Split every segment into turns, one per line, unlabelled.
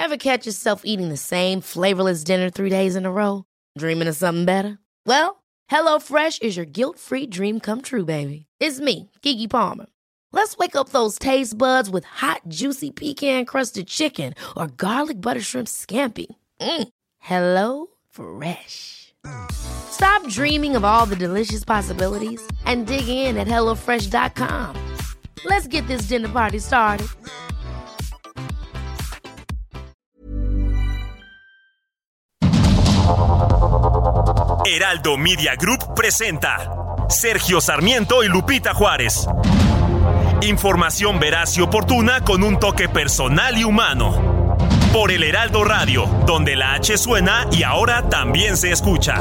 Ever catch yourself eating the same flavorless dinner 3 days in a row? Dreaming of something better? Well, HelloFresh is your guilt-free dream come true, baby. It's me, Keke Palmer. Let's wake up those taste buds with hot, juicy pecan-crusted chicken or garlic butter shrimp scampi. HelloFresh. Stop dreaming of all the delicious possibilities and dig in at HelloFresh.com. Let's get this dinner party started.
Heraldo Media Group presenta Sergio Sarmiento y Lupita Juárez. Información veraz y oportuna con un toque personal y humano. Por el Heraldo Radio, donde la H suena y ahora también se escucha.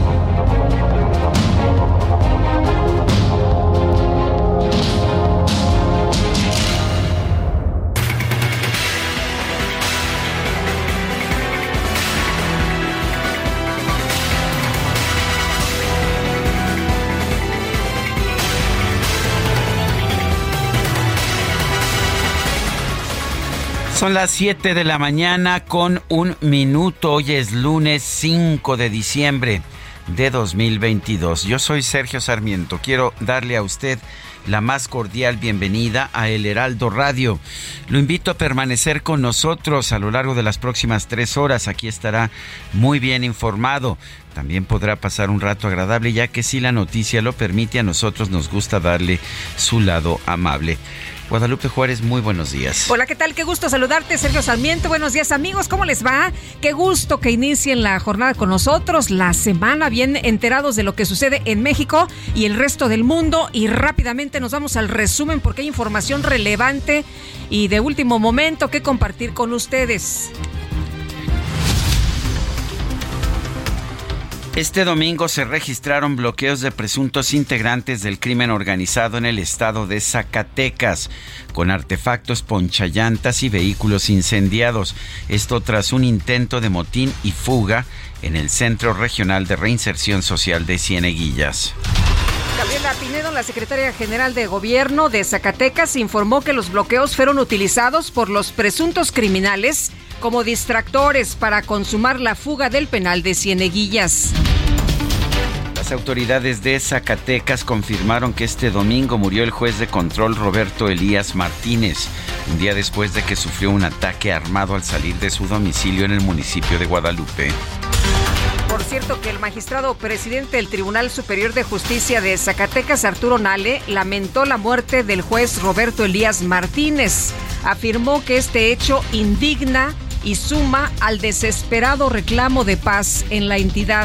Son las 7 de la mañana con 1 minuto. Hoy es lunes 5 de diciembre de 2022. Yo soy Sergio Sarmiento. Quiero darle a usted la más cordial bienvenida a El Heraldo Radio. Lo invito a permanecer con nosotros a lo largo de las próximas 3 horas. Aquí estará muy bien informado. También podrá pasar un rato agradable, ya que si la noticia lo permite, a nosotros nos gusta darle su lado amable. Guadalupe Juárez, muy buenos días.
Hola, ¿qué tal? Qué gusto saludarte, Sergio Sarmiento. Buenos días, amigos. ¿Cómo les va? Qué gusto que inicien la jornada con nosotros, la semana, bien enterados de lo que sucede en México y el resto del mundo. Y rápidamente nos vamos al resumen porque hay información relevante y de último momento que compartir con ustedes.
Este domingo se registraron bloqueos de presuntos integrantes del crimen organizado en el estado de Zacatecas, con artefactos ponchallantas y vehículos incendiados. Esto tras un intento de motín y fuga en el Centro Regional de Reinserción Social de Cieneguillas.
Gabriela Pinedo, la secretaria general de Gobierno de Zacatecas, informó que los bloqueos fueron utilizados por los presuntos criminales como distractores para consumar la fuga del penal de Cieneguillas.
Las autoridades de Zacatecas confirmaron que este domingo murió el juez de control Roberto Elías Martínez, un día después de que sufrió un ataque armado al salir de su domicilio en el municipio de Guadalupe.
Por cierto, que el magistrado presidente del Tribunal Superior de Justicia de Zacatecas, Arturo Nale, lamentó la muerte del juez Roberto Elías Martínez. Afirmó que este hecho indigna y suma al desesperado reclamo de paz en la entidad.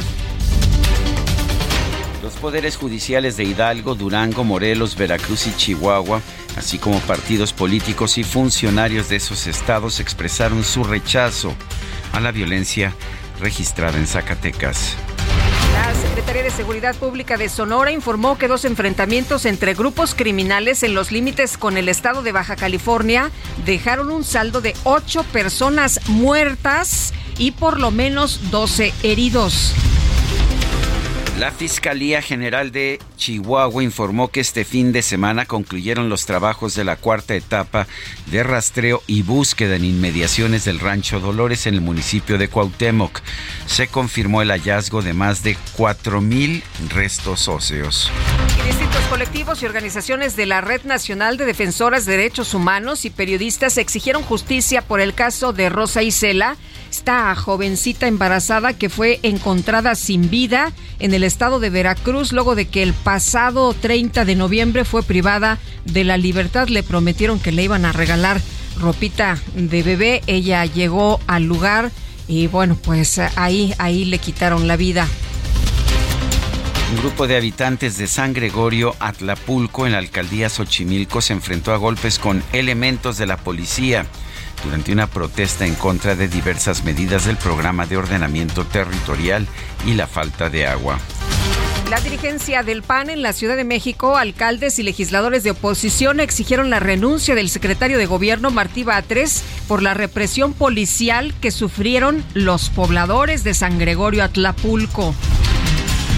Los poderes judiciales de Hidalgo, Durango, Morelos, Veracruz y Chihuahua, así como partidos políticos y funcionarios de esos estados, expresaron su rechazo a la violencia registrada en Zacatecas.
La Secretaría de Seguridad Pública de Sonora informó que 2 enfrentamientos entre grupos criminales en los límites con el estado de Baja California dejaron un saldo de 8 personas muertas y por lo menos 12 heridos.
La Fiscalía General de Chihuahua informó que este fin de semana concluyeron los trabajos de la 4ª etapa de rastreo y búsqueda en inmediaciones del Rancho Dolores en el municipio de Cuauhtémoc. Se confirmó el hallazgo de más de 4,000 restos óseos.
Distintos colectivos y organizaciones de la Red Nacional de Defensoras de Derechos Humanos y periodistas exigieron justicia por el caso de Rosa Isela, esta jovencita embarazada que fue encontrada sin vida en el estado de Veracruz luego de que el pasado 30 de noviembre fue privada de la libertad. Le prometieron que le iban a regalar ropita de bebé. Ella llegó al lugar y bueno, pues ahí le quitaron la vida.
Un grupo de habitantes de San Gregorio, Atlapulco, en la alcaldía Xochimilco, se enfrentó a golpes con elementos de la policía durante una protesta en contra de diversas medidas del programa de ordenamiento territorial y la falta de agua.
La dirigencia del PAN en la Ciudad de México, alcaldes y legisladores de oposición exigieron la renuncia del secretario de Gobierno, Martí Batres, por la represión policial que sufrieron los pobladores de San Gregorio Atlapulco.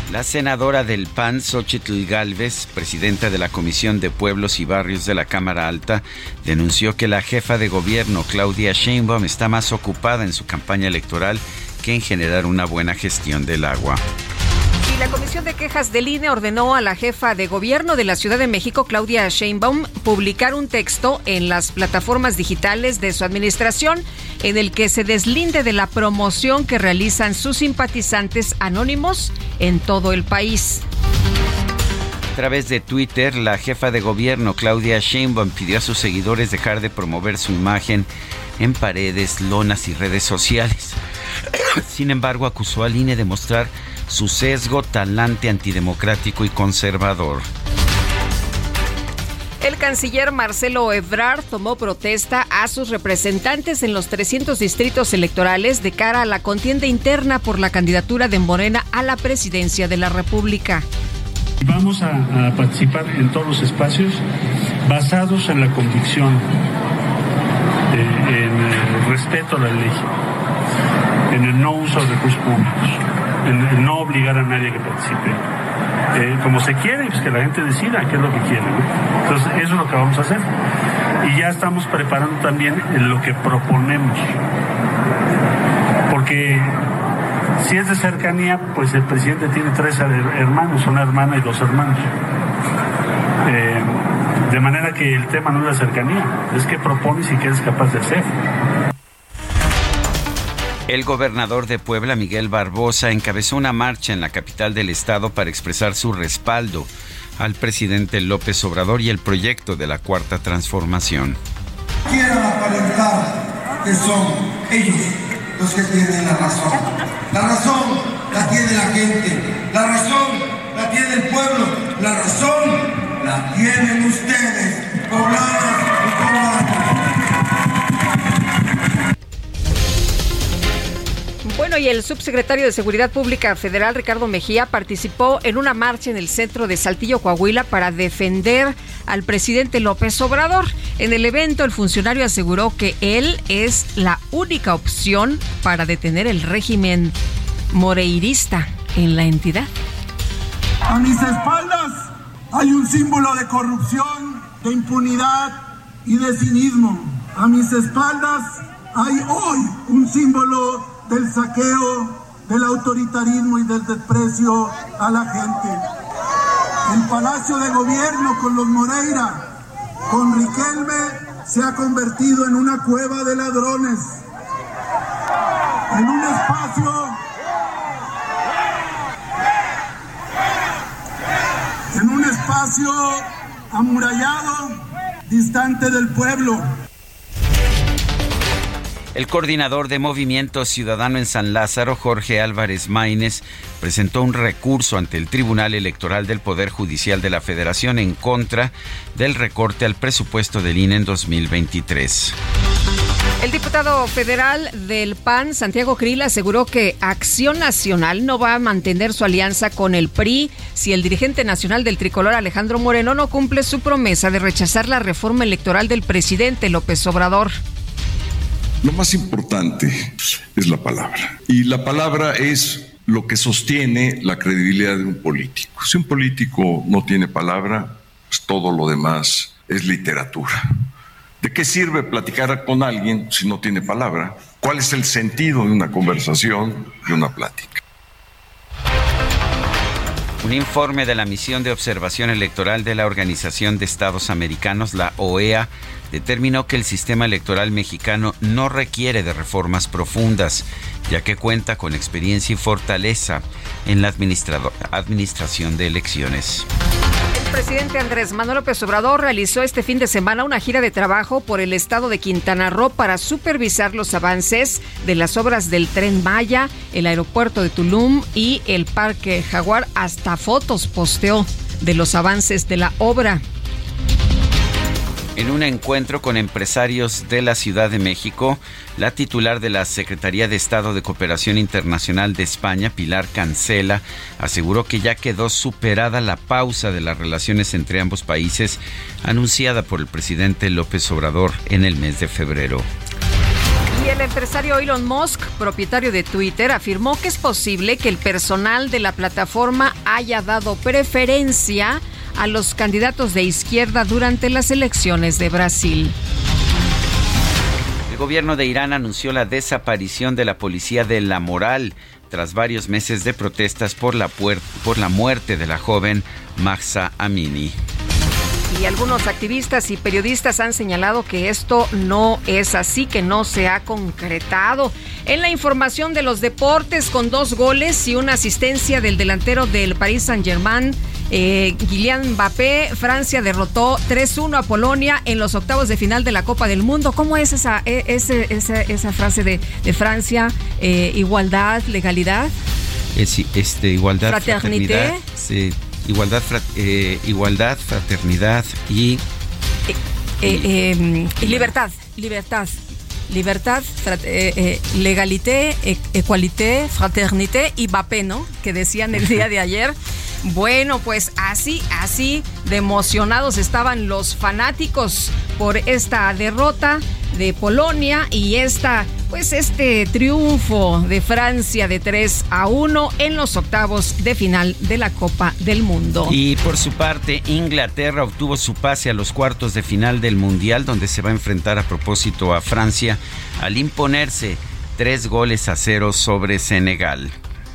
La senadora del PAN, Xóchitl Gálvez, presidenta de la Comisión de Pueblos y Barrios de la Cámara Alta, denunció que la jefa de gobierno, Claudia Sheinbaum, está más ocupada en su campaña electoral que en generar una buena gestión del agua.
Y la Comisión de Quejas del INE ordenó a la jefa de gobierno de la Ciudad de México, Claudia Sheinbaum, publicar un texto en las plataformas digitales de su administración en el que se deslinde de la promoción que realizan sus simpatizantes anónimos en todo el país.
A través de Twitter, la jefa de gobierno, Claudia Sheinbaum, pidió a sus seguidores dejar de promover su imagen en paredes, lonas y redes sociales. Sin embargo, acusó al INE de mostrar su sesgo talante antidemocrático y conservador.
El canciller Marcelo Ebrard tomó protesta a sus representantes en los 300 distritos electorales de cara a la contienda interna por la candidatura de Morena a la presidencia de la República.
Vamos a participar en todos los espacios basados en la convicción, en el respeto a la ley, en el no uso de recursos públicos, en el no obligar a nadie que participe. Como se quiere, pues que la gente decida qué es lo que quiere, ¿no? Entonces, eso es lo que vamos a hacer. Y ya estamos preparando también lo que proponemos. Porque si es de cercanía, pues el presidente tiene 3 hermanos, una hermana y 2 hermanos. De manera que el tema no es la cercanía, es qué propones y qué eres capaz de hacer.
El gobernador de Puebla, Miguel Barbosa, encabezó una marcha en la capital del estado para expresar su respaldo al presidente López Obrador y el proyecto de la Cuarta Transformación.
Quieran aparentar que son ellos los que tienen la razón. La razón la tiene la gente, la razón la tiene el pueblo, la razón la tienen ustedes, pobladas y poblados.
Bueno, y el subsecretario de Seguridad Pública Federal, Ricardo Mejía, participó en una marcha en el centro de Saltillo, Coahuila, para defender al presidente López Obrador. En el evento, el funcionario aseguró que él es la única opción para detener el régimen moreirista en la entidad.
A mis espaldas hay un símbolo de corrupción, de impunidad y de cinismo. A mis espaldas hay hoy un símbolo del saqueo, del autoritarismo y del desprecio a la gente. El Palacio de Gobierno con los Moreira, con Riquelme, se ha convertido en una cueva de ladrones, en un espacio amurallado, distante del pueblo.
El coordinador de Movimiento Ciudadano en San Lázaro, Jorge Álvarez Maínez, presentó un recurso ante el Tribunal Electoral del Poder Judicial de la Federación en contra del recorte al presupuesto del INE en 2023.
El diputado federal del PAN, Santiago Krill, aseguró que Acción Nacional no va a mantener su alianza con el PRI si el dirigente nacional del tricolor, Alejandro Moreno, no cumple su promesa de rechazar la reforma electoral del presidente López Obrador.
Lo más importante es la palabra. Y la palabra es lo que sostiene la credibilidad de un político. Si un político no tiene palabra, pues todo lo demás es literatura. ¿De qué sirve platicar con alguien si no tiene palabra? ¿Cuál es el sentido de una conversación, de una plática?
Un informe de la Misión de Observación Electoral de la Organización de Estados Americanos, la OEA, determinó que el sistema electoral mexicano no requiere de reformas profundas, ya que cuenta con experiencia y fortaleza en la administración de elecciones.
El presidente Andrés Manuel López Obrador realizó este fin de semana una gira de trabajo por el estado de Quintana Roo para supervisar los avances de las obras del Tren Maya, el aeropuerto de Tulum y el Parque Jaguar. Hasta fotos posteó de los avances de la obra.
En un encuentro con empresarios de la Ciudad de México, la titular de la Secretaría de Estado de Cooperación Internacional de España, Pilar Cancela, aseguró que ya quedó superada la pausa de las relaciones entre ambos países anunciada por el presidente López Obrador en el mes de febrero.
Y el el empresario Elon Musk, propietario de Twitter, afirmó que es posible que el personal de la plataforma haya dado preferencia a los candidatos de izquierda durante las elecciones de Brasil.
El gobierno de Irán anunció la desaparición de la policía de la moral tras varios meses de protestas por la muerte de la joven Mahsa Amini.
Y algunos activistas y periodistas han señalado que esto no es así, que no se ha concretado. En la información de los deportes, con 2 goles y una asistencia del delantero del Paris Saint-Germain, Kylian Mbappé, Francia derrotó 3-1 a Polonia en los octavos de final de la Copa del Mundo. ¿Cómo es esa frase de Francia? Igualdad, legalidad.
Igualdad, fraternidad. Sí. Igualdad, fraternidad y
libertad, legalité, equalité, fraternité y Mbappé, ¿no? Que decían el día de ayer. Bueno, pues así de emocionados estaban los fanáticos por esta derrota de Polonia y este triunfo de Francia de 3-1 en los octavos de final de la Copa del Mundo.
Y por su parte, Inglaterra obtuvo su pase a los cuartos de final del Mundial, donde se va a enfrentar a propósito a Francia al imponerse 3-0 sobre Senegal.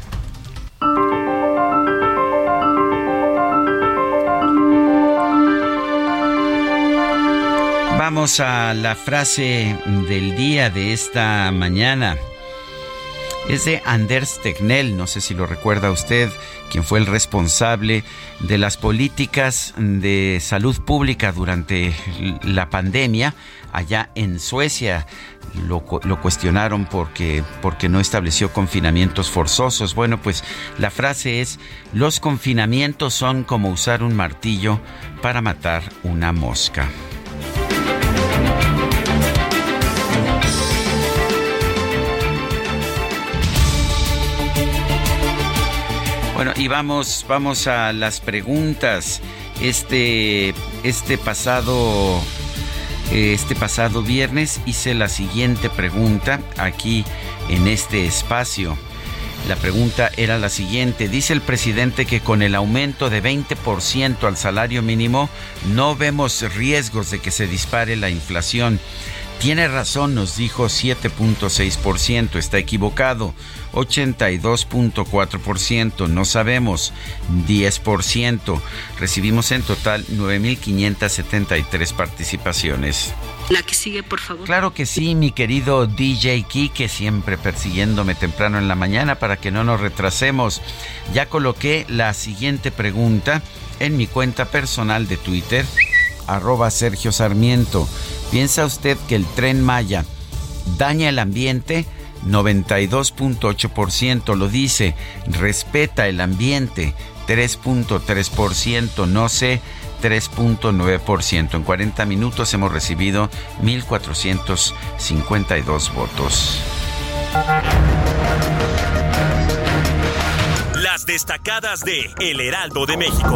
Vamos a la frase del día de esta mañana. Es de Anders Tegnell, no sé si lo recuerda usted, quien fue el responsable de las políticas de salud pública durante la pandemia allá en Suecia. Lo cuestionaron porque no estableció confinamientos forzosos. Bueno, pues la frase es: los confinamientos son como usar un martillo para matar una mosca. Bueno, y vamos a las preguntas. Este pasado viernes hice la siguiente pregunta aquí en este espacio. La pregunta era la siguiente: dice el presidente que con el aumento de 20% al salario mínimo no vemos riesgos de que se dispare la inflación. Tiene razón, nos dijo 7.6%, está equivocado. 82.4%, no sabemos, 10%. Recibimos en total 9,573 participaciones.
La que sigue, por favor.
Claro que sí, mi querido DJ Kike, siempre persiguiéndome temprano en la mañana para que no nos retrasemos. Ya coloqué la siguiente pregunta en mi cuenta personal de Twitter, @Sergio Sarmiento. ¿Piensa usted que el Tren Maya daña el ambiente? 92.8% lo dice. Respeta el ambiente, 3.3%. No sé, 3.9%. En 40 minutos hemos recibido 1,452 votos.
Las destacadas de El Heraldo de México.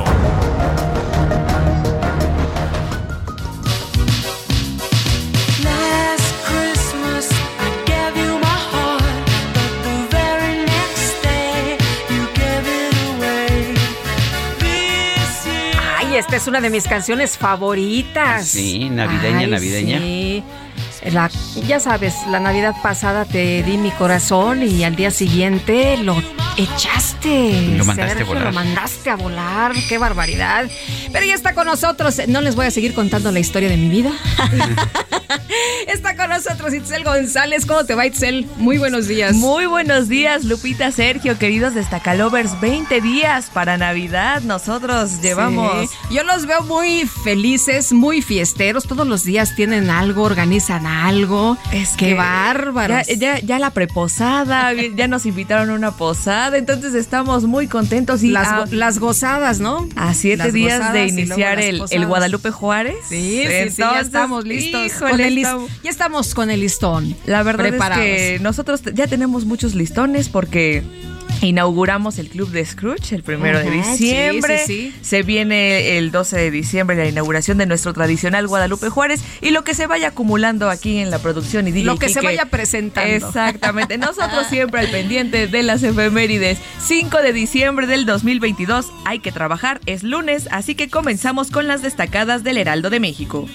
Esta es una de mis canciones favoritas.
Sí, navideña.
Sí. Ya sabes, la Navidad pasada te di mi corazón y al día siguiente lo echaste.
Lo mandaste a volar.
Lo mandaste a volar, qué barbaridad. Pero ya está con nosotros, no les voy a seguir contando la historia de mi vida. Está con nosotros Itzel González. ¿Cómo te va, Itzel? Muy buenos días.
Muy buenos días, Lupita, Sergio, queridos Destacalovers. 20 días para Navidad nosotros llevamos.
Sí. Yo los veo muy felices, muy fiesteros. Todos los días tienen algo, organizan algo. Qué bárbaros.
Ya la preposada, ya nos invitaron a una posada, entonces estamos muy contentos. Y
las gozadas, ¿no?
A 7 días de iniciar el Guadalupe Juárez.
Sí, entonces, ya estamos listos. Ya estamos con el listón.
La verdad es que nosotros ya tenemos muchos listones porque Inauguramos el Club de Scrooge el 1 de diciembre. Sí. Se viene el 12 de diciembre la inauguración de nuestro tradicional Guadalupe Juárez y lo que se vaya acumulando aquí en la producción y DJ
lo que
Quique,
se vaya presentando.
Exactamente. Nosotros siempre al pendiente de las efemérides. 5 de diciembre del 2022. Hay que trabajar, es lunes, así que comenzamos con las destacadas del Heraldo de México.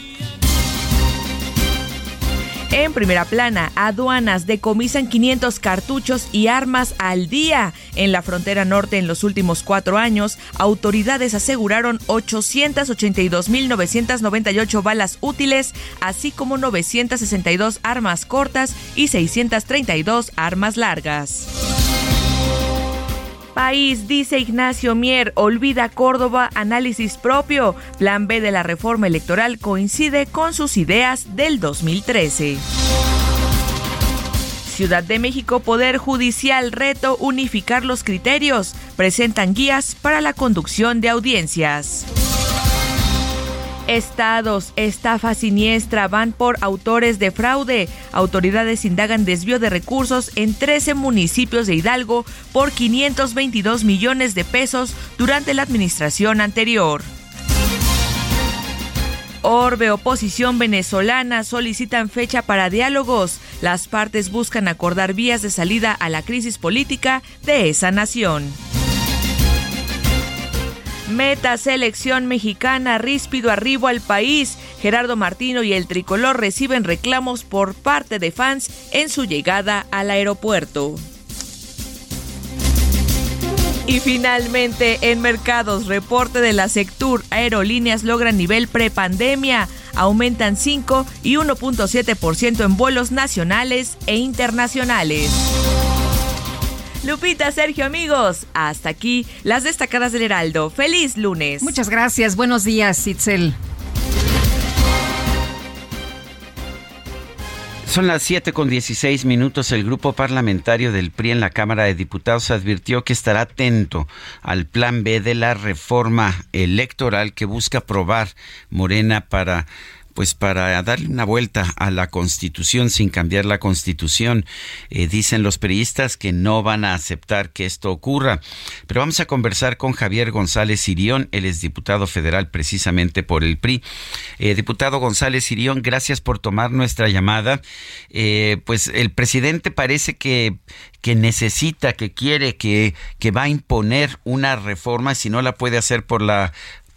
En primera plana, aduanas decomisan 500 cartuchos y armas al día. En la frontera norte en los últimos 4 años, autoridades aseguraron 882.998 balas útiles, así como 962 armas cortas y 632 armas largas. País, dice Ignacio Mier, olvida Córdoba, análisis propio. Plan B de la reforma electoral coincide con sus ideas del 2013. Ciudad de México, Poder Judicial, reto unificar los criterios. Presentan guías para la conducción de audiencias. Estados, estafa siniestra, van por autores de fraude. Autoridades indagan desvío de recursos en 13 municipios de Hidalgo por 522 millones de pesos durante la administración anterior. Orbe, oposición venezolana, solicitan fecha para diálogos. Las partes buscan acordar vías de salida a la crisis política de esa nación. Meta selección mexicana, ríspido arribo al país. Gerardo Martino y el tricolor reciben reclamos por parte de fans en su llegada al aeropuerto. Y finalmente, en mercados, reporte de la Sectur, aerolíneas logran nivel prepandemia. Aumentan 5 y 1.7% en vuelos nacionales e internacionales. Lupita, Sergio, amigos, hasta aquí las destacadas del Heraldo. ¡Feliz lunes!
Muchas gracias. Buenos días, Itzel.
Son las 7:16. El grupo parlamentario del PRI en la Cámara de Diputados advirtió que estará atento al plan B de la reforma electoral que busca aprobar Morena para darle una vuelta a la Constitución sin cambiar la Constitución. Dicen los priistas que no van a aceptar que esto ocurra. Pero vamos a conversar con Javier González Irión, él es diputado federal precisamente por el PRI. Diputado González Irión, gracias por tomar nuestra llamada. Pues el presidente parece que necesita, que quiere, que va a imponer una reforma, si no la puede hacer por la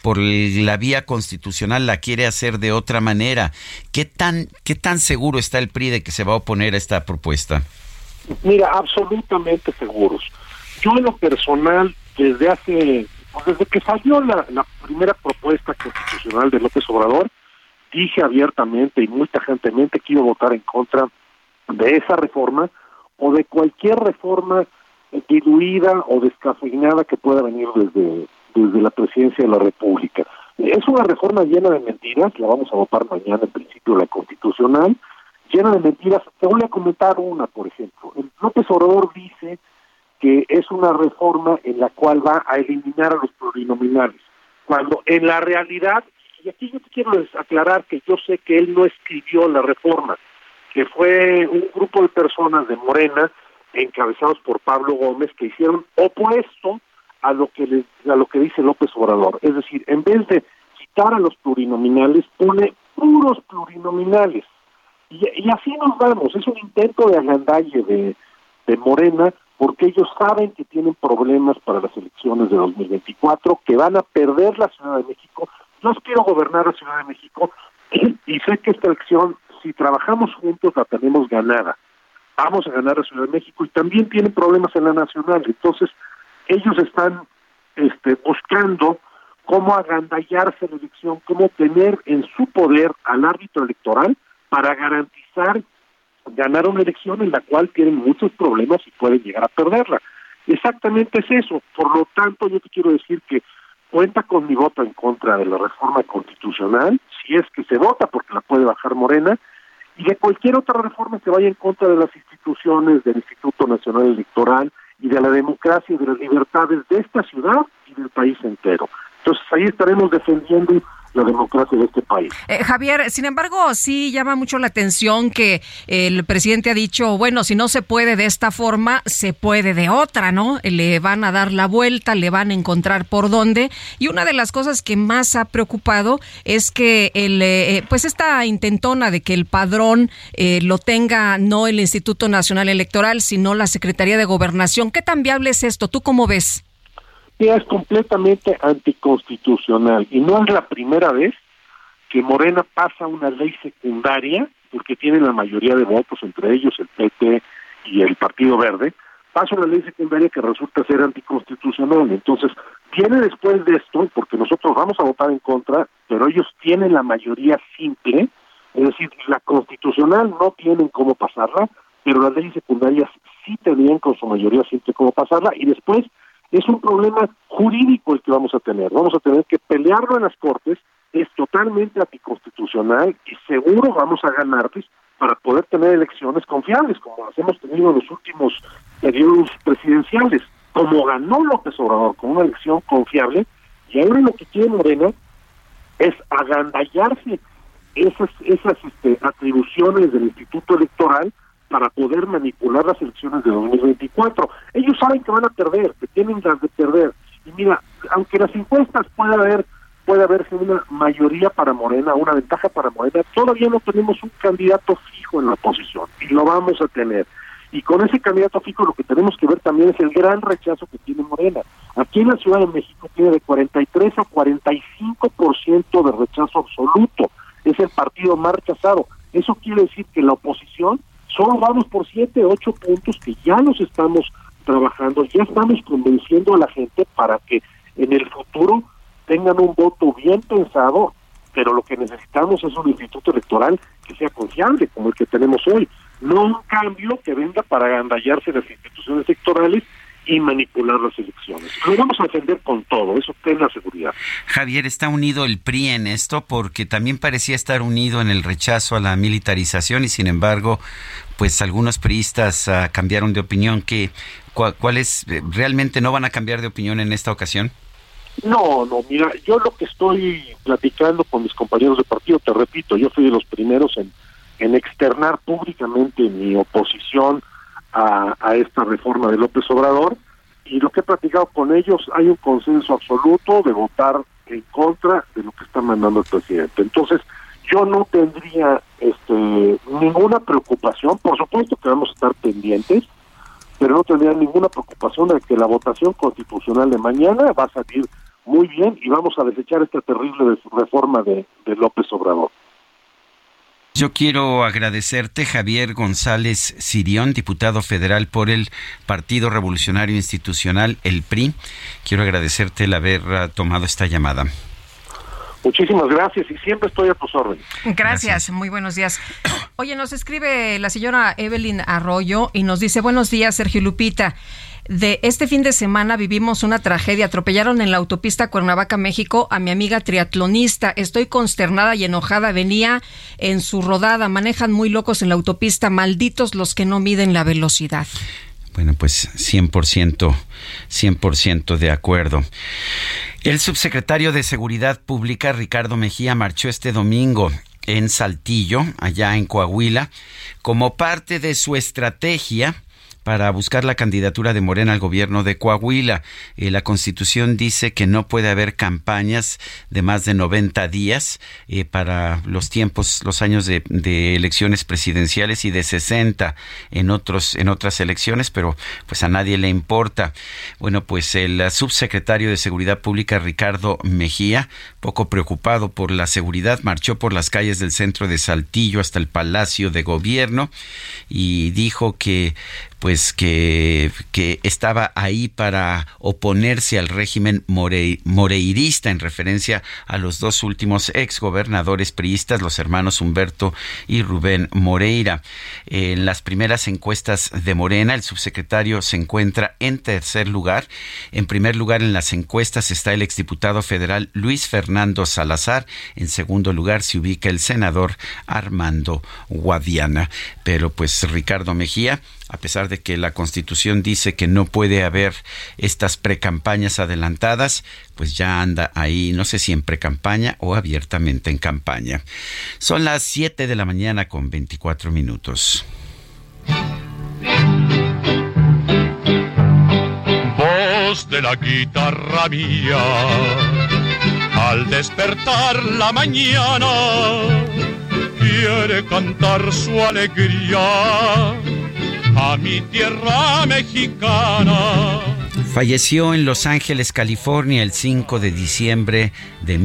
vía constitucional, la quiere hacer de otra manera. ¿Qué tan seguro está el PRI de que se va a oponer a esta propuesta?
Mira, absolutamente seguros. Yo en lo personal, desde que salió la primera propuesta constitucional de López Obrador, dije abiertamente y muy tajantemente que iba a votar en contra de esa reforma o de cualquier reforma diluida o descafeinada que pueda venir desde la presidencia de la República. Es una reforma llena de mentiras, la vamos a votar mañana en principio la constitucional, llena de mentiras. Te voy a comentar una, por ejemplo. El López Obrador dice que es una reforma en la cual va a eliminar a los plurinominales, cuando en la realidad, y aquí yo te quiero aclarar que yo sé que él no escribió la reforma, que fue un grupo de personas de Morena, encabezados por Pablo Gómez, que hicieron opuesto a lo que dice López Obrador. Es decir, en vez de quitar a los plurinominales, pone puros plurinominales. Y así nos vamos. Es un intento de agandalle de Morena, porque ellos saben que tienen problemas para las elecciones de 2024, que van a perder la Ciudad de México. Yo quiero gobernar la Ciudad de México y sé que esta elección, si trabajamos juntos, la tenemos ganada. Vamos a ganar la Ciudad de México y también tienen problemas en la nacional. Entonces, ellos están buscando cómo agandallarse la elección, cómo tener en su poder al árbitro electoral para garantizar ganar una elección en la cual tienen muchos problemas y pueden llegar a perderla. Exactamente es eso. Por lo tanto, yo te quiero decir que cuenta con mi voto en contra de la reforma constitucional, si es que se vota, porque la puede bajar Morena, y de cualquier otra reforma que vaya en contra de las instituciones, del Instituto Nacional Electoral, y de la democracia y de las libertades de esta ciudad y del país entero. Entonces ahí estaremos defendiendo la democracia de este país.
Javier, sin embargo, sí llama mucho la atención que el presidente ha dicho, bueno, si no se puede de esta forma, se puede de otra, ¿no? Le van a dar la vuelta, le van a encontrar por dónde. Y una de las cosas que más ha preocupado es que pues esta intentona de que el padrón lo tenga no el Instituto Nacional Electoral, sino la Secretaría de Gobernación. ¿Qué tan viable es esto? ¿Tú cómo ves?
Es completamente anticonstitucional y no es la primera vez que Morena pasa una ley secundaria, porque tiene la mayoría de votos, entre ellos el PT y el Partido Verde, pasa una ley secundaria que resulta ser anticonstitucional. Entonces, viene después de esto, porque nosotros vamos a votar en contra, pero ellos tienen la mayoría simple, es decir, la constitucional no tienen cómo pasarla, pero las leyes secundarias sí tenían con su mayoría simple cómo pasarla, y después es un problema jurídico el que vamos a tener que pelearlo en las Cortes, es totalmente anticonstitucional y seguro vamos a ganarles para poder tener elecciones confiables, como las hemos tenido en los últimos periodos presidenciales, como ganó López Obrador con una elección confiable, y ahora lo que quiere Morena es agandallarse esas atribuciones del Instituto Electoral para poder manipular las elecciones de 2024. Ellos saben que van a perder, que tienen las de perder. Y mira, aunque las encuestas puede haberse una mayoría para Morena, una ventaja para Morena, todavía no tenemos un candidato fijo en la oposición, y lo vamos a tener. Y con ese candidato fijo lo que tenemos que ver también es el gran rechazo que tiene Morena. Aquí en la Ciudad de México tiene de 43 a 45% de rechazo absoluto. Es el partido más rechazado. Eso quiere decir que la oposición solo vamos por 7, 8 puntos que ya los estamos trabajando, ya estamos convenciendo a la gente para que en el futuro tengan un voto bien pensado, pero lo que necesitamos es un instituto electoral que sea confiable, como el que tenemos hoy, no un cambio que venga para agandallarse las instituciones electorales y manipular las elecciones. Lo vamos a defender con todo, eso es la seguridad.
Javier, ¿está unido el PRI en esto? Porque también parecía estar unido en el rechazo a la militarización y sin embargo, pues algunos priistas cambiaron de opinión. ¿Cuál es? ¿Realmente no van a cambiar de opinión en esta ocasión?
No, mira, yo lo que estoy platicando con mis compañeros de partido, te repito, yo fui de los primeros en externar públicamente mi oposición a esta reforma de López Obrador, y lo que he platicado con ellos, hay un consenso absoluto de votar en contra de lo que está mandando el presidente. Entonces, yo no tendría ninguna preocupación, por supuesto que vamos a estar pendientes, pero no tendría ninguna preocupación de que la votación constitucional de mañana va a salir muy bien y vamos a desechar esta terrible reforma de López Obrador.
Yo quiero agradecerte, Javier González Sirión, diputado federal por el Partido Revolucionario Institucional, el PRI. Quiero agradecerte el haber tomado esta llamada.
Muchísimas gracias y siempre estoy a tus órdenes.
Gracias, muy buenos días. Oye, nos escribe la señora Evelyn Arroyo y nos dice, buenos días, Sergio Lupita. De este fin de semana vivimos una tragedia. Atropellaron en la autopista Cuernavaca, México, a mi amiga triatlonista. Estoy consternada y enojada. Venía en su rodada. Manejan muy locos en la autopista. Malditos los que no miden la velocidad.
Bueno, pues 100% de acuerdo. El subsecretario de Seguridad Pública, Ricardo Mejía, marchó este domingo en Saltillo, allá en Coahuila, como parte de su estrategia para buscar la candidatura de Morena al gobierno de Coahuila. La Constitución dice que no puede haber campañas de más de 90 días para los años de elecciones presidenciales y de 60 en otras elecciones, pero pues a nadie le importa. Bueno, pues el subsecretario de Seguridad Pública, Ricardo Mejía, poco preocupado por la seguridad, marchó por las calles del centro de Saltillo hasta el Palacio de Gobierno y dijo que estaba ahí para oponerse al régimen moreirista, en referencia a los dos últimos exgobernadores priistas, los hermanos Humberto y Rubén Moreira. En las primeras encuestas de Morena, el subsecretario se encuentra en tercer lugar. En primer lugar en las encuestas está el exdiputado federal Luis Fernando Salazar. En segundo lugar se ubica el senador Armando Guadiana. Pero pues Ricardo Mejía, a pesar pesar de que la Constitución dice que no puede haber estas precampañas adelantadas, pues ya anda ahí, no sé si en precampaña o abiertamente en campaña. Son las 7 de la mañana con 24 minutos.
Voz de la guitarra mía, al despertar la mañana, quiere cantar su alegría a mi tierra mexicana.
Falleció en Los Ángeles, California, el 5 de diciembre de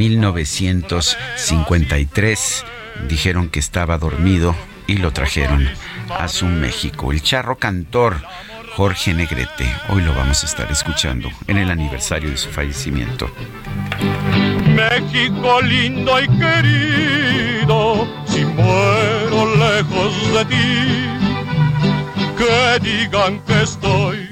1953. Dijeron que estaba dormido y lo trajeron a su México. El charro cantor Jorge Negrete. Hoy lo vamos a estar escuchando en el aniversario de su fallecimiento.
México lindo y querido, si muero lejos de ti, que digan que estoy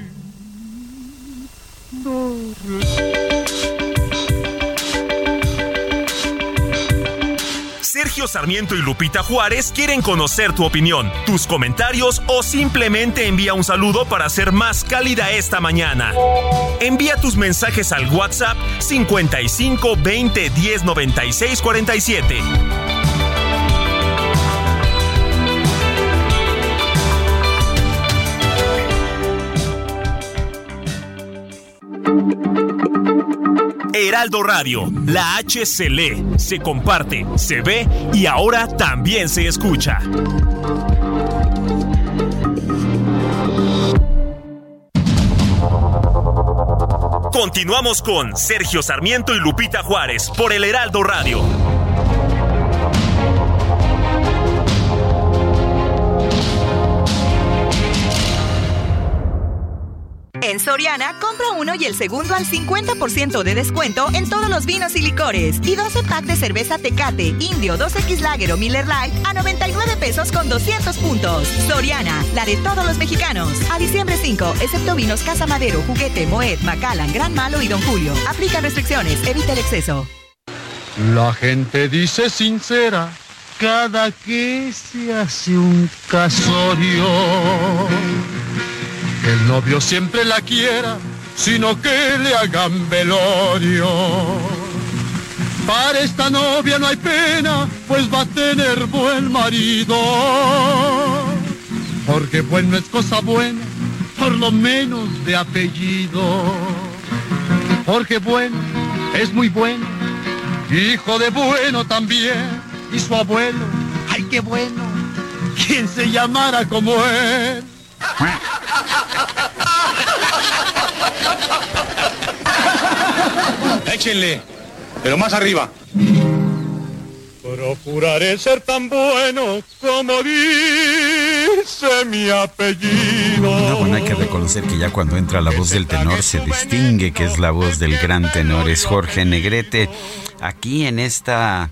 Sergio Sarmiento y Lupita Juárez quieren conocer tu opinión, tus comentarios o simplemente envía un saludo para hacer más cálida esta mañana. Envía tus mensajes al WhatsApp 55 20 10 96 47. Heraldo Radio, la H se lee, se comparte, se ve y ahora también se escucha. Continuamos con Sergio Sarmiento y Lupita Juárez por el Heraldo Radio.
En Soriana, compra uno y el segundo al 50% de descuento en todos los vinos y licores. Y 12 pack de cerveza Tecate, Indio, 2X Lager o Miller Lite a 99 pesos con 200 puntos. Soriana, la de todos los mexicanos. A diciembre 5, excepto vinos Casa Madero, Juguete, Moet, Macallan, Gran Malo y Don Julio. Aplica restricciones, evita el exceso.
La gente dice sincera cada que se hace un casorio, que el novio siempre la quiera, sino que le hagan velorio. Para esta novia no hay pena, pues va a tener buen marido. Porque bueno es cosa buena, por lo menos de apellido. Porque bueno es muy bueno, hijo de bueno también. Y su abuelo, ay qué bueno, quien se llamara como él.
Échenle, pero más arriba.
Procuraré ser tan bueno como dice mi apellido.
No, bueno, hay que reconocer que ya cuando entra la voz del tenor se distingue que es la voz del gran tenor. Es Jorge Negrete. Aquí en este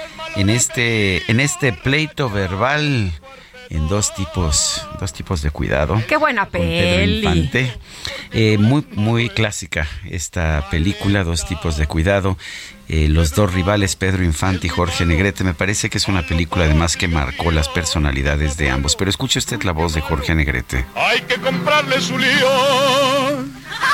pleito verbal en dos tipos de cuidado.
Qué buena peli.
Muy clásica esta película, Dos tipos de cuidado. Los dos rivales, Pedro Infante y Jorge Negrete. Me parece que es una película además que marcó las personalidades de ambos. Pero escuche usted la voz de Jorge Negrete.
Hay que comprarle su león.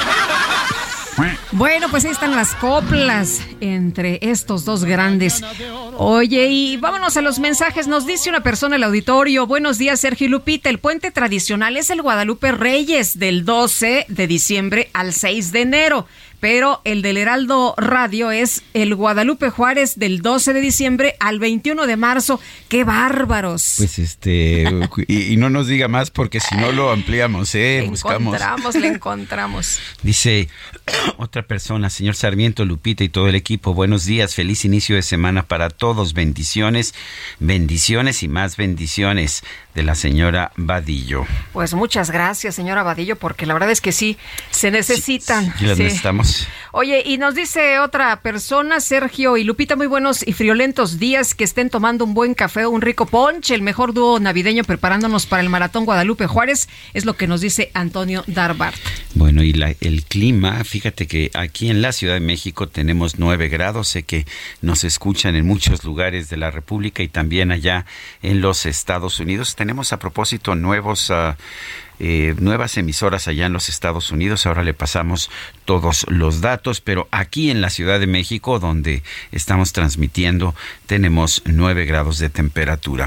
Bueno, pues ahí están las coplas entre estos dos grandes. Oye, y vámonos a los mensajes. Nos dice una persona en el auditorio: buenos días, Sergio y Lupita. El puente tradicional es el Guadalupe Reyes, del 12 de diciembre al 6 de enero. Pero el del Heraldo Radio es el Guadalupe Juárez, del 12 de diciembre al 21 de marzo. ¡Qué bárbaros!
Pues y no nos diga más porque si no lo ampliamos,
Le encontramos.
Dice otra persona: señor Sarmiento, Lupita y todo el equipo, buenos días, feliz inicio de semana para todos, bendiciones y más bendiciones, de la señora Vadillo.
Pues muchas gracias, señora Vadillo, porque la verdad es que sí, se necesitan.
Sí, las necesitamos.
Oye, y nos dice otra persona: Sergio y Lupita, muy buenos y friolentos días, que estén tomando un buen café o un rico ponche, el mejor dúo navideño preparándonos para el Maratón Guadalupe Juárez, es lo que nos dice Antonio Darbart.
Bueno, y el clima, fíjate que aquí en la Ciudad de México tenemos 9 grados, sé que nos escuchan en muchos lugares de la República y también allá en los Estados Unidos. Tenemos a propósito nuevos nuevas emisoras allá en los Estados Unidos. Ahora le pasamos todos los datos, pero aquí en la Ciudad de México, donde estamos transmitiendo, tenemos 9 grados de temperatura.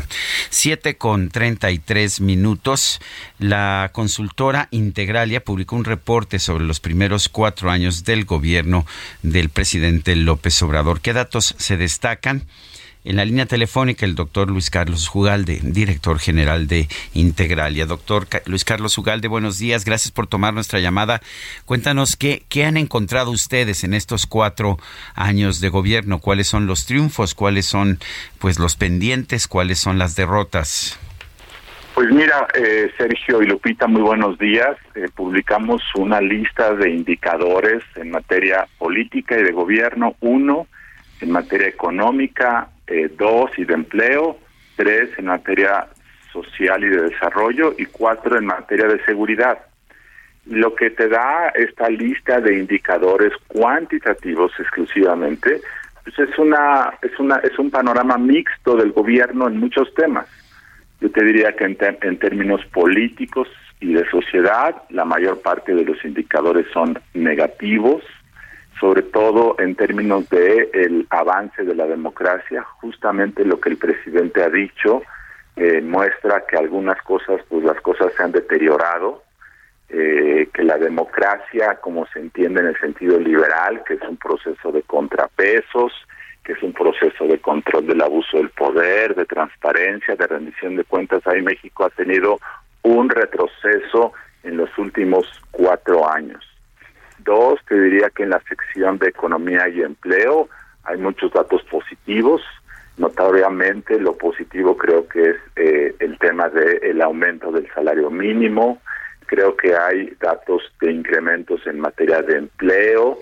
7:33. La consultora Integralia publicó un reporte sobre los primeros 4 años del gobierno del presidente López Obrador. ¿Qué datos se destacan? En la línea telefónica, el doctor Luis Carlos Ugalde, director general de Integralia. Doctor Luis Carlos Ugalde, buenos días. Gracias por tomar nuestra llamada. Cuéntanos qué han encontrado ustedes en estos 4 años de gobierno. ¿Cuáles son los triunfos? ¿Cuáles son, pues, los pendientes? ¿Cuáles son las derrotas?
Pues mira, Sergio y Lupita, muy buenos días. Publicamos una lista de indicadores en materia política y de gobierno. 1, en materia económica, 2, y de empleo, 3, en materia social y de desarrollo, y 4, en materia de seguridad. Lo que te da esta lista de indicadores cuantitativos exclusivamente, pues es un panorama mixto del gobierno en muchos temas. Yo te diría que en términos políticos y de sociedad, la mayor parte de los indicadores son negativos, sobre todo en términos de el avance de la democracia. Justamente lo que el presidente ha dicho muestra que algunas cosas, pues las cosas se han deteriorado, que la democracia, como se entiende en el sentido liberal, que es un proceso de contrapesos, que es un proceso de control del abuso del poder, de transparencia, de rendición de cuentas, ahí México ha tenido un retroceso en los últimos 4 años. 2, te diría que en la sección de economía y empleo hay muchos datos positivos. Notoriamente lo positivo creo que es el tema del aumento del salario mínimo. Creo que hay datos de incrementos en materia de empleo,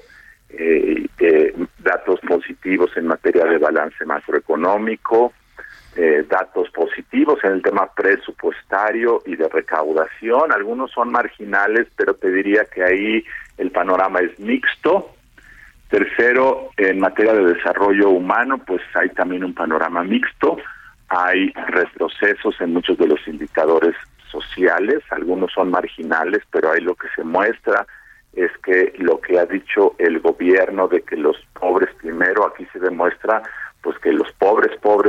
datos positivos en materia de balance macroeconómico, datos positivos en el tema presupuestario y de recaudación. Algunos son marginales, pero te diría que ahí el panorama es mixto. Tercero, en materia de desarrollo humano, pues hay también un panorama mixto. Hay retrocesos en muchos de los indicadores sociales, algunos son marginales, pero ahí lo que se muestra es que lo que ha dicho el gobierno de que los pobres primero, aquí se demuestra pues que los pobres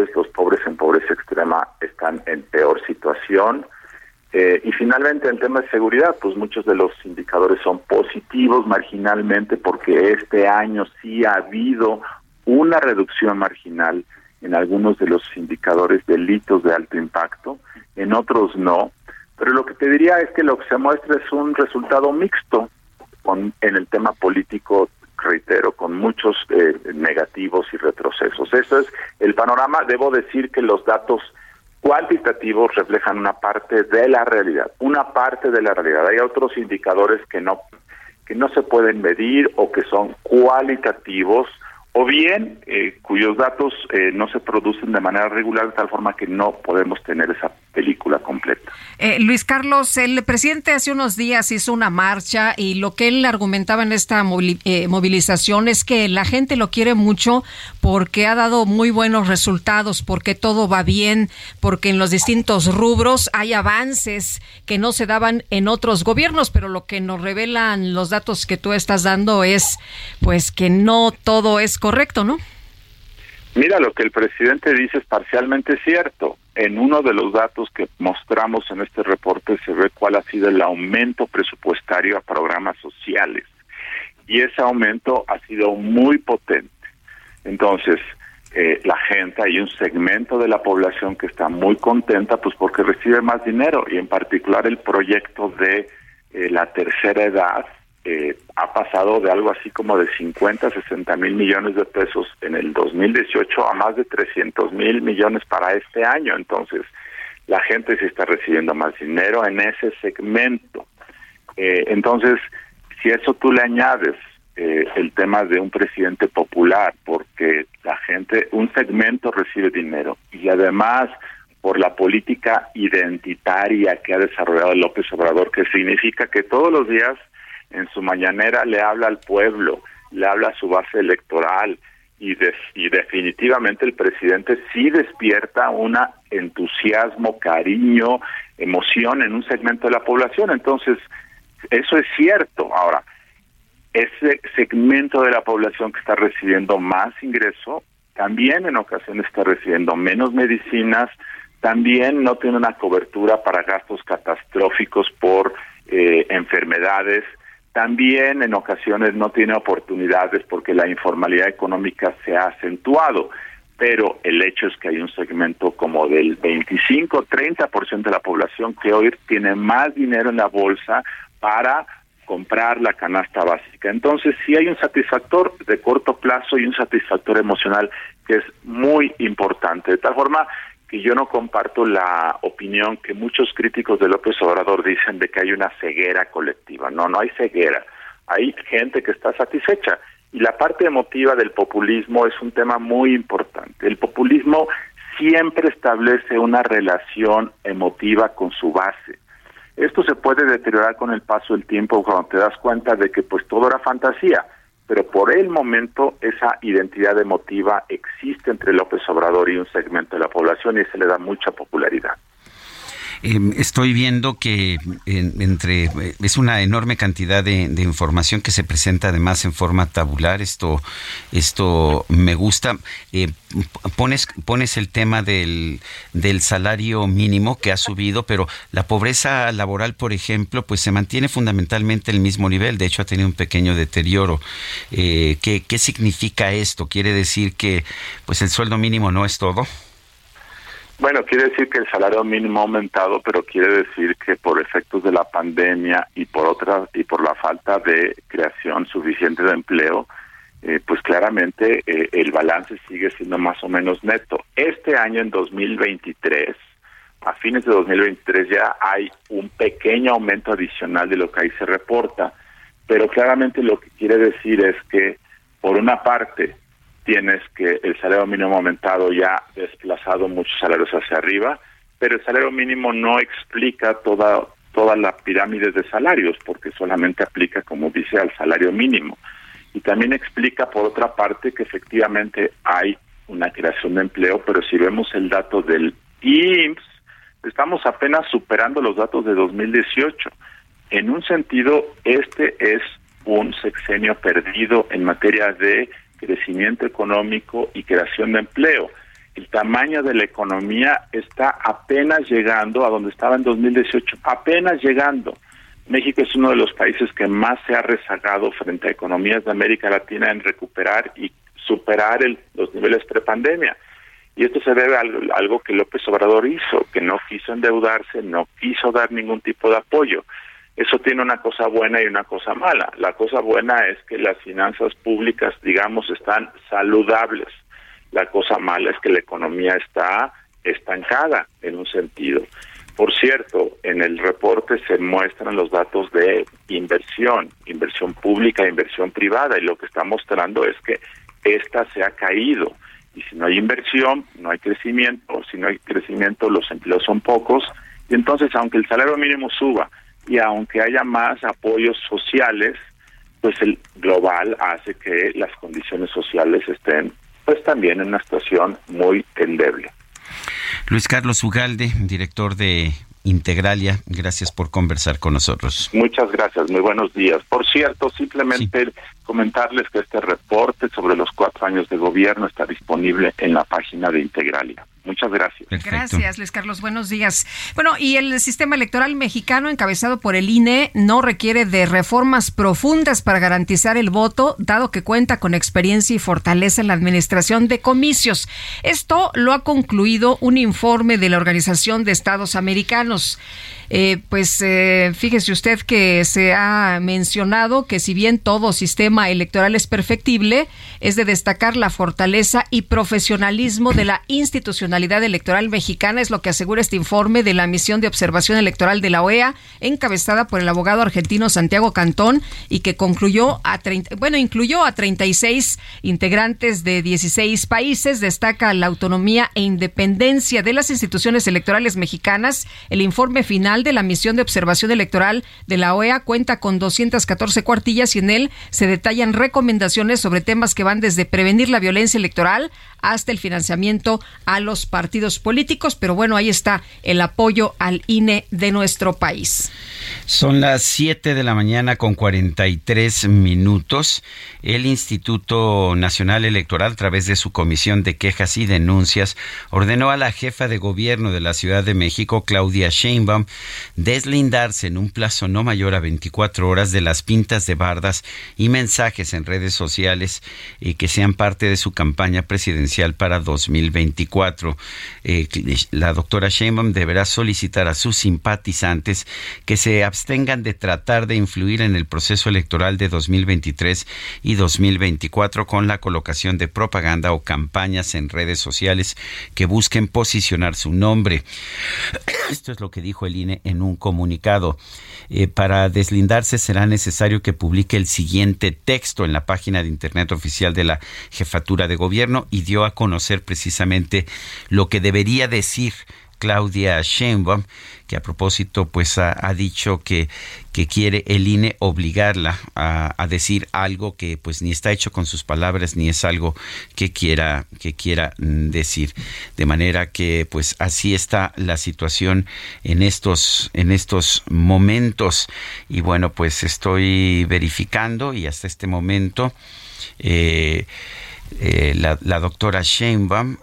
en pobreza extrema están en peor situación. Y finalmente, en tema de seguridad, pues muchos de los indicadores son positivos marginalmente, porque este año sí ha habido una reducción marginal en algunos de los indicadores de delitos de alto impacto, en otros no. Pero lo que te diría es que lo que se muestra es un resultado mixto en el tema político, reitero, con muchos negativos y retrocesos. Eso es el panorama. Debo decir que los datos cuantitativos reflejan una parte de la realidad, Hay otros indicadores que no se pueden medir o que son cualitativos, o bien cuyos datos no se producen de manera regular, de tal forma que no podemos tener esa película completa.
Luis Carlos, el presidente hace unos días hizo una marcha y lo que él argumentaba en esta movilización es que la gente lo quiere mucho porque ha dado muy buenos resultados, porque todo va bien, porque en los distintos rubros hay avances que no se daban en otros gobiernos, pero lo que nos revelan los datos que tú estás dando es pues que no todo es correcto, ¿no?
Mira, lo que el presidente dice es parcialmente cierto. En uno de los datos que mostramos en este reporte se ve cuál ha sido el aumento presupuestario a programas sociales. Y ese aumento ha sido muy potente. Entonces, la gente, hay un segmento de la población que está muy contenta, pues porque recibe más dinero. Y en particular el proyecto de la tercera edad, ha pasado de algo así como de 50 a 60 mil millones de pesos en el 2018 a más de 300 mil millones para este año. Entonces, la gente se está recibiendo más dinero en ese segmento. Entonces, si eso tú le añades el tema de un presidente popular, porque la gente, un segmento recibe dinero, y además por la política identitaria que ha desarrollado López Obrador, que significa que todos los días en su mañanera le habla al pueblo, le habla a su base electoral, y definitivamente el presidente sí despierta un entusiasmo, cariño, emoción en un segmento de la población. Entonces, eso es cierto. Ahora, ese segmento de la población que está recibiendo más ingreso, también en ocasiones está recibiendo menos medicinas, también no tiene una cobertura para gastos catastróficos por enfermedades, también en ocasiones no tiene oportunidades porque la informalidad económica se ha acentuado, pero el hecho es que hay un segmento como del 25-30% de la población que hoy tiene más dinero en la bolsa para comprar la canasta básica. Entonces sí hay un satisfactor de corto plazo y un satisfactor emocional que es muy importante, de tal forma que yo no comparto la opinión que muchos críticos de López Obrador dicen de que hay una ceguera colectiva. No hay ceguera. Hay gente que está satisfecha. Y la parte emotiva del populismo es un tema muy importante. El populismo siempre establece una relación emotiva con su base. Esto se puede deteriorar con el paso del tiempo cuando te das cuenta de que pues todo era fantasía. Pero por el momento esa identidad emotiva existe entre López Obrador y un segmento de la población y se le da mucha popularidad.
Estoy viendo que es una enorme cantidad de información que se presenta además en forma tabular. Esto me gusta. Pones el tema del salario mínimo que ha subido, pero la pobreza laboral, por ejemplo, pues se mantiene fundamentalmente el mismo nivel. De hecho, ha tenido un pequeño deterioro. ¿Qué significa esto? ¿Quiere decir que pues el sueldo mínimo no es todo?
Bueno, quiere decir que el salario mínimo ha aumentado, pero quiere decir que por efectos de la pandemia y por la falta de creación suficiente de empleo, pues claramente el balance sigue siendo más o menos neto. Este año, en 2023, a fines de 2023 ya hay un pequeño aumento adicional de lo que ahí se reporta, pero claramente lo que quiere decir es que, por una parte, tienes que el salario mínimo aumentado ya ha desplazado muchos salarios hacia arriba, pero el salario mínimo no explica toda la pirámide de salarios, porque solamente aplica, como dice, al salario mínimo. Y también explica, por otra parte, que efectivamente hay una creación de empleo, pero si vemos el dato del IMSS, estamos apenas superando los datos de 2018. En un sentido, este es un sexenio perdido en materia de crecimiento económico y creación de empleo. El tamaño de la economía está apenas llegando a donde estaba en 2018, apenas llegando. México es uno de los países que más se ha rezagado frente a economías de América Latina en recuperar y superar los niveles prepandemia. Y esto se debe a algo que López Obrador hizo, que no quiso endeudarse, no quiso dar ningún tipo de apoyo. Eso tiene una cosa buena y una cosa mala. La cosa buena es que las finanzas públicas, digamos, están saludables. La cosa mala es que la economía está estancada en un sentido. Por cierto, en el reporte se muestran los datos de inversión pública e inversión privada, y lo que está mostrando es que esta se ha caído. Y si no hay inversión, no hay crecimiento. Si no hay crecimiento, los empleos son pocos. Y entonces, aunque el salario mínimo suba, y aunque haya más apoyos sociales, pues el global hace que las condiciones sociales estén pues también en una situación muy endeble.
Luis Carlos Ugalde, director de Integralia, gracias por conversar con nosotros.
Muchas gracias, muy buenos días. Por cierto, simplemente comentarles que este reporte sobre los 4 años de gobierno está disponible en la página de Integralia. Muchas gracias.
Perfecto. Gracias, Luis Carlos. Buenos días. Bueno, y el sistema electoral mexicano, encabezado por el INE, no requiere de reformas profundas para garantizar el voto, dado que cuenta con experiencia y fortaleza en la administración de comicios. Esto lo ha concluido un informe de la Organización de Estados Americanos. Fíjese usted que se ha mencionado que si bien todo sistema electoral es perfectible, es de destacar la fortaleza y profesionalismo de la institucionalidad electoral mexicana, es lo que asegura este informe de la misión de observación electoral de la OEA, encabezada por el abogado argentino Santiago Cantón, y que incluyó a 36 integrantes de 16 países. Destaca la autonomía e independencia de las instituciones electorales mexicanas. El informe final Nacional de la Misión de Observación Electoral de la OEA cuenta con 214 cuartillas y en él se detallan recomendaciones sobre temas que van desde prevenir la violencia electoral hasta el financiamiento a los partidos políticos. Pero bueno, ahí está el apoyo al INE de nuestro país.
Son las 7 de la mañana con 43 minutos. El Instituto Nacional Electoral, a través de su Comisión de Quejas y Denuncias, ordenó a la jefa de gobierno de la Ciudad de México, Claudia Sheinbaum, deslindarse en un plazo no mayor a 24 horas de las pintas de bardas y mensajes en redes sociales que sean parte de su campaña presidencial para 2024. La doctora Sheinbaum deberá solicitar a sus simpatizantes que se abstengan de tratar de influir en el proceso electoral de 2023 y 2024 con la colocación de propaganda o campañas en redes sociales que busquen posicionar su nombre. Esto es lo que dijo el INE en un comunicado. Para deslindarse será necesario que publique el siguiente texto en la página de internet oficial de la Jefatura de Gobierno, y dio a conocer precisamente lo que debería decir Claudia Sheinbaum, que a propósito pues ha dicho que quiere el INE obligarla a decir algo que pues ni está hecho con sus palabras ni es algo que quiera decir. De manera que pues así está la situación en estos momentos. Y bueno, pues estoy verificando y hasta este momento la doctora Sheinbaum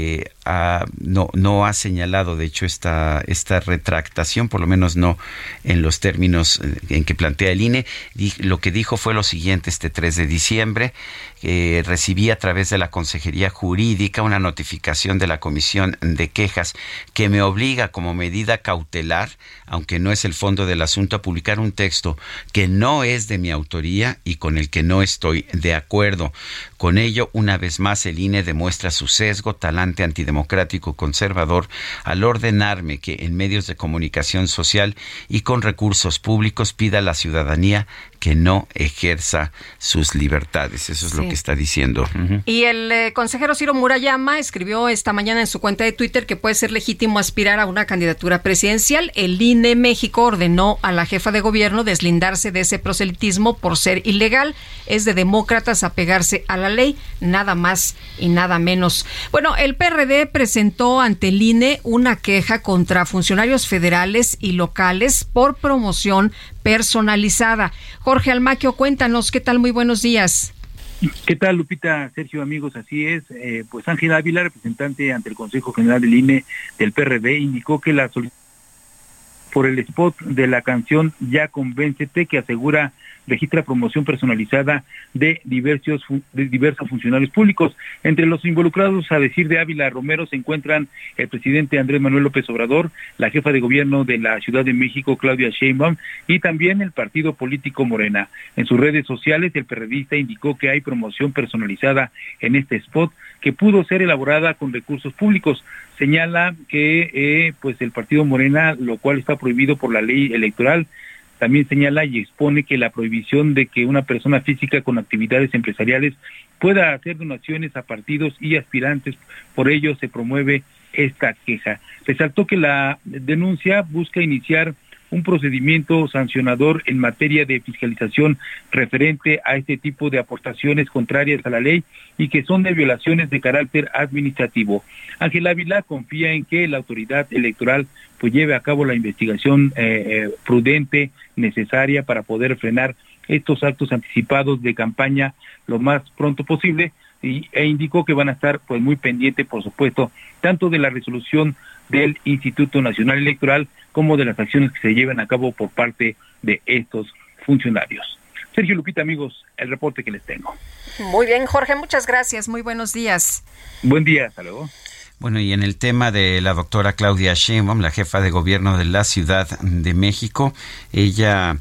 no ha señalado, de hecho, esta retractación, por lo menos no en los términos en que plantea el INE. Lo que dijo fue lo siguiente: este 3 de diciembre recibí a través de la Consejería Jurídica una notificación de la Comisión de Quejas que me obliga como medida cautelar, aunque no es el fondo del asunto, a publicar un texto que no es de mi autoría y con el que no estoy de acuerdo. Con ello, una vez más, el INE demuestra su sesgo, talante antidemocrático conservador al ordenarme que en medios de comunicación social y con recursos públicos pida a la ciudadanía que no ejerza sus libertades. Eso es lo que está diciendo. Uh-huh.
Y el consejero Ciro Murayama escribió esta mañana en su cuenta de Twitter que puede ser legítimo aspirar a una candidatura presidencial. El INE México ordenó a la jefa de gobierno deslindarse de ese proselitismo por ser ilegal. Es de demócratas apegarse a la ley, nada más y nada menos. Bueno, el PRD presentó ante el INE una queja contra funcionarios federales y locales por promoción personalizada. Jorge Almaquio, cuéntanos, ¿qué tal? Muy buenos días.
¿Qué tal, Lupita, Sergio, amigos? Así es, pues Ángel Ávila, representante ante el Consejo General del INE del PRD, indicó que la solicitud por el spot de la canción Ya Convéncete, que asegura registra promoción personalizada de diversos funcionarios públicos. Entre los involucrados, a decir de Ávila Romero, se encuentran el presidente Andrés Manuel López Obrador, la jefa de gobierno de la Ciudad de México, Claudia Sheinbaum, y también el partido político Morena. En sus redes sociales, el perredista indicó que hay promoción personalizada en este spot que pudo ser elaborada con recursos públicos. Señala que pues el partido Morena, lo cual está prohibido por la ley electoral. También señala y expone que la prohibición de que una persona física con actividades empresariales pueda hacer donaciones a partidos y aspirantes, por ello se promueve esta queja. Resaltó que la denuncia busca iniciar un procedimiento sancionador en materia de fiscalización referente a este tipo de aportaciones contrarias a la ley y que son de violaciones de carácter administrativo. Ángel Ávila confía en que la autoridad electoral pues lleve a cabo la investigación prudente, necesaria para poder frenar estos actos anticipados de campaña lo más pronto posible, e indicó que van a estar pues muy pendientes, por supuesto, tanto de la resolución del Instituto Nacional Electoral como de las acciones que se llevan a cabo por parte de estos funcionarios. Sergio, Lupita, amigos, el reporte que les tengo.
Muy bien, Jorge, muchas gracias. Muy buenos días.
Buen día, hasta luego.
Bueno, y en el tema de la doctora Claudia Sheinbaum, la jefa de gobierno de la Ciudad de México, ella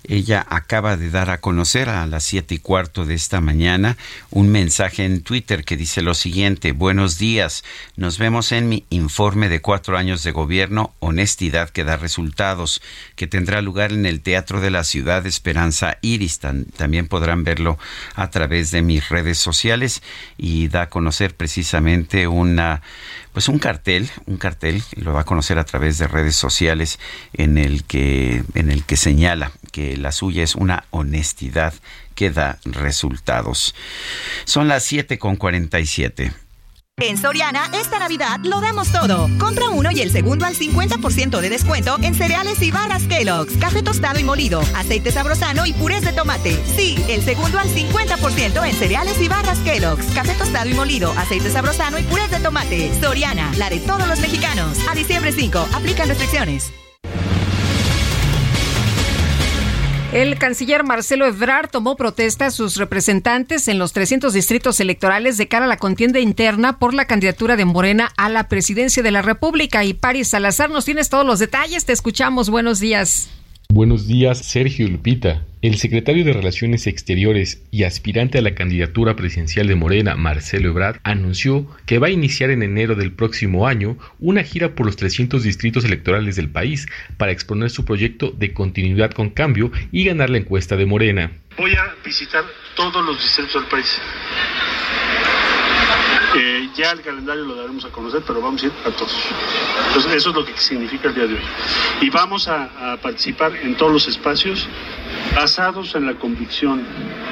Ella acaba de dar a conocer a las 7:15 de esta mañana un mensaje en Twitter que dice lo siguiente: buenos días, nos vemos en mi informe de 4 años de gobierno, honestidad que da resultados, que tendrá lugar en el Teatro de la Ciudad Esperanza Iris. También podrán verlo a través de mis redes sociales, y da a conocer precisamente un cartel, lo va a conocer a través de redes sociales en el que señala que la suya es una honestidad que da resultados. Son las 7:47.
En Soriana, esta Navidad lo damos todo. Compra uno y el segundo al 50% de descuento en cereales y barras Kellogg's, café tostado y molido, aceite sabrosano y purés de tomate. Sí, el segundo al 50% en cereales y barras Kellogg's, café tostado y molido, aceite sabrosano y purés de tomate. Soriana, la de todos los mexicanos. A diciembre 5, aplican restricciones.
El canciller Marcelo Ebrard tomó protesta a sus representantes en los 300 distritos electorales de cara a la contienda interna por la candidatura de Morena a la presidencia de la República. Y Paris Salazar, nos tienes todos los detalles. Te escuchamos. Buenos días.
Buenos días, Sergio y Lupita. El secretario de Relaciones Exteriores y aspirante a la candidatura presidencial de Morena, Marcelo Ebrard, anunció que va a iniciar en enero del próximo año una gira por los 300 distritos electorales del país para exponer su proyecto de continuidad con cambio y ganar la encuesta de Morena.
Voy a visitar todos los distritos del país. Ya el calendario lo daremos a conocer, pero vamos a ir a todos. Entonces, eso es lo que significa el día de hoy. Y vamos a participar en todos los espacios basados en la convicción,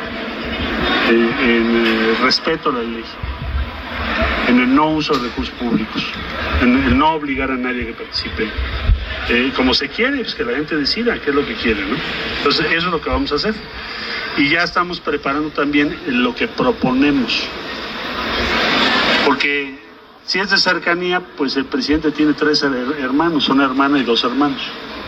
en el respeto a la ley, en el no uso de recursos públicos, en el no obligar a nadie que participe. Como se quiere, pues que la gente decida qué es lo que quiere, ¿no? Entonces, eso es lo que vamos a hacer. Y ya estamos preparando también lo que proponemos. Porque si es de cercanía, pues el presidente tiene 3 hermanos, una hermana y 2 hermanos.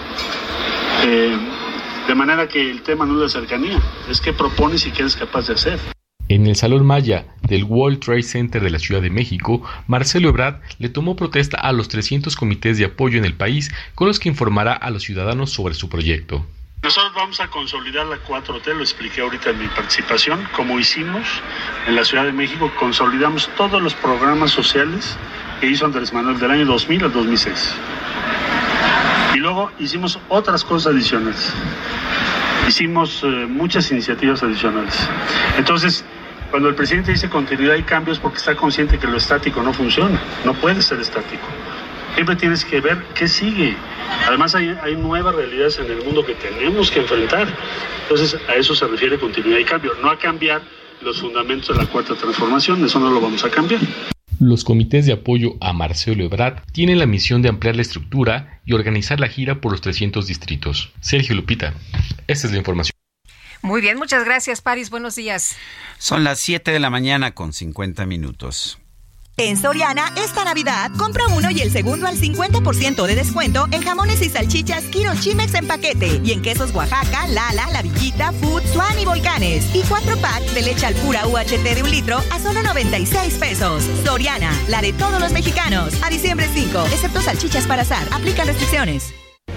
De manera que el tema no es de cercanía, es qué propones y qué eres capaz de hacer.
En el Salón Maya del World Trade Center de la Ciudad de México, Marcelo Ebrard le tomó protesta a los 300 comités de apoyo en el país con los que informará a los ciudadanos sobre su proyecto.
Nosotros vamos a consolidar la 4T, lo expliqué ahorita en mi participación, como hicimos en la Ciudad de México, consolidamos todos los programas sociales que hizo Andrés Manuel del año 2000 al 2006. Y luego hicimos otras cosas adicionales, hicimos muchas iniciativas adicionales. Entonces, cuando el presidente dice continuidad y cambios, porque está consciente que lo estático no funciona, no puede ser estático. Siempre tienes que ver qué sigue. Además hay nuevas realidades en el mundo que tenemos que enfrentar. Entonces a eso se refiere continuidad y cambio, no a cambiar los fundamentos de la cuarta transformación, eso no lo vamos a cambiar.
Los comités de apoyo a Marcelo Ebrard tienen la misión de ampliar la estructura y organizar la gira por los 300 distritos. Sergio, Lupita, esta es la información.
Muy bien, muchas gracias, Paris. Buenos días.
Son las 7:50 a.m.
En Soriana, esta Navidad, compra uno y el segundo al 50% de descuento en jamones y salchichas Kiro Chimex en paquete. Y en quesos Oaxaca, Lala, La Villita, Food, Swan y Volcanes. Y 4 packs de leche Alpura UHT de 1 litro a solo 96 pesos. Soriana, la de todos los mexicanos. A diciembre 5, excepto salchichas para asar. Aplican restricciones.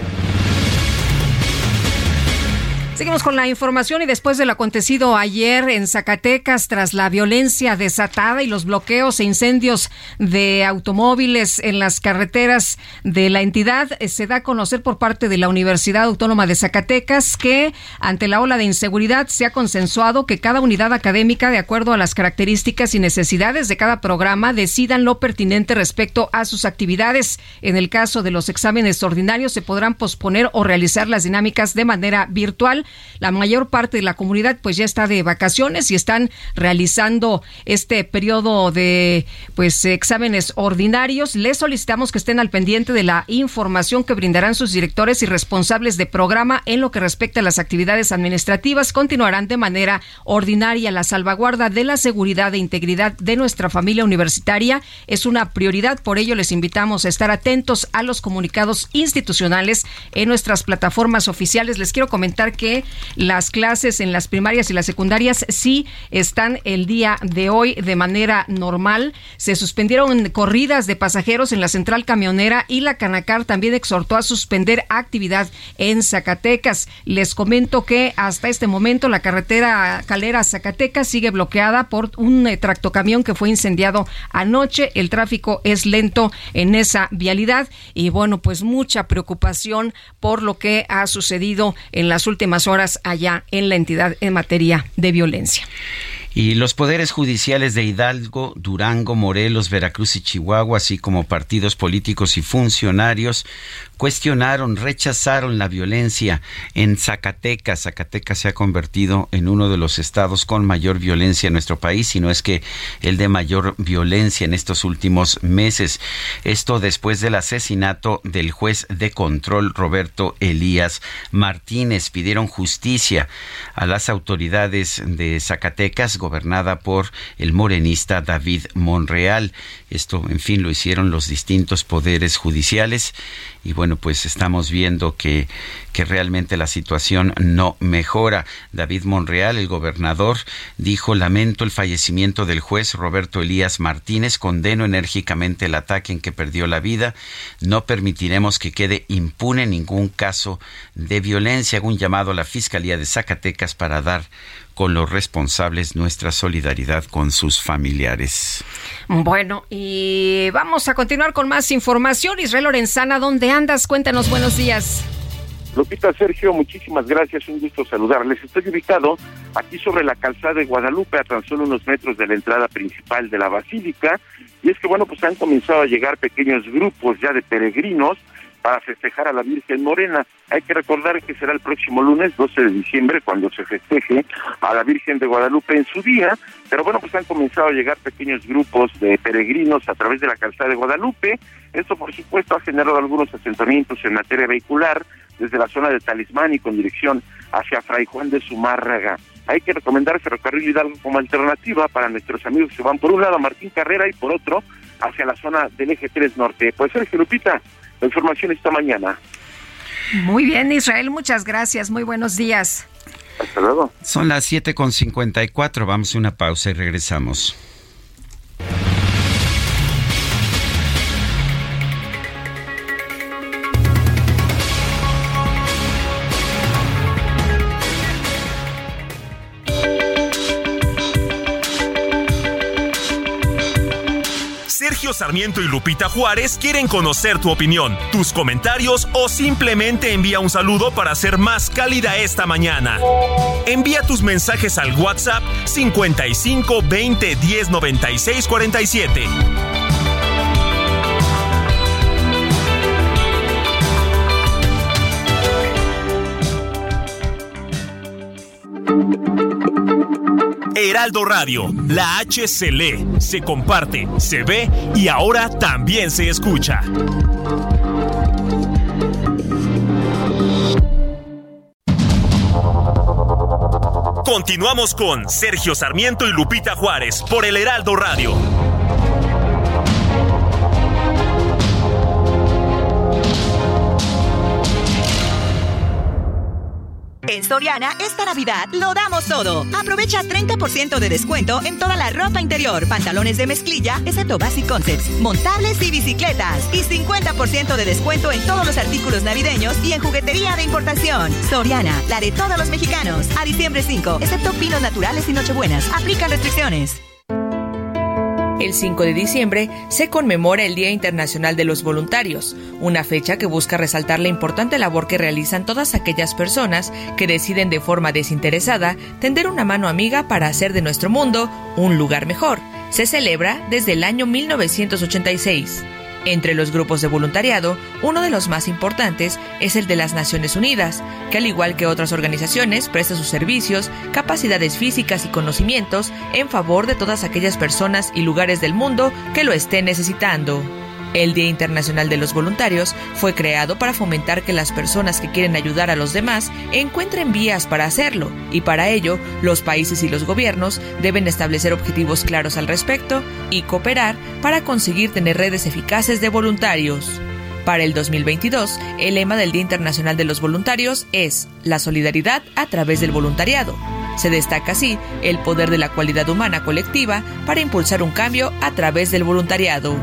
Seguimos con la información y después de lo acontecido ayer en Zacatecas tras la violencia desatada y los bloqueos e incendios de automóviles en las carreteras de la entidad, se da a conocer por parte de la Universidad Autónoma de Zacatecas que ante la ola de inseguridad se ha consensuado que cada unidad académica, de acuerdo a las características y necesidades de cada programa, decidan lo pertinente respecto a sus actividades. En el caso de los exámenes ordinarios se podrán posponer o realizar las dinámicas de manera virtual. La mayor parte de la comunidad pues ya está de vacaciones y están realizando este periodo de exámenes ordinarios. Les solicitamos que estén al pendiente de la información que brindarán sus directores y responsables de programa en lo que respecta a las actividades administrativas. Continuarán de manera ordinaria. La salvaguarda de la seguridad e integridad de nuestra familia universitaria es una prioridad. Por ello les invitamos a estar atentos a los comunicados institucionales en nuestras plataformas oficiales. Les quiero comentar que que las clases en las primarias y las secundarias sí están el día de hoy de manera normal. Se suspendieron corridas de pasajeros en la central camionera y la Canacar también exhortó a suspender actividad en Zacatecas. Les comento que hasta este momento la carretera Calera-Zacatecas sigue bloqueada por un tractocamión que fue incendiado anoche. El tráfico es lento en esa vialidad y bueno, pues mucha preocupación por lo que ha sucedido en las últimas horas allá en la entidad en materia de violencia.
Y los poderes judiciales de Hidalgo, Durango, Morelos, Veracruz y Chihuahua, así como partidos políticos y funcionarios, cuestionaron, rechazaron la violencia en Zacatecas. Zacatecas se ha convertido en uno de los estados con mayor violencia en nuestro país, si no es que el de mayor violencia en estos últimos meses. Esto después del asesinato del juez de control Roberto Elías Martínez. Pidieron justicia a las autoridades de Zacatecas, gobernada por el morenista David Monreal. Esto, en fin, lo hicieron los distintos poderes judiciales y bueno, pues estamos viendo que realmente la situación no mejora. David Monreal, el gobernador, dijo: lamento el fallecimiento del juez Roberto Elías Martínez, condeno enérgicamente el ataque en que perdió la vida, no permitiremos que quede impune ningún caso de violencia. Hago un llamado a la Fiscalía de Zacatecas para dar con los responsables nuestra solidaridad con sus familiares.
Bueno, y vamos a continuar con más información. Israel Lorenzana, ¿dónde andas? Cuéntanos, buenos días.
Lupita, Sergio, muchísimas gracias, un gusto saludarles. Estoy ubicado aquí sobre la calzada de Guadalupe, a tan solo unos metros de la entrada principal de la Basílica, y es que, bueno, pues han comenzado a llegar pequeños grupos ya de peregrinos para festejar a la Virgen Morena. Hay que recordar que será el próximo lunes, 12 de diciembre, cuando se festeje a la Virgen de Guadalupe en su día, pero bueno, pues han comenzado a llegar pequeños grupos de peregrinos a través de la calzada de Guadalupe. Esto, por supuesto, ha generado algunos asentamientos en materia vehicular, desde la zona de Talismán y con dirección hacia Fray Juan de Zumárraga. Hay que recomendar Ferrocarril Hidalgo como alternativa para nuestros amigos que van por un lado a Martín Carrera y por otro hacia la zona del Eje 3 Norte. Pues Sergio, Lupita, la información esta mañana.
Muy bien, Israel, muchas gracias. Muy buenos días.
Hasta luego.
Son las 7:54. Vamos a una pausa y regresamos.
Sergio Sarmiento y Lupita Juárez quieren conocer tu opinión, tus comentarios o simplemente envía un saludo para ser más cálida esta mañana. Envía tus mensajes al WhatsApp 55 20 10 96 47. Heraldo Radio, la H se lee, se comparte, se ve y ahora también se escucha. Continuamos con Sergio Sarmiento y Lupita Juárez por el Heraldo Radio.
En Soriana, esta Navidad lo damos todo. Aprovecha 30% de descuento en toda la ropa interior, pantalones de mezclilla, excepto Basic Concepts, montables y bicicletas. Y 50% de descuento en todos los artículos navideños y en juguetería de importación. Soriana, la de todos los mexicanos. A diciembre 5, excepto pinos naturales y nochebuenas. Aplican restricciones.
El 5 de diciembre se conmemora el Día Internacional de los Voluntarios, una fecha que busca resaltar la importante labor que realizan todas aquellas personas que deciden de forma desinteresada tender una mano amiga para hacer de nuestro mundo un lugar mejor. Se celebra desde el año 1986. Entre los grupos de voluntariado, uno de los más importantes es el de las Naciones Unidas, que al igual que otras organizaciones presta sus servicios, capacidades físicas y conocimientos en favor de todas aquellas personas y lugares del mundo que lo estén necesitando. El Día Internacional de los Voluntarios fue creado para fomentar que las personas que quieren ayudar a los demás encuentren vías para hacerlo, y para ello, los países y los gobiernos deben establecer objetivos claros al respecto y cooperar para conseguir tener redes eficaces de voluntarios. Para el 2022, el lema del Día Internacional de los Voluntarios es la solidaridad a través del voluntariado. Se destaca así el poder de la cualidad humana colectiva para impulsar un cambio a través del voluntariado.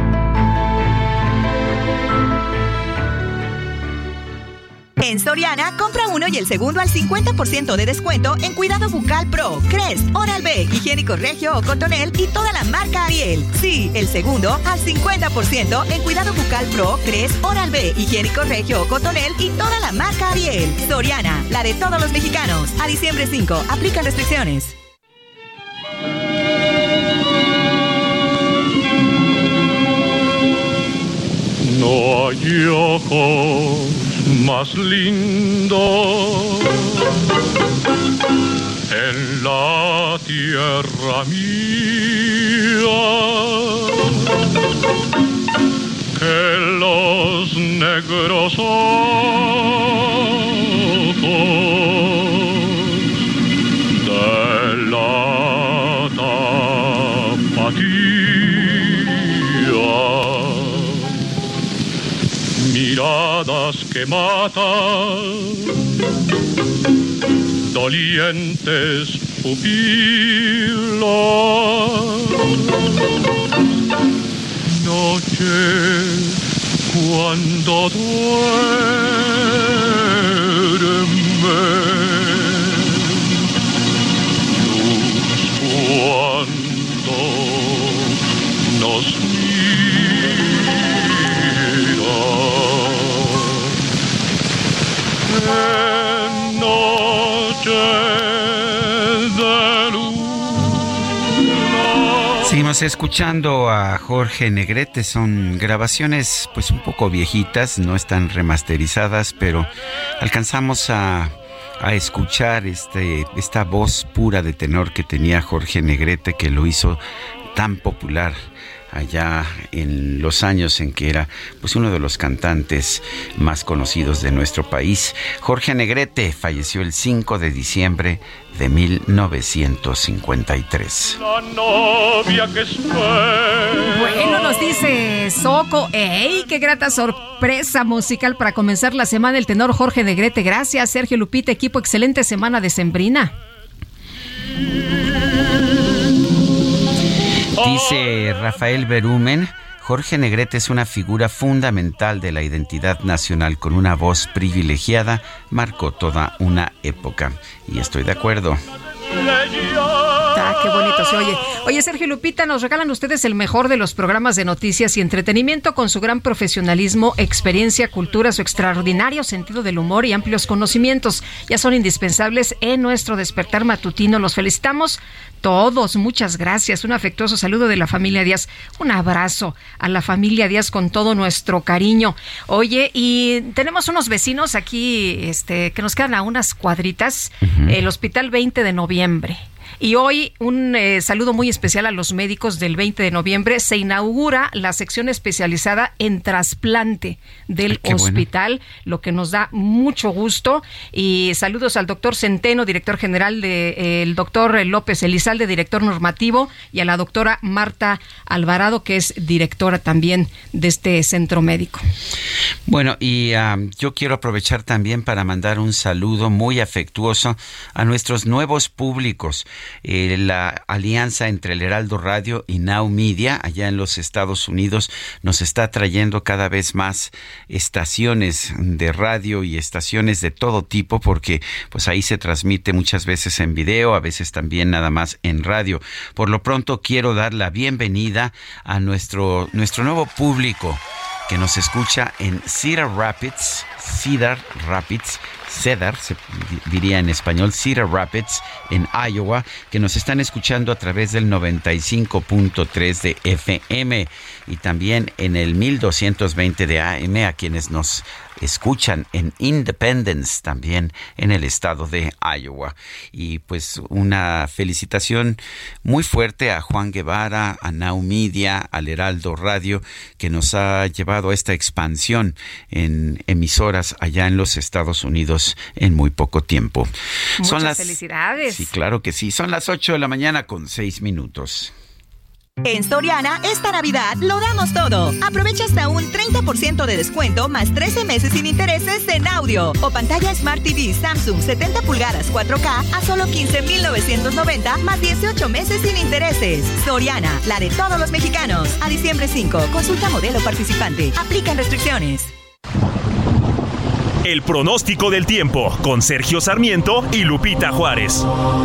En Soriana, compra uno y el segundo al 50% de descuento en Cuidado Bucal Pro, Crest, Oral-B, Higiénico Regio o Cotonel y toda la marca Ariel. Sí, el segundo al 50% en Cuidado Bucal Pro, Crest, Oral-B, Higiénico Regio o Cotonel y toda la marca Ariel. Soriana, la de todos los mexicanos. A diciembre 5, aplican restricciones.
No hay ojos más lindo en la tierra mía que los negros ojos de la tapatía. Miradas que matan, dolientes pupilas, noche cuando duermen, luz cuando nos
Seguimos escuchando a Jorge Negrete. Son grabaciones pues un poco viejitas, no están remasterizadas, pero alcanzamos a escuchar esta voz pura de tenor que tenía Jorge Negrete, que lo hizo tan popular allá en los años en que era pues uno de los cantantes más conocidos de nuestro país. Jorge Negrete falleció el 5 de diciembre de 1953.
La novia que
bueno, nos dice Soco, ¡ey! ¡Qué grata sorpresa musical para comenzar la semana! El tenor Jorge Negrete. Gracias, Sergio, Lupita, equipo. Excelente semana decembrina.
Dice Rafael Berumen, Jorge Negrete es una figura fundamental de la identidad nacional, con una voz privilegiada, marcó toda una época. Y estoy de acuerdo.
Qué bonito se oye. Oye, Sergio, Lupita, nos regalan ustedes el mejor de los programas de noticias y entretenimiento, con su gran profesionalismo, experiencia, cultura, su extraordinario sentido del humor y amplios conocimientos. Ya son indispensables en nuestro despertar matutino. Los felicitamos todos. Muchas gracias. Un afectuoso saludo de la familia Díaz. Un abrazo a la familia Díaz con todo nuestro cariño. Oye, y tenemos unos vecinos aquí que nos quedan a unas cuadritas. El Hospital 20 de Noviembre. Y hoy un saludo muy especial a los médicos del 20 de noviembre. Se inaugura la sección especializada en trasplante del hospital, bueno, lo que nos da mucho gusto. Y saludos al doctor Centeno, director general, el doctor López Elizalde, director normativo, y a la doctora Marta Alvarado, que es directora también de este centro médico.
Bueno, y yo quiero aprovechar también para mandar un saludo muy afectuoso a nuestros nuevos públicos. La alianza entre el Heraldo Radio y Now Media allá en los Estados Unidos nos está trayendo cada vez más estaciones de radio y estaciones de todo tipo, porque pues ahí se transmite muchas veces en video, a veces también nada más en radio. Por lo pronto quiero dar la bienvenida a nuestro nuevo público que nos escucha en Cedar Rapids, se diría en español, Cedar Rapids, en Iowa, que nos están escuchando a través del 95.3 de FM y también en el 1220 de AM, a quienes nos escuchan en Independence, también en el estado de Iowa. Y pues una felicitación muy fuerte a Juan Guevara, a Now Media, al Heraldo Radio, que nos ha llevado a esta expansión en emisoras allá en los Estados Unidos en muy poco tiempo.
Muchas felicidades.
Sí, claro que sí. Son las 8 de la mañana con 6 minutos.
En Soriana, esta Navidad lo damos todo. Aprovecha hasta un 30% de descuento más 13 meses sin intereses en audio. O pantalla Smart TV Samsung 70 pulgadas 4K a solo 15,990 más 18 meses sin intereses. Soriana, la de todos los mexicanos. A diciembre 5, consulta modelo participante. Aplican restricciones.
El pronóstico del tiempo con Sergio Sarmiento y Lupita Juárez.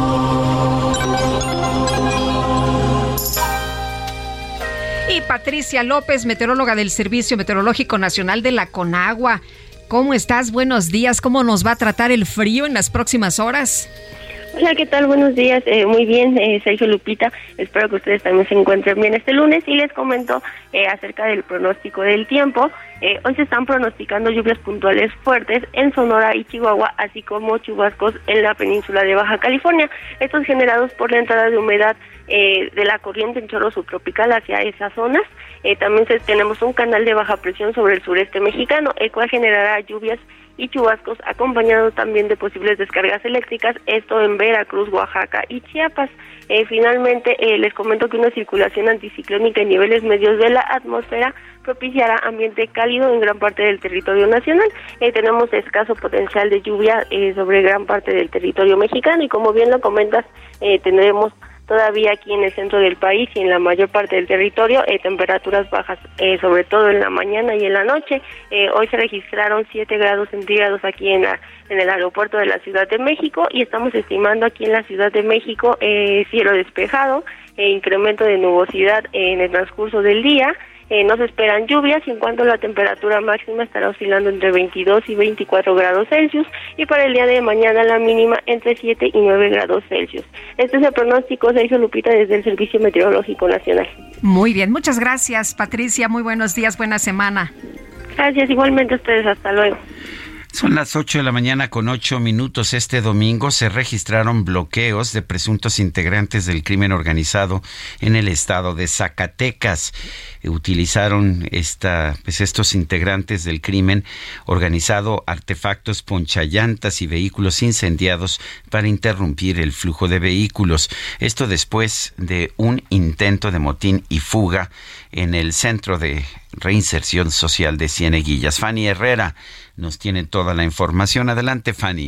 Y Patricia López, meteoróloga del Servicio Meteorológico Nacional de la Conagua. ¿Cómo estás? Buenos días. ¿Cómo nos va a tratar el frío en las próximas horas?
Hola, ¿qué tal? Buenos días. Muy bien, Sergio, Lupita. Espero que ustedes también se encuentren bien este lunes y les comento acerca del pronóstico del tiempo. Hoy se están pronosticando lluvias puntuales fuertes en Sonora y Chihuahua, así como chubascos en la península de Baja California. Estos generados por la entrada de humedad de la corriente en chorro subtropical hacia esas zonas. También tenemos un canal de baja presión sobre el sureste mexicano, el cual generará lluvias y chubascos, acompañado también de posibles descargas eléctricas, esto en Veracruz, Oaxaca y Chiapas. Finalmente, les comento que una circulación anticiclónica en niveles medios de la atmósfera propiciará ambiente cálido en gran parte del territorio nacional. Tenemos escaso potencial de lluvia sobre gran parte del territorio mexicano y como bien lo comentas, tendremos todavía aquí en el centro del país y en la mayor parte del territorio, temperaturas bajas, sobre todo en la mañana y en la noche. Hoy se registraron 7 grados centígrados aquí en el aeropuerto de la Ciudad de México y estamos estimando aquí en la Ciudad de México cielo despejado, incremento de nubosidad en el transcurso del día. No se esperan lluvias y en cuanto a la temperatura máxima estará oscilando entre 22 y 24 grados Celsius y para el día de mañana la mínima entre 7 y 9 grados Celsius. Este es el pronóstico, Sergio, Lupita, desde el Servicio Meteorológico Nacional.
Muy bien, muchas gracias, Patricia. Muy buenos días, buena semana.
Gracias, igualmente a ustedes. Hasta luego.
Son las 8 de la mañana con 8 minutos. Este domingo se registraron bloqueos de presuntos integrantes del crimen organizado en el estado de Zacatecas. Utilizaron estos integrantes del crimen organizado artefactos ponchallantas y vehículos incendiados para interrumpir el flujo de vehículos. Esto después de un intento de motín y fuga en el Centro de Reinserción Social de Cieneguillas. Fanny Herrera nos tiene toda la información. Adelante, Fanny.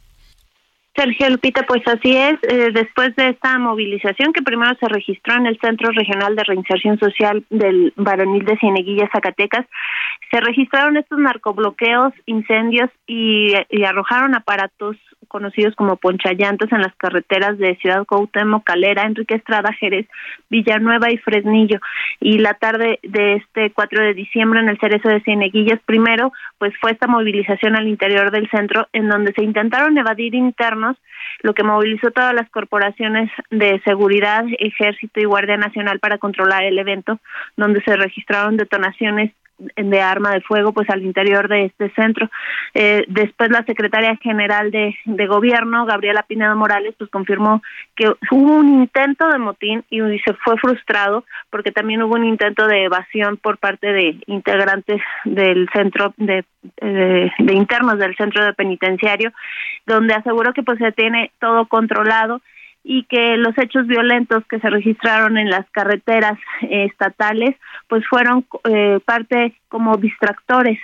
Sergio, Lupita, pues así es. Después de esta movilización que primero se registró en el Centro Regional de Reinserción Social del Varonil de Cieneguillas, Zacatecas, se registraron estos narcobloqueos, incendios y arrojaron aparatos conocidos como ponchallantas en las carreteras de Ciudad Cuauhtémoc, Calera, Enrique Estrada, Jerez, Villanueva y Fresnillo. Y la tarde de este 4 de diciembre en el Cerezo de Cieneguillas, primero, pues fue esta movilización al interior del centro en donde se intentaron evadir internos, lo que movilizó todas las corporaciones de seguridad, Ejército y Guardia Nacional para controlar el evento, donde se registraron detonaciones de arma de fuego pues al interior de este centro. Después la secretaria general de gobierno, Gabriela Pinedo Morales, pues confirmó que hubo un intento de motín y se fue frustrado porque también hubo un intento de evasión por parte de integrantes del centro de internos del centro de penitenciario, donde aseguró que pues se tiene todo controlado y que los hechos violentos que se registraron en las carreteras estatales pues fueron parte como distractores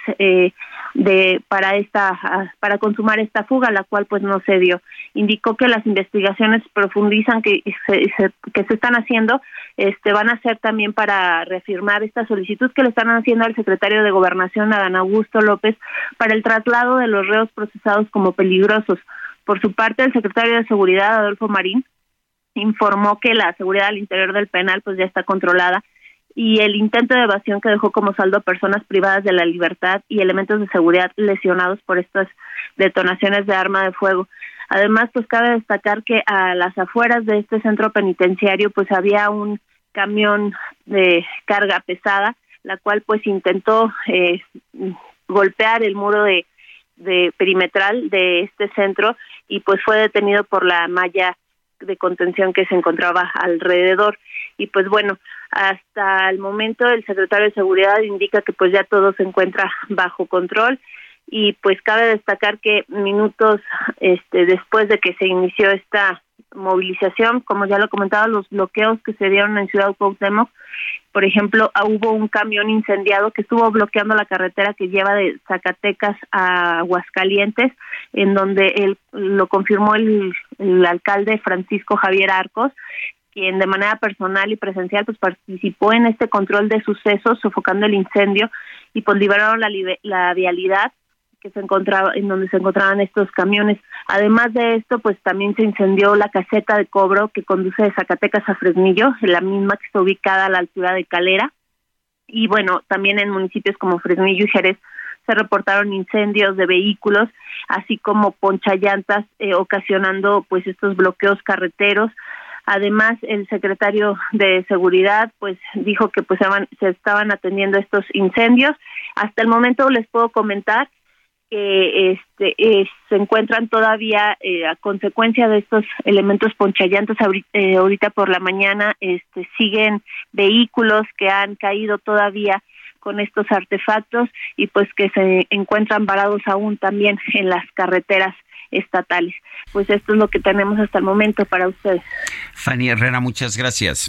para consumar esta fuga, la cual pues no se dio. Indicó que las investigaciones profundizan que se están haciendo, van a ser también para reafirmar esta solicitud que le están haciendo al secretario de Gobernación, Adán Augusto López, para el traslado de los reos procesados como peligrosos. Por su parte, el secretario de Seguridad, Adolfo Marín, informó que la seguridad al interior del penal pues ya está controlada y el intento de evasión que dejó como saldo a personas privadas de la libertad y elementos de seguridad lesionados por estas detonaciones de arma de fuego. Además, pues cabe destacar que a las afueras de este centro penitenciario pues había un camión de carga pesada, la cual pues intentó golpear el muro de perimetral de este centro y pues fue detenido por la malla de contención que se encontraba alrededor. Y pues bueno, hasta el momento el secretario de Seguridad indica que pues ya todo se encuentra bajo control y pues cabe destacar que minutos después de que se inició esta movilización, como ya lo comentaba, los bloqueos que se dieron en Ciudad Cuauhtémoc. Por ejemplo, hubo un camión incendiado que estuvo bloqueando la carretera que lleva de Zacatecas a Aguascalientes, en donde lo confirmó el alcalde Francisco Javier Arcos, quien de manera personal y presencial pues participó en este control de sucesos, sofocando el incendio, y pues liberaron la vialidad que se encontraba, en donde se encontraban estos camiones. Además de esto, pues también se incendió la caseta de cobro que conduce de Zacatecas a Fresnillo, la misma que está ubicada a la altura de Calera. Y bueno, también en municipios como Fresnillo y Jerez se reportaron incendios de vehículos, así como ponchallantas, ocasionando pues estos bloqueos carreteros. Además, el secretario de Seguridad pues dijo que pues se estaban atendiendo estos incendios. Hasta el momento les puedo comentar que se encuentran todavía a consecuencia de estos elementos ponchallantes. Ahorita por la mañana siguen vehículos que han caído todavía con estos artefactos y pues que se encuentran varados aún también en las carreteras estatales. Pues esto es lo que tenemos hasta el momento para ustedes.
Fanny Herrera, muchas gracias.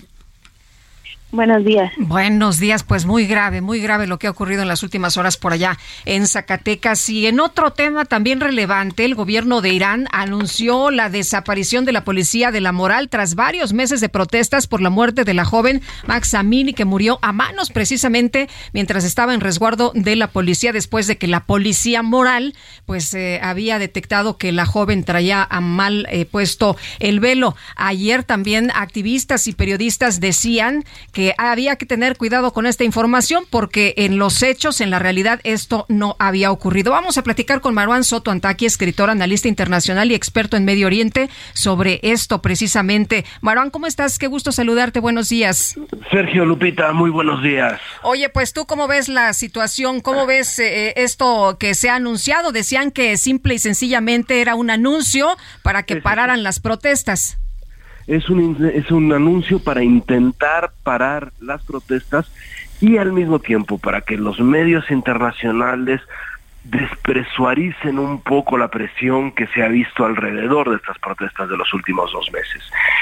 Buenos días.
Buenos días, pues muy grave lo que ha ocurrido en las últimas horas por allá en Zacatecas. Y en otro tema también relevante, el gobierno de Irán anunció la desaparición de la policía de la moral tras varios meses de protestas por la muerte de la joven Mahsa Amini, que murió a manos precisamente mientras estaba en resguardo de la policía, después de que la policía moral pues había detectado que la joven traía a mal puesto el velo. Ayer también activistas y periodistas decían que había que tener cuidado con esta información porque en los hechos, en la realidad, esto no había ocurrido. Vamos a platicar con Marwan Soto Antaki, escritor, analista internacional y experto en Medio Oriente, sobre esto precisamente. Marwan, ¿cómo estás? Qué gusto saludarte. Buenos días.
Sergio, Lupita, muy buenos días.
Oye, pues tú, ¿cómo ves la situación? ¿Cómo ves esto que se ha anunciado? Decían que simple y sencillamente era un anuncio para que pararan las protestas.
Es un anuncio para intentar parar las protestas y al mismo tiempo para que los medios internacionales despresuaricen un poco la presión que se ha visto alrededor de estas protestas de los últimos 2 meses.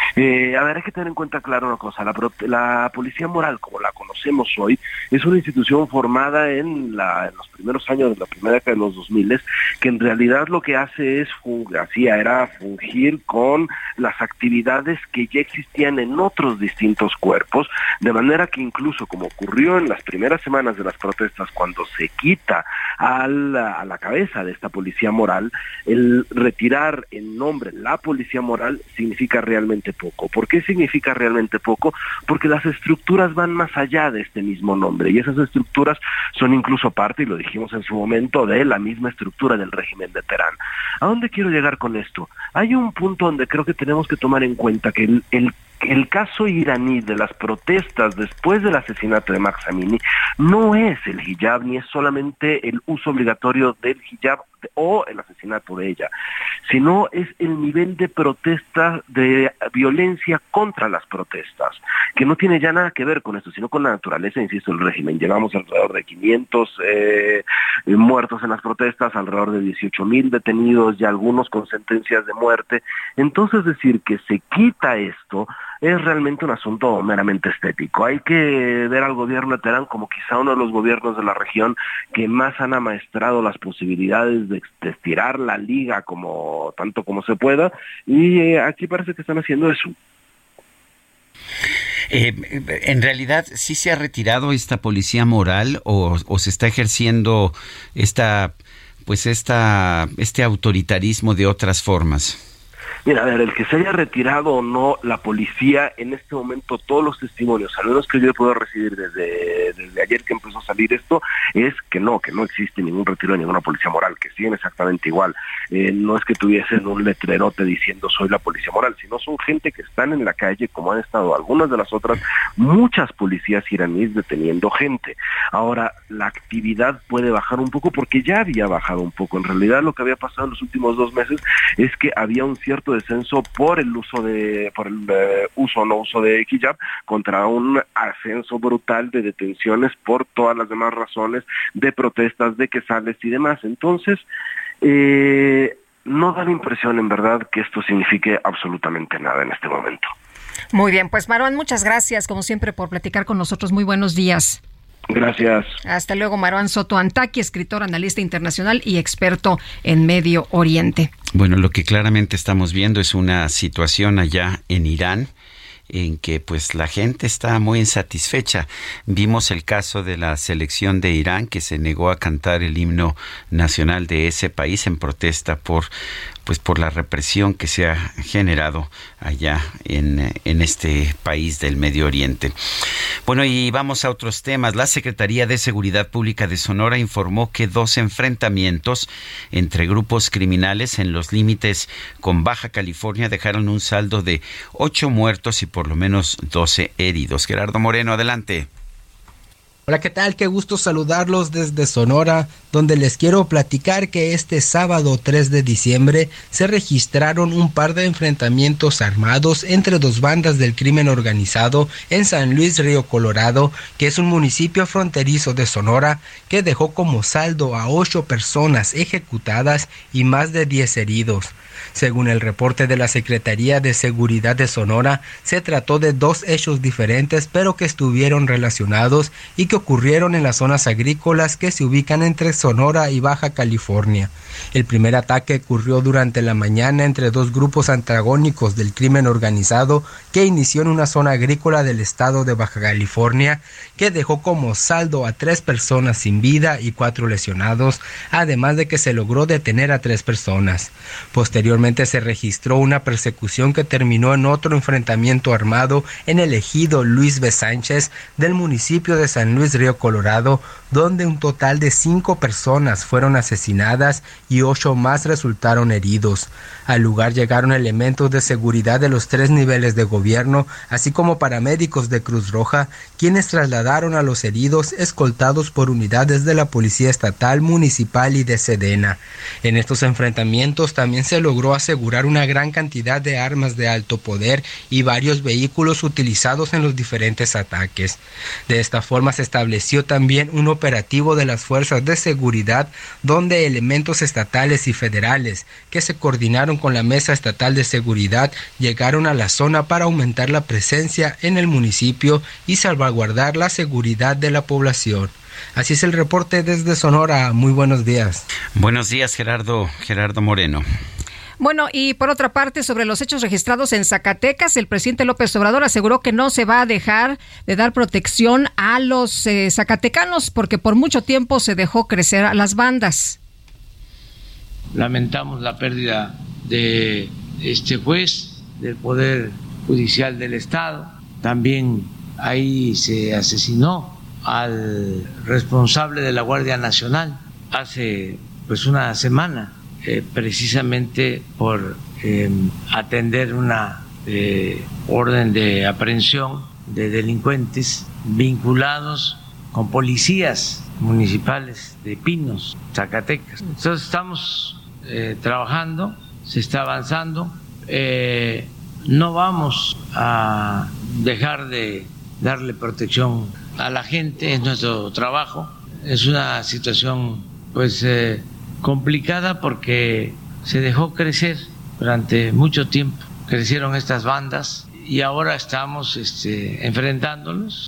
A ver, hay que tener en cuenta, claro, una cosa: la policía moral, como la conocemos hoy, es una institución formada en los primeros años de la primera década de los 2000, que en realidad lo que hace era fungir con las actividades que ya existían en otros distintos cuerpos, de manera que incluso, como ocurrió en las primeras semanas de las protestas, cuando se quita a la cabeza de esta policía moral, el retirar el nombre la policía moral significa realmente poco. ¿Por qué significa realmente poco? Porque las estructuras van más allá de este mismo nombre, y esas estructuras son incluso parte, y lo dijimos en su momento, de la misma estructura del régimen de Teherán. ¿A dónde quiero llegar con esto? Hay un punto donde creo que tenemos que tomar en cuenta que el caso iraní de las protestas después del asesinato de Mahsa Amini no es el hijab, ni es solamente el uso obligatorio del hijab o el asesinato de ella, sino es el nivel de protesta, de violencia contra las protestas, que no tiene ya nada que ver con esto, sino con la naturaleza, insisto, del régimen. Llevamos alrededor de 500 muertos en las protestas, alrededor de 18,000 detenidos y algunos con sentencias de muerte. Entonces, decir que se quita esto es realmente un asunto meramente estético. Hay que ver al gobierno de Teherán como quizá uno de los gobiernos de la región que más han amaestrado las posibilidades de estirar la liga tanto como se pueda, y aquí parece que están haciendo eso.
En realidad, ¿sí se ha retirado esta policía moral o se está ejerciendo este autoritarismo de otras formas?
Mira, a ver, el que se haya retirado o no la policía, en este momento todos los testimonios, al menos que yo puedo recibir desde ayer que empezó a salir esto, es que no existe ningún retiro de ninguna policía moral, que siguen exactamente igual. No es que tuviesen un letrerote diciendo soy la policía moral, sino son gente que están en la calle, como han estado algunas de las otras, muchas policías iraníes deteniendo gente. Ahora, la actividad puede bajar un poco porque ya había bajado un poco. En realidad lo que había pasado en los últimos 2 meses es que había un cierto descenso por el uso o no uso de hijab, contra un ascenso brutal de detenciones por todas las demás razones de protestas, de quesales y demás. Entonces, no da la impresión en verdad que esto signifique absolutamente nada en este momento.
Muy bien, pues Maruán, muchas gracias como siempre por platicar con nosotros. Muy buenos días.
Gracias.
Hasta luego, Maruán Soto Antaki, escritor, analista internacional y experto en Medio Oriente.
Bueno, lo que claramente estamos viendo es una situación allá en Irán en que pues la gente está muy insatisfecha. Vimos el caso de la selección de Irán, que se negó a cantar el himno nacional de ese país en protesta por la represión que se ha generado allá en este país del Medio Oriente. Bueno, y vamos a otros temas. La Secretaría de Seguridad Pública de Sonora informó que 2 enfrentamientos entre grupos criminales en los límites con Baja California dejaron un saldo de 8 muertos y por lo menos 12 heridos. Gerardo Moreno, adelante.
Hola, ¿qué tal? Qué gusto saludarlos desde Sonora, donde les quiero platicar que este sábado 3 de diciembre se registraron un par de enfrentamientos armados entre 2 bandas del crimen organizado en San Luis Río Colorado, que es un municipio fronterizo de Sonora, que dejó como saldo a 8 personas ejecutadas y más de 10 heridos. Según el reporte de la Secretaría de Seguridad de Sonora, se trató de 2 hechos diferentes, pero que estuvieron relacionados y que ocurrieron en las zonas agrícolas que se ubican entre Sonora y Baja California. El primer ataque ocurrió durante la mañana entre 2 grupos antagónicos del crimen organizado que inició en una zona agrícola del estado de Baja California, que dejó como saldo a 3 personas sin vida y 4 lesionados, además de que se logró detener a 3 personas. Posteriormente se registró una persecución que terminó en otro enfrentamiento armado en el ejido Luis B. Sánchez del municipio de San Luis Río Colorado, donde un total de 5 personas fueron asesinadas y 8 más resultaron heridos. Al lugar llegaron elementos de seguridad de los 3 niveles de gobierno, así como paramédicos de Cruz Roja, quienes trasladaron a los heridos escoltados por unidades de la Policía Estatal, Municipal y de Sedena. En estos enfrentamientos también se logró asegurar una gran cantidad de armas de alto poder y varios vehículos utilizados en los diferentes ataques. De esta forma se estableció también un operativo de las fuerzas de seguridad donde elementos estatales y federales que se coordinaron con la Mesa Estatal de Seguridad llegaron a la zona para aumentar la presencia en el municipio y salvaguardar la seguridad de la población. Así es el reporte desde Sonora. Muy buenos días.
Buenos días, Gerardo Moreno.
Bueno, y por otra parte, sobre los hechos registrados en Zacatecas, el presidente López Obrador aseguró que no se va a dejar de dar protección a los zacatecanos porque por mucho tiempo se dejó crecer a las bandas.
Lamentamos la pérdida de este juez del Poder Judicial del Estado. También ahí se asesinó al responsable de la Guardia Nacional hace una semana, precisamente por atender una orden de aprehensión de delincuentes vinculados con policías municipales de Pinos, Zacatecas. Entonces estamos trabajando, se está avanzando, no vamos a dejar de darle protección a la gente, es nuestro trabajo. Es una situación complicada porque se dejó crecer durante mucho tiempo, crecieron estas bandas y ahora estamos enfrentándolos.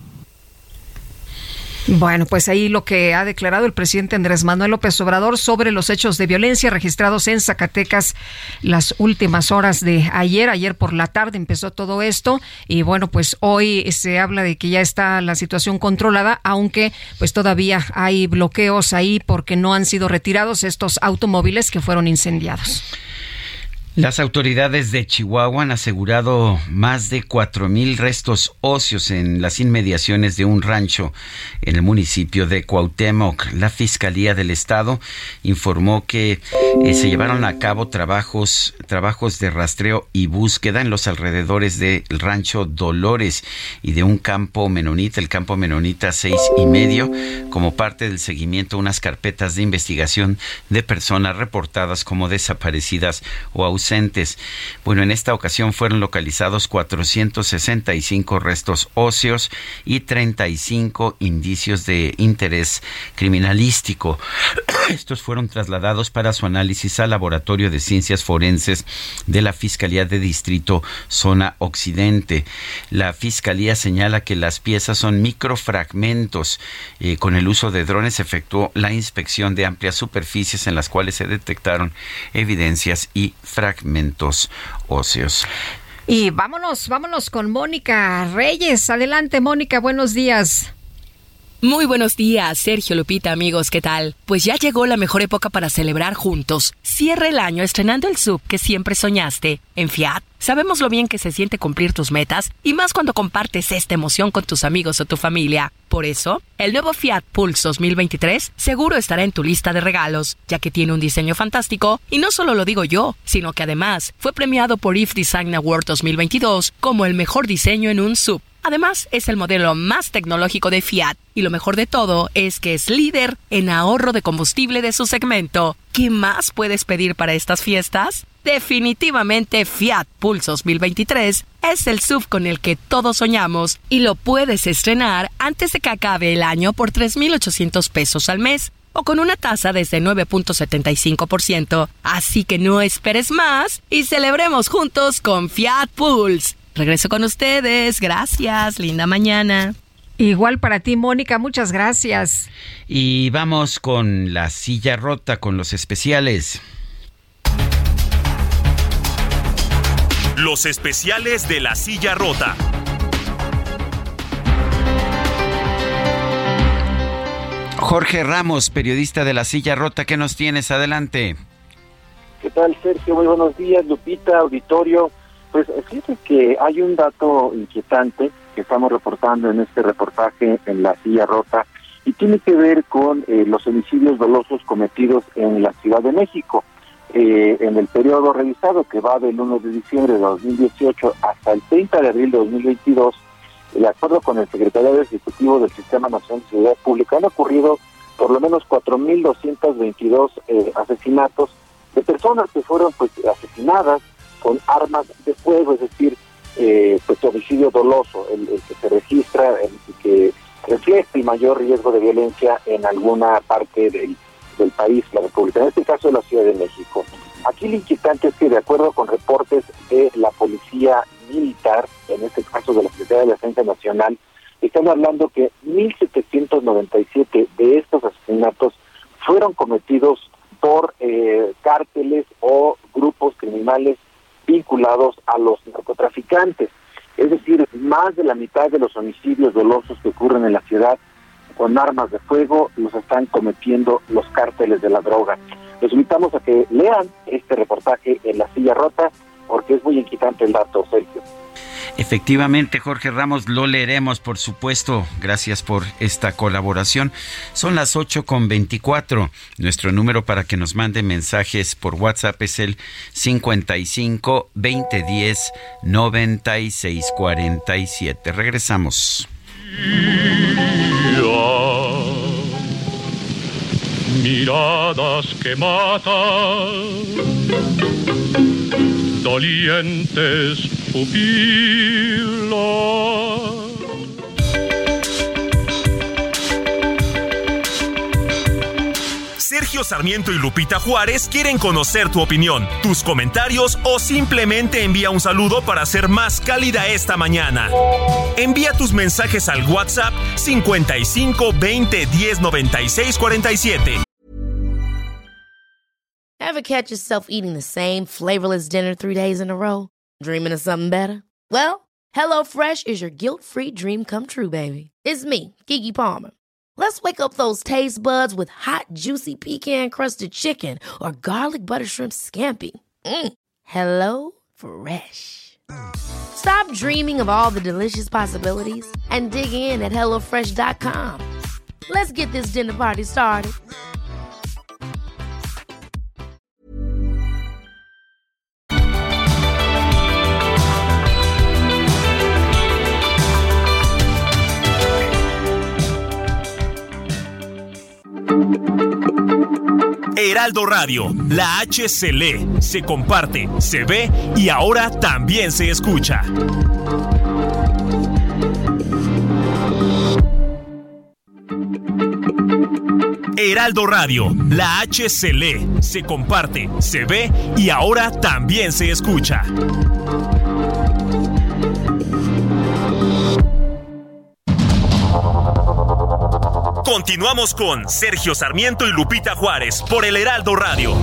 Bueno, pues ahí lo que ha declarado el presidente Andrés Manuel López Obrador sobre los hechos de violencia registrados en Zacatecas las últimas horas de ayer. Ayer por la tarde empezó todo esto y bueno, pues hoy se habla de que ya está la situación controlada, aunque pues todavía hay bloqueos ahí porque no han sido retirados estos automóviles que fueron incendiados.
Las autoridades de Chihuahua han asegurado más de 4,000 restos óseos en las inmediaciones de un rancho en el municipio de Cuauhtémoc. La Fiscalía del Estado informó que se llevaron a cabo trabajos de rastreo y búsqueda en los alrededores del rancho Dolores y de un campo menonita, el campo menonita 6,5, como parte del seguimiento a unas carpetas de investigación de personas reportadas como desaparecidas o ausentes ausentes. Bueno, en esta ocasión fueron localizados 465 restos óseos y 35 indicios de interés criminalístico. Estos fueron trasladados para su análisis al Laboratorio de Ciencias Forenses de la Fiscalía de Distrito Zona Occidente. La Fiscalía señala que las piezas son microfragmentos. Con el uso de drones se efectuó la inspección de amplias superficies en las cuales se detectaron evidencias y fragmentos óseos.
Y vámonos con Mónica Reyes. Adelante, Mónica, buenos días.
Muy buenos días, Sergio, Lupita, amigos, ¿qué tal? Pues ya llegó la mejor época para celebrar juntos. Cierra el año estrenando el SUV que siempre soñaste. En Fiat, sabemos lo bien que se siente cumplir tus metas y más cuando compartes esta emoción con tus amigos o tu familia. Por eso, el nuevo Fiat Pulse 2023 seguro estará en tu lista de regalos, ya que tiene un diseño fantástico y no solo lo digo yo, sino que además fue premiado por IF Design Award 2022 como el mejor diseño en un SUV. Además, es el modelo más tecnológico de Fiat y lo mejor de todo es que es líder en ahorro de combustible de su segmento. ¿Qué más puedes pedir para estas fiestas? Definitivamente Fiat Pulse 2023 es el SUV con el que todos soñamos y lo puedes estrenar antes de que acabe el año por 3,800 pesos al mes o con una tasa desde 9.75%. Así que no esperes más y celebremos juntos con Fiat Pulse. Regreso con ustedes. Gracias. Linda mañana.
Igual para ti, Mónica. Muchas gracias.
Y vamos con la silla rota, con los especiales.
Los especiales de la silla rota.
Jorge Ramos, periodista de la silla rota, ¿qué nos tienes? Adelante.
¿Qué tal, Sergio? Muy buenos días, Lupita, auditorio. Pues fíjate que hay un dato inquietante que estamos reportando en este reportaje en la silla rota y tiene que ver con los homicidios dolosos cometidos en la Ciudad de México. En el periodo revisado, que va del 1 de diciembre de 2018 hasta el 30 de abril de 2022, de acuerdo con el Secretariado Ejecutivo del Sistema Nacional de Seguridad Pública, han ocurrido por lo menos 4,222 asesinatos de personas que fueron asesinadas con armas de fuego, es decir, homicidio doloso, el que se registra, el que refleja el mayor riesgo de violencia en alguna parte del país, la República, en este caso la Ciudad de México. Aquí lo inquietante es que, de acuerdo con reportes de la Policía Militar, en este caso de la Secretaría de la Defensa Nacional, están hablando que 1,797 de estos asesinatos fueron cometidos por cárteles o grupos criminales vinculados a los narcotraficantes. Es decir, más de la mitad de los homicidios dolosos que ocurren en la ciudad con armas de fuego los están cometiendo los cárteles de la droga. Los invitamos a que lean este reportaje en la silla rota porque es muy inquietante el dato, Sergio.
Efectivamente, Jorge Ramos, lo leeremos, por supuesto. Gracias por esta colaboración. Son las 8:24. Nuestro número para que nos manden mensajes por WhatsApp es el 55 2010 9647. Regresamos.
Miradas que matan, dolientes pupilos.
Sergio Sarmiento y Lupita Juárez quieren conocer tu opinión, tus comentarios o simplemente envía un saludo para hacer más cálida esta mañana. Envía tus mensajes al WhatsApp 55 20 10 96 47.
Ever catch yourself eating the same flavorless dinner 3 days in a row? Dreaming of something better? Well, HelloFresh is your guilt-free dream come true, baby. It's me, Keke Palmer. Let's wake up those taste buds with hot, juicy pecan-crusted chicken or garlic butter shrimp scampi. Hello Fresh. Stop dreaming of all the delicious possibilities and dig in at HelloFresh.com. Let's get this dinner party started.
Heraldo Radio, la H se lee, se comparte, se ve y ahora también se escucha. Heraldo Radio, la H se lee, se comparte, se ve y ahora también se escucha. Continuamos con Sergio Sarmiento y Lupita Juárez por el Heraldo Radio.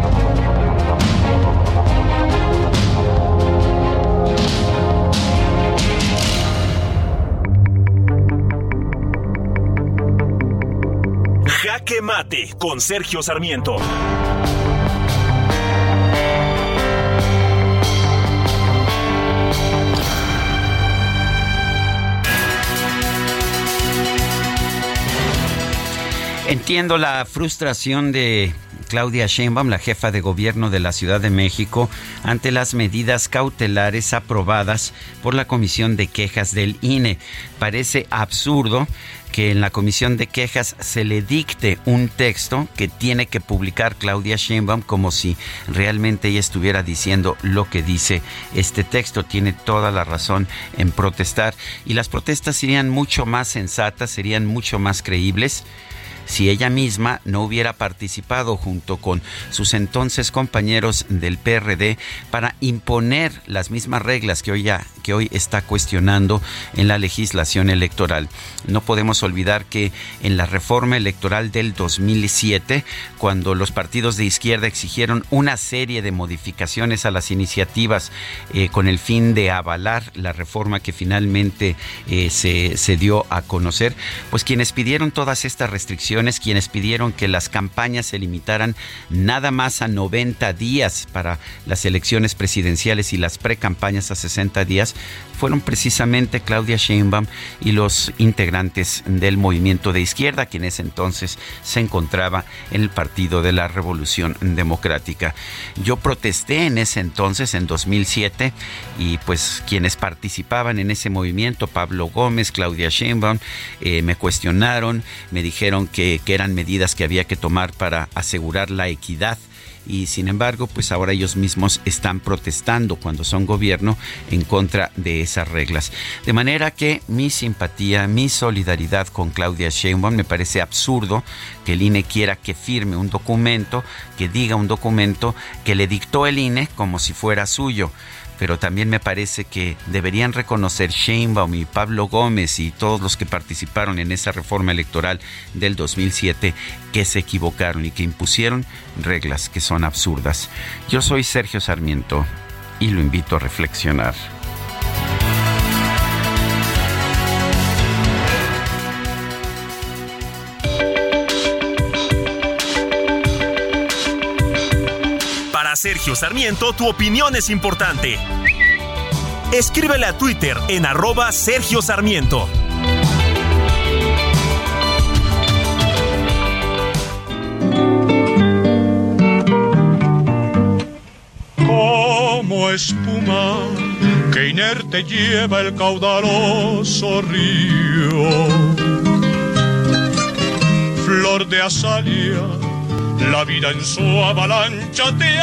Jaque Mate con Sergio Sarmiento.
Entiendo la frustración de Claudia Sheinbaum, la jefa de gobierno de la Ciudad de México, ante las medidas cautelares aprobadas por la Comisión de Quejas del INE. Parece absurdo que en la Comisión de Quejas se le dicte un texto que tiene que publicar Claudia Sheinbaum como si realmente ella estuviera diciendo lo que dice este texto. Tiene toda la razón en protestar y las protestas serían mucho más sensatas, serían mucho más creíbles si ella misma no hubiera participado junto con sus entonces compañeros del PRD para imponer las mismas reglas que hoy está cuestionando en la legislación electoral. No podemos olvidar que en la reforma electoral del 2007, cuando los partidos de izquierda exigieron una serie de modificaciones a las iniciativas con el fin de avalar la reforma que finalmente se dio a conocer, pues quienes pidieron todas estas restricciones, quienes pidieron que las campañas se limitaran nada más a 90 días para las elecciones presidenciales y las precampañas a 60 días, fueron precisamente Claudia Sheinbaum y los integrantes del movimiento de izquierda, quien en ese entonces se encontraba en el Partido de la Revolución Democrática. Yo protesté en ese entonces, en 2007, y pues quienes participaban en ese movimiento, Pablo Gómez, Claudia Sheinbaum, me cuestionaron, me dijeron que eran medidas que había que tomar para asegurar la equidad. Y sin embargo, pues ahora ellos mismos están protestando cuando son gobierno en contra de esas reglas. De manera que mi simpatía, mi solidaridad con Claudia Sheinbaum, me parece absurdo que el INE quiera que firme un documento, que diga un documento que le dictó el INE como si fuera suyo. Pero también me parece que deberían reconocer Sheinbaum y Pablo Gómez y todos los que participaron en esa reforma electoral del 2007 que se equivocaron y que impusieron reglas que son absurdas. Yo soy Sergio Sarmiento y lo invito a reflexionar.
Para Sergio Sarmiento, tu opinión es importante. Escríbele a Twitter en @Sergio Sarmiento.
Como espuma que inerte lleva el caudaloso río, flor de azalia, la vida en su avalancha te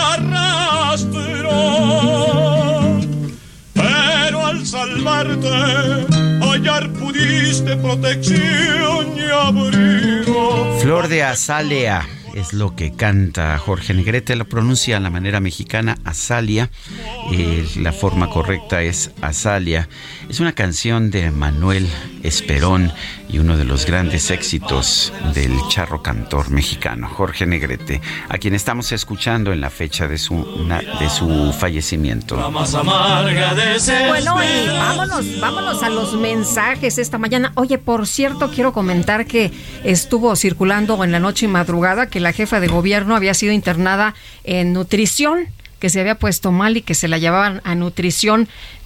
arrastró, pero al salvarte hallar pudiste protección y abrigo.
Flor de azalea es lo que canta Jorge Negrete, lo pronuncia a la manera mexicana, azalia, la forma correcta es azalia. Es una canción de Manuel Esperón y uno de los grandes éxitos del charro cantor mexicano, Jorge Negrete, a quien estamos escuchando en la fecha de su fallecimiento.
Bueno, y vámonos a los mensajes esta mañana. Oye, por cierto, quiero comentar que estuvo circulando en la noche y madrugada que la jefa de gobierno había sido internada en nutrición, que se había puesto mal y que se la llevaban a nutrición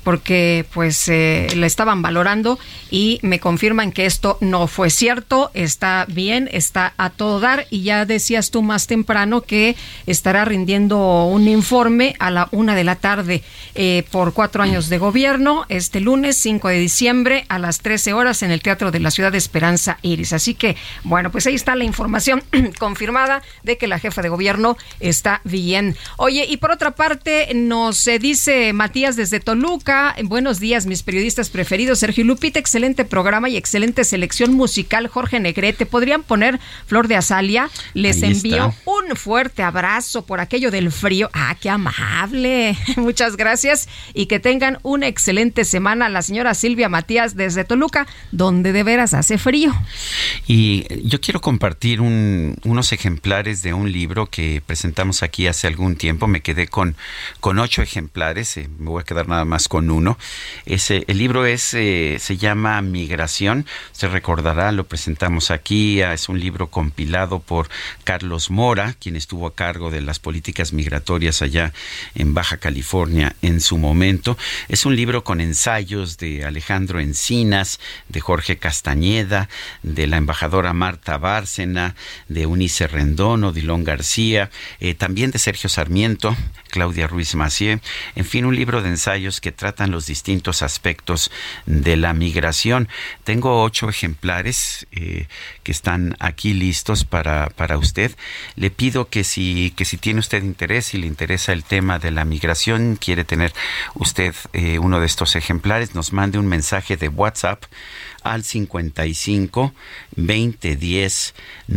porque pues la estaban valorando y me confirman que esto no fue cierto. Está bien, está a todo dar, y ya decías tú más temprano que estará rindiendo un informe a la 1:00 p.m. Por 4 años de gobierno, este lunes 5 de diciembre a las 13 horas en el Teatro de la Ciudad de Esperanza Iris. Así que, bueno, pues ahí está la información confirmada de que la jefa de gobierno está bien. Oye, y por otra parte, nos dice Matías desde Toluca: buenos días, mis periodistas preferidos, Sergio y Lupita, excelente programa y excelente selección musical, Jorge Negrete. ¿Podrían poner Flor de Azalia? Les envío un fuerte abrazo por aquello del frío. ¡Ah, qué amable! Muchas gracias y que tengan una excelente semana. La señora Silvia Matías desde Toluca, donde de veras hace frío.
Y yo quiero compartir unos ejemplares de un libro que presentamos aquí hace algún tiempo. Me quedé con 8 ejemplares, me voy a quedar nada más con uno. El libro se llama Migración, se recordará, lo presentamos aquí. Es un libro compilado por Carlos Mora, quien estuvo a cargo de las políticas migratorias allá en Baja California en su momento. Es un libro con ensayos de Alejandro Encinas, de Jorge Castañeda, de la embajadora Marta Bárcena, de Eunice Rendón, Odilon García, también de Sergio Sarmiento, Claudia Ruiz Massieu. En fin, un libro de ensayos que tratan los distintos aspectos de la migración. Tengo 8 ejemplares que están aquí listos para usted. Le pido que si tiene usted interés y le interesa el tema de la migración, quiere tener usted uno de estos ejemplares, nos mande un mensaje de WhatsApp al 55 2010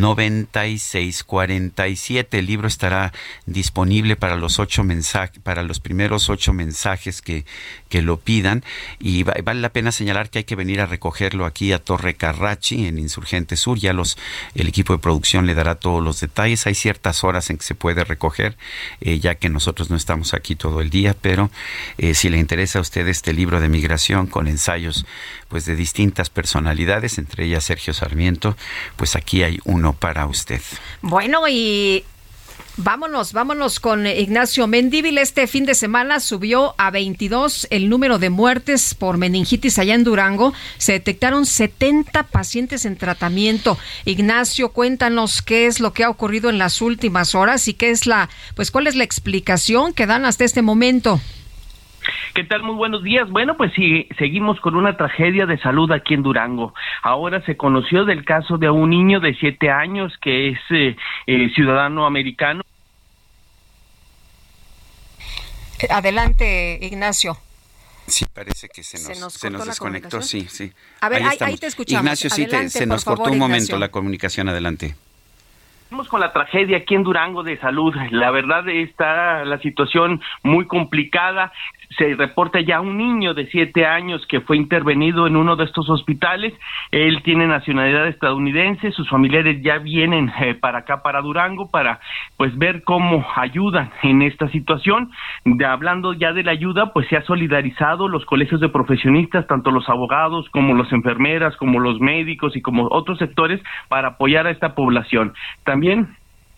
9647. El libro estará disponible para los primeros 8 mensajes que lo pidan, y vale la pena señalar que hay que venir a recogerlo aquí a Torre Carrachi en Insurgente Sur. Ya el equipo de producción le dará todos los detalles. Hay ciertas horas en que se puede recoger, ya que nosotros no estamos aquí todo el día, pero si le interesa a usted este libro de migración con ensayos pues de distintas personalidades, entre ellas Sergio Sarmiento, pues aquí hay uno para usted.
Bueno, y vámonos con Ignacio Mendívil. Este fin de semana subió a 22 el número de muertes por meningitis allá en Durango. Se detectaron 70 pacientes en tratamiento. Ignacio, cuéntanos qué es lo que ha ocurrido en las últimas horas y cuál es la explicación que dan hasta este momento.
¿Qué tal? Muy buenos días. Bueno, pues sí, seguimos con una tragedia de salud aquí en Durango. Ahora se conoció del caso de un niño de 7 años que es ciudadano americano.
Adelante, Ignacio.
Sí, parece que se nos desconectó. Sí.
A ver, ahí te escuchamos.
Ignacio, adelante, se nos cortó un momento la comunicación. Adelante.
Seguimos con la tragedia aquí en Durango de salud. La verdad está la situación muy complicada. Se reporta ya un niño de 7 años que fue intervenido en uno de estos hospitales. Él tiene nacionalidad estadounidense. Sus familiares ya vienen para acá, para Durango, para pues ver cómo ayudan en esta situación. Hablando ya de la ayuda, pues se ha solidarizado los colegios de profesionistas, tanto los abogados como las enfermeras, como los médicos y como otros sectores, para apoyar a esta población. También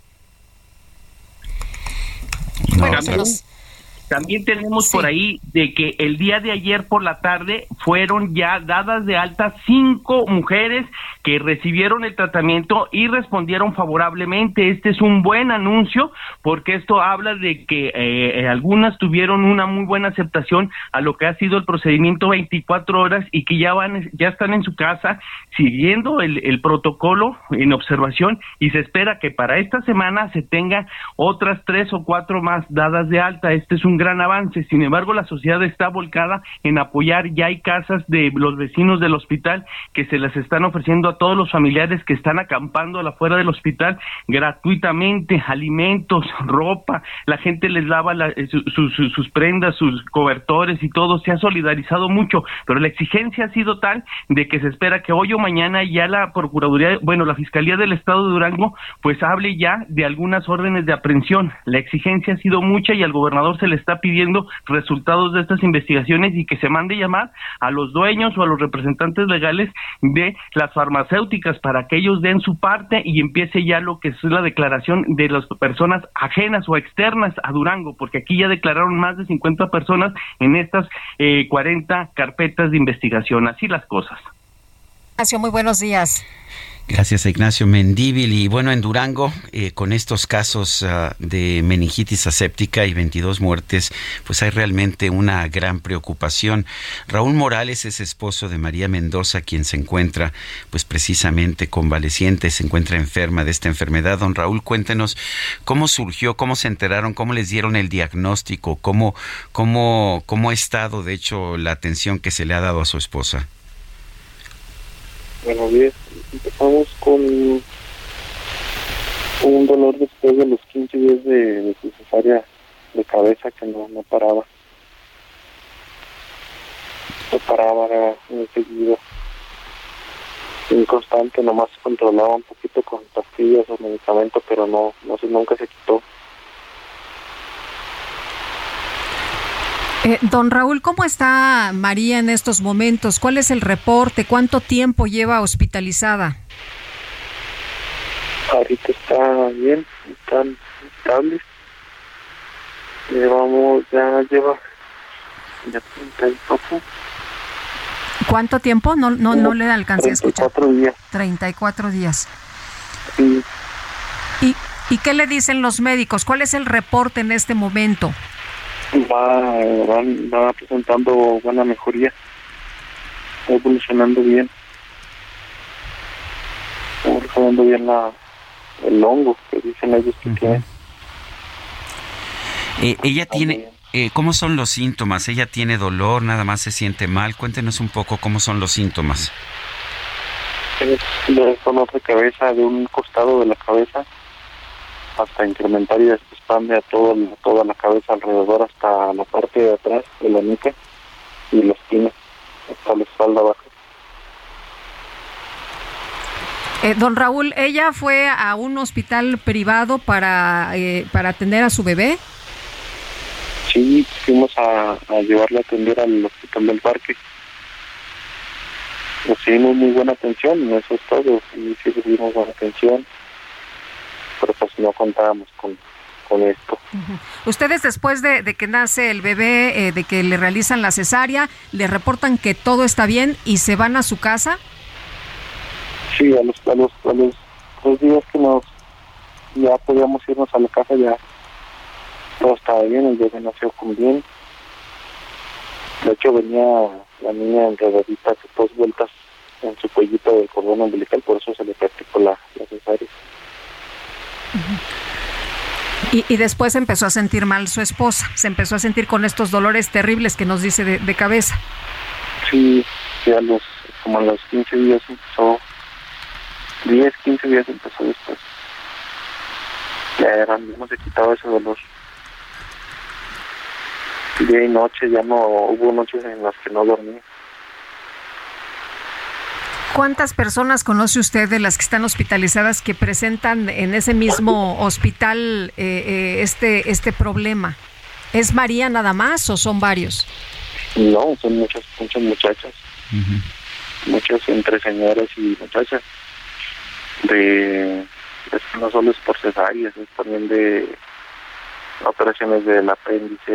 tenemos por ahí de que el día de ayer por la tarde fueron ya dadas de alta 5 mujeres que recibieron el tratamiento y respondieron favorablemente. Este es un buen anuncio porque esto habla de que algunas tuvieron una muy buena aceptación a lo que ha sido el procedimiento 24 horas y que ya están en su casa siguiendo el protocolo en observación, y se espera que para esta semana se tenga otras 3 o 4 más dadas de alta. Este es un gran avance. Sin embargo, la sociedad está volcada en apoyar. Ya hay casas de los vecinos del hospital que se les están ofreciendo a todos los familiares que están acampando afuera del hospital gratuitamente alimentos, ropa. La gente les lava sus prendas, sus cobertores y todo. Se ha solidarizado mucho, pero la exigencia ha sido tal de que se espera que hoy o mañana ya la Procuraduría, la Fiscalía del Estado de Durango, pues hable ya de algunas órdenes de aprehensión. La exigencia ha sido mucha y al gobernador se le está pidiendo resultados de estas investigaciones y que se mande llamar a los dueños o a los representantes legales de las farmacéuticas para que ellos den su parte y empiece ya lo que es la declaración de las personas ajenas o externas a Durango, porque aquí ya declararon más de 50 personas en estas 40 carpetas de investigación. Así las cosas.
Ignacio, muy buenos días.
Gracias a Ignacio Mendívil. Y bueno, en Durango, con estos casos de meningitis aséptica y 22 muertes, pues hay realmente una gran preocupación. Raúl Morales es esposo de María Mendoza, quien se encuentra pues precisamente convaleciente, se encuentra enferma de esta enfermedad. Don Raúl, cuéntenos cómo surgió, cómo se enteraron, cómo les dieron el diagnóstico, cómo ha estado, de hecho, la atención que se le ha dado a su esposa.
Buenos días. Empezamos con un dolor después de los 15 días de cesárea de cabeza que no paraba. No paraba, era muy seguido, inconstante, nomás controlaba un poquito con pastillas o medicamentos, pero nunca se quitó.
Don Raúl, ¿cómo está María en estos momentos? ¿Cuál es el reporte? ¿Cuánto tiempo lleva hospitalizada?
Ahorita está bien, están estables. Ya lleva 30 y poco.
¿Cuánto tiempo? No le alcancé a escuchar.
34 días.
34 días.
Sí.
¿Y qué le dicen los médicos? ¿Cuál es el reporte en este momento?
Va presentando buena mejoría, va evolucionando bien, el hongo que dicen ellos que tiene.
Ella tiene, ¿cómo son los síntomas? ¿Ella tiene dolor, nada más se siente mal? Cuéntenos un poco cómo son los síntomas.
Dolor de cabeza, de un costado de la cabeza hasta incrementar y se expande a toda la cabeza alrededor hasta la parte de atrás de la nuca y la espina, hasta la espalda baja.
Don Raúl, ¿ella fue a un hospital privado para atender a su bebé?
Sí, fuimos a llevarla a atender al hospital del parque. Recibimos muy buena atención, eso es todo, sí recibimos buena atención, pero pues no contábamos con esto.
Ustedes después de que nace el bebé, de que le realizan la cesárea, le reportan que todo está bien y se van a su casa.
Sí, a los 3 días que ya podíamos irnos a la casa, ya todo estaba bien, el bebé nació con bien. De hecho venía la niña enredadita de 2 vueltas en su cuellito del cordón umbilical, por eso se le practicó la cesárea.
Y después empezó a sentir mal su esposa, se empezó a sentir con estos dolores terribles que nos dice de cabeza.
Sí, ya como a los 15 días empezó, 15 días empezó después. Ya no se quitaba ese dolor. Día y noche, ya no hubo noches en las que no dormía.
¿Cuántas personas conoce usted de las que están hospitalizadas que presentan en ese mismo hospital este problema? ¿Es María nada más o son varios?
No, son muchas muchachas. Muchas entre señoras y muchachas. No solo es por cesáreas, es también de operaciones del apéndice,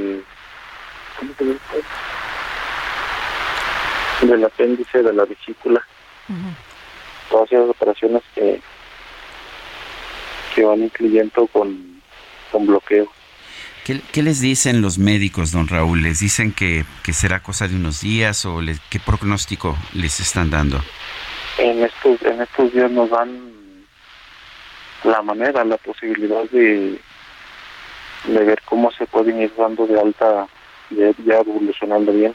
del apéndice, de la vesícula. Todas esas operaciones que van incluyendo con bloqueo.
¿Qué les dicen los médicos, don Raúl? ¿Les dicen que será cosa de unos días o qué pronóstico les están dando?
En estos días nos dan la posibilidad de ver cómo se pueden ir dando de alta, ya evolucionando bien.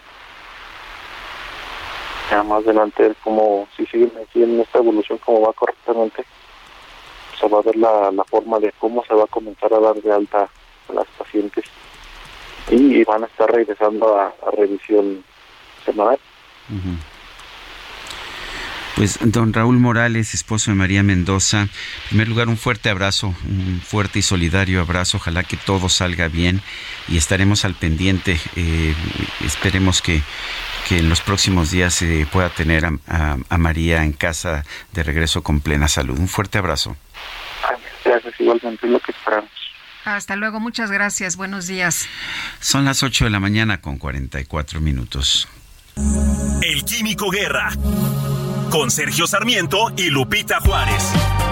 Ya más adelante, como si siguen así en esta evolución como va correctamente, se va a ver la forma de cómo se va a comenzar a dar de alta a las pacientes y van a estar regresando a revisión semanal.
Pues don Raúl Morales, esposo de María Mendoza, en primer lugar un fuerte abrazo, un fuerte y solidario abrazo, ojalá que todo salga bien y estaremos al pendiente, esperemos que en los próximos días se pueda tener a María en casa de regreso con plena salud. Un fuerte abrazo.
Gracias, igualmente es lo que esperamos.
Hasta luego, muchas gracias, buenos días.
Son las 8 de la mañana con 44 minutos.
El Químico Guerra, con Sergio Sarmiento y Lupita Juárez.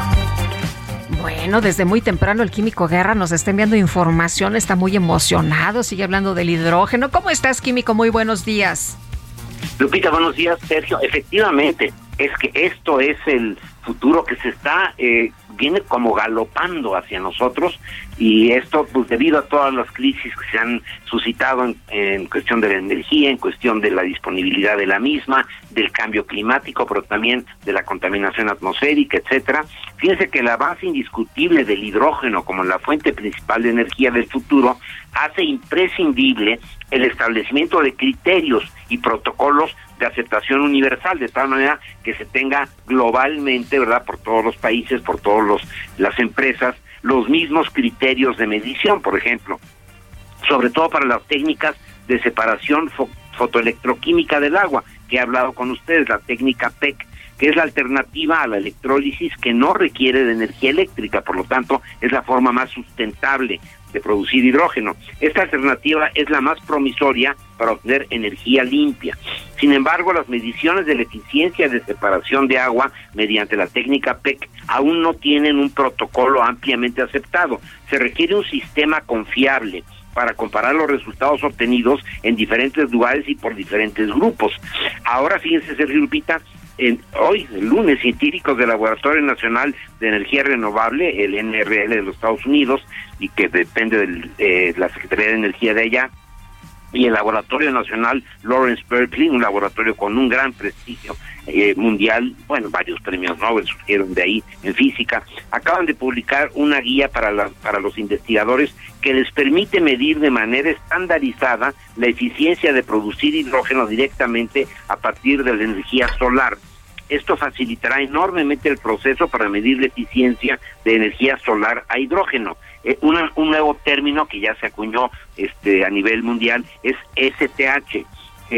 Bueno, desde muy temprano el Químico Guerra nos está enviando información, está muy emocionado, sigue hablando del hidrógeno. ¿Cómo estás, Químico? Muy buenos días.
Lupita, buenos días, Sergio. Efectivamente, es que esto es el futuro que se está, viene como galopando hacia nosotros, y esto pues debido a todas las crisis que se han suscitado en cuestión de la energía, en cuestión de la disponibilidad de la misma, del cambio climático, pero también de la contaminación atmosférica, etcétera. Fíjense que la base indiscutible del hidrógeno como la fuente principal de energía del futuro hace imprescindible el establecimiento de criterios y protocolos de aceptación universal, de tal manera que se tenga globalmente, ¿verdad?, por todos los países, por todas las empresas, los mismos criterios de medición, por ejemplo, sobre todo para las técnicas de separación fotoelectroquímica del agua, que he hablado con ustedes, la técnica PEC, que es la alternativa a la electrólisis que no requiere de energía eléctrica, por lo tanto es la forma más sustentable de producir hidrógeno. Esta alternativa es la más promisoria para obtener energía limpia. Sin embargo, las mediciones de la eficiencia de separación de agua mediante la técnica PEC aún no tienen un protocolo ampliamente aceptado. Se requiere un sistema confiable para comparar los resultados obtenidos en diferentes lugares y por diferentes grupos. Ahora, fíjense, Sergio, Lupita, hoy, el lunes, científicos del Laboratorio Nacional de Energía Renovable, el NRL de los Estados Unidos, y que depende de la Secretaría de Energía de allá, y el Laboratorio Nacional Lawrence Berkeley, un laboratorio con un gran prestigio mundial, bueno, varios premios Nobel surgieron de ahí en física, acaban de publicar una guía para los investigadores que les permite medir de manera estandarizada la eficiencia de producir hidrógeno directamente a partir de la energía solar. Esto facilitará enormemente el proceso para medir la eficiencia de energía solar a hidrógeno. Un nuevo término que ya se acuñó a nivel mundial es STH,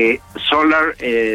Solar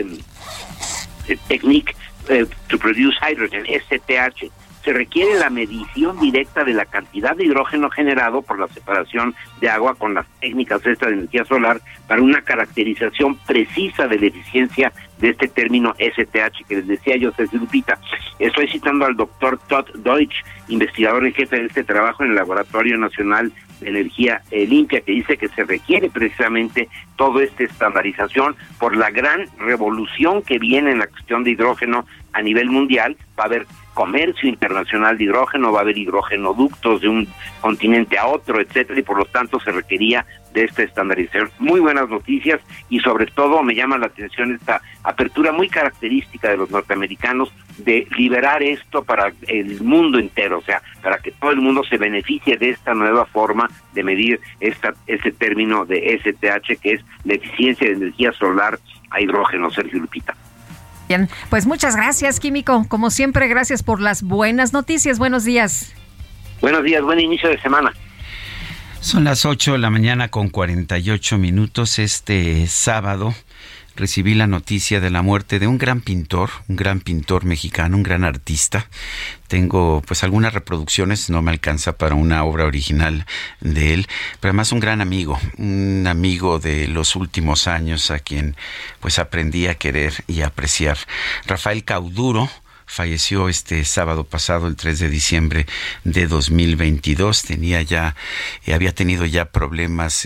Technique to Produce Hydrogen, STH. Se requiere la medición directa de la cantidad de hidrógeno generado por la separación de agua con las técnicas estas de energía solar para una caracterización precisa de la eficiencia de este término STH que les decía yo, Sergio Lupita. Estoy citando al doctor Todd Deutsch, investigador en jefe de este trabajo en el Laboratorio Nacional de Energía Limpia, que dice que se requiere precisamente toda esta estandarización por la gran revolución que viene en la cuestión de hidrógeno a nivel mundial. Va a haber comercio internacional de hidrógeno, va a haber hidrogenoductos de un continente a otro, etcétera, y por lo tanto se requería de esta estandarización. Muy buenas noticias, y sobre todo me llama la atención esta apertura muy característica de los norteamericanos de liberar esto para el mundo entero, o sea, para que todo el mundo se beneficie de esta nueva forma de medir este término de STH, que es la eficiencia de energía solar a hidrógeno, Sergio Lupita.
Bien, pues muchas gracias, Químico. Como siempre, gracias por las buenas noticias. Buenos días.
Buenos días, buen inicio de semana.
Son las 8 de la mañana con 48 minutos. Este sábado recibí la noticia de la muerte de un gran pintor mexicano, un gran artista. Tengo pues algunas reproducciones, no me alcanza para una obra original de él, pero además un gran amigo, un amigo de los últimos años a quien pues aprendí a querer y apreciar. Rafael Cauduro falleció este sábado pasado, el 3 de diciembre de 2022. Había tenido ya problemas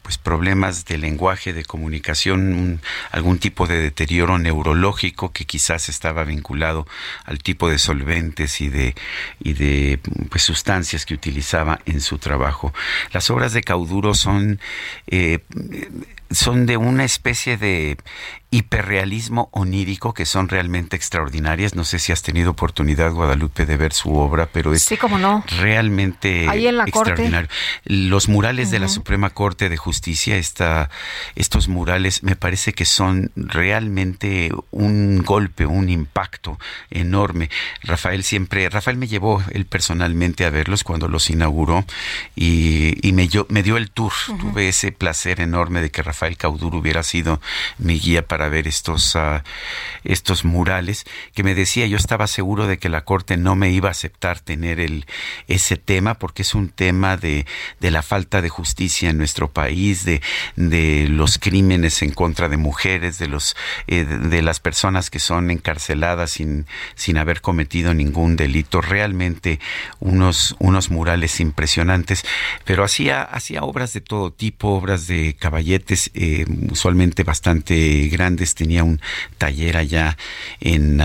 de lenguaje, de comunicación, algún tipo de deterioro neurológico que quizás estaba vinculado al tipo de solventes y de pues sustancias que utilizaba en su trabajo. Las obras de Cauduro son de una especie de hiperrealismo onírico que son realmente extraordinarias. No sé si has tenido oportunidad, Guadalupe, de ver su obra, pero es
cómo no,
realmente
ahí en la
extraordinario. Los murales de la Suprema Corte de Justicia, estos murales me parece que son realmente un golpe, un impacto enorme. Rafael me llevó él personalmente a verlos cuando los inauguró y me dio el tour. Tuve ese placer enorme de que Rafael Cauduro hubiera sido mi guía para ver estos murales, que me decía, yo estaba seguro de que la Corte no me iba a aceptar tener ese tema, porque es un tema de la falta de justicia en nuestro país, de los crímenes en contra de mujeres, de las personas que son encarceladas sin haber cometido ningún delito. Realmente unos murales impresionantes, pero hacía obras de todo tipo, obras de caballetes, usualmente bastante grandes. Tenía un taller allá en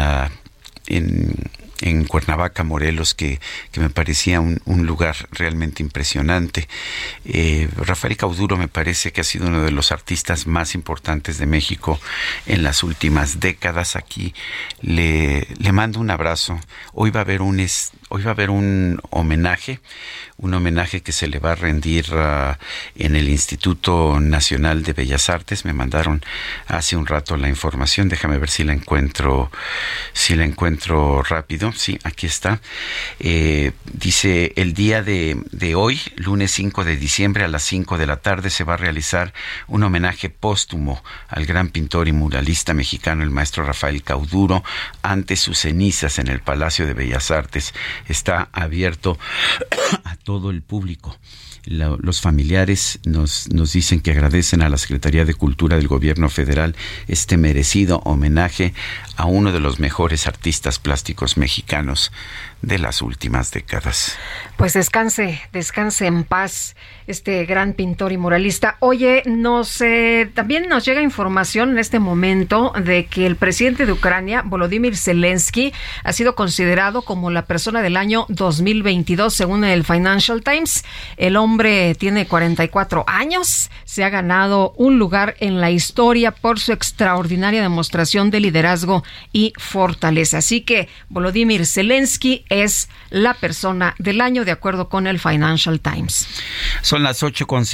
Cuernavaca, Morelos, que me parecía un lugar realmente impresionante. Rafael Cauduro me parece que ha sido uno de los artistas más importantes de México en las últimas décadas. Aquí le mando un abrazo. Hoy va a haber un homenaje que se le va a rendir en el Instituto Nacional de Bellas Artes. Me mandaron hace un rato la información. Déjame ver si la encuentro rápido. Sí, aquí está. Dice, el día de hoy, lunes 5 de diciembre a las 5 de la tarde, se va a realizar un homenaje póstumo al gran pintor y muralista mexicano, el maestro Rafael Cauduro, ante sus cenizas en el Palacio de Bellas Artes. Está abierto a todo el público. Los familiares nos dicen que agradecen a la Secretaría de Cultura del Gobierno Federal este merecido homenaje a uno de los mejores artistas plásticos mexicanos de las últimas décadas.
Pues descanse en paz este gran pintor y muralista. Oye, también nos llega información en este momento de que el presidente de Ucrania, Volodymyr Zelensky, ha sido considerado como la persona del año 2022, según el Financial Times. El hombre tiene 44 años, se ha ganado un lugar en la historia por su extraordinaria demostración de liderazgo y fortaleza. Así que Volodymyr Zelensky es la persona del año, de acuerdo con el Financial Times.
Son las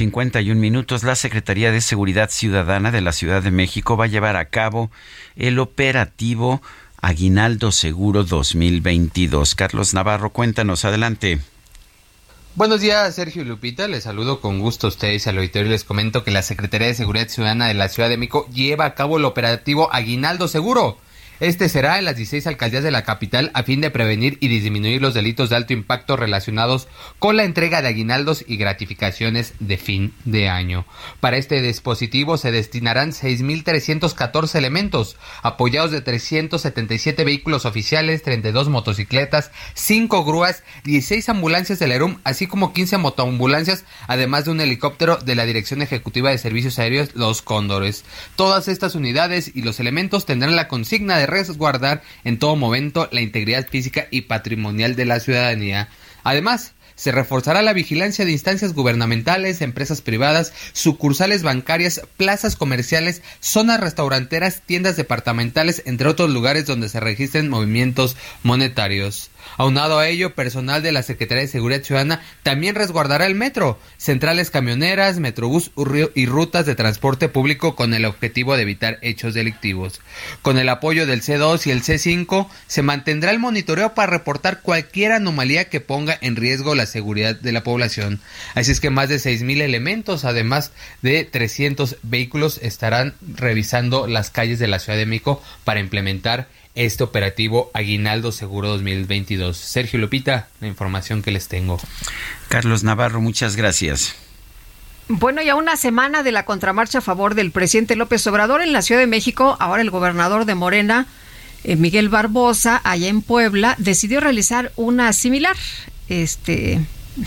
8:51. La Secretaría de Seguridad Ciudadana de la Ciudad de México va a llevar a cabo el operativo Aguinaldo Seguro 2022. Carlos Navarro, cuéntanos, adelante.
Buenos días, Sergio y Lupita. Les saludo con gusto a ustedes y al auditorio y les comento que la Secretaría de Seguridad Ciudadana de la Ciudad de México lleva a cabo el operativo Aguinaldo Seguro. Este será en las 16 alcaldías de la capital a fin de prevenir y disminuir los delitos de alto impacto relacionados con la entrega de aguinaldos y gratificaciones de fin de año. Para este dispositivo se destinarán 6,314 elementos, apoyados de 377 vehículos oficiales, 32 motocicletas, 5 grúas, 16 ambulancias del ERUM, así como 15 motoambulancias, además de un helicóptero de la Dirección Ejecutiva de Servicios Aéreos, Los Cóndores. Todas estas unidades y los elementos tendrán la consigna de resguardar en todo momento la integridad física y patrimonial de la ciudadanía. Además, se reforzará la vigilancia de instancias gubernamentales, empresas privadas, sucursales bancarias, plazas comerciales, zonas restauranteras, tiendas departamentales, entre otros lugares donde se registren movimientos monetarios. Aunado a ello, personal de la Secretaría de Seguridad Ciudadana también resguardará el metro, centrales camioneras, metrobús y rutas de transporte público con el objetivo de evitar hechos delictivos. Con el apoyo del C2 y el C5, se mantendrá el monitoreo para reportar cualquier anomalía que ponga en riesgo la seguridad de la población. Así es que más de 6,000 elementos, además de 300 vehículos, estarán revisando las calles de la Ciudad de México para implementar este operativo Aguinaldo Seguro 2022. Sergio, Lupita, la información que les tengo.
Carlos Navarro, muchas gracias.
Bueno, ya una semana de la contramarcha a favor del presidente López Obrador en la Ciudad de México, ahora el gobernador de Morena, Miguel Barbosa, allá en Puebla, decidió realizar una similar.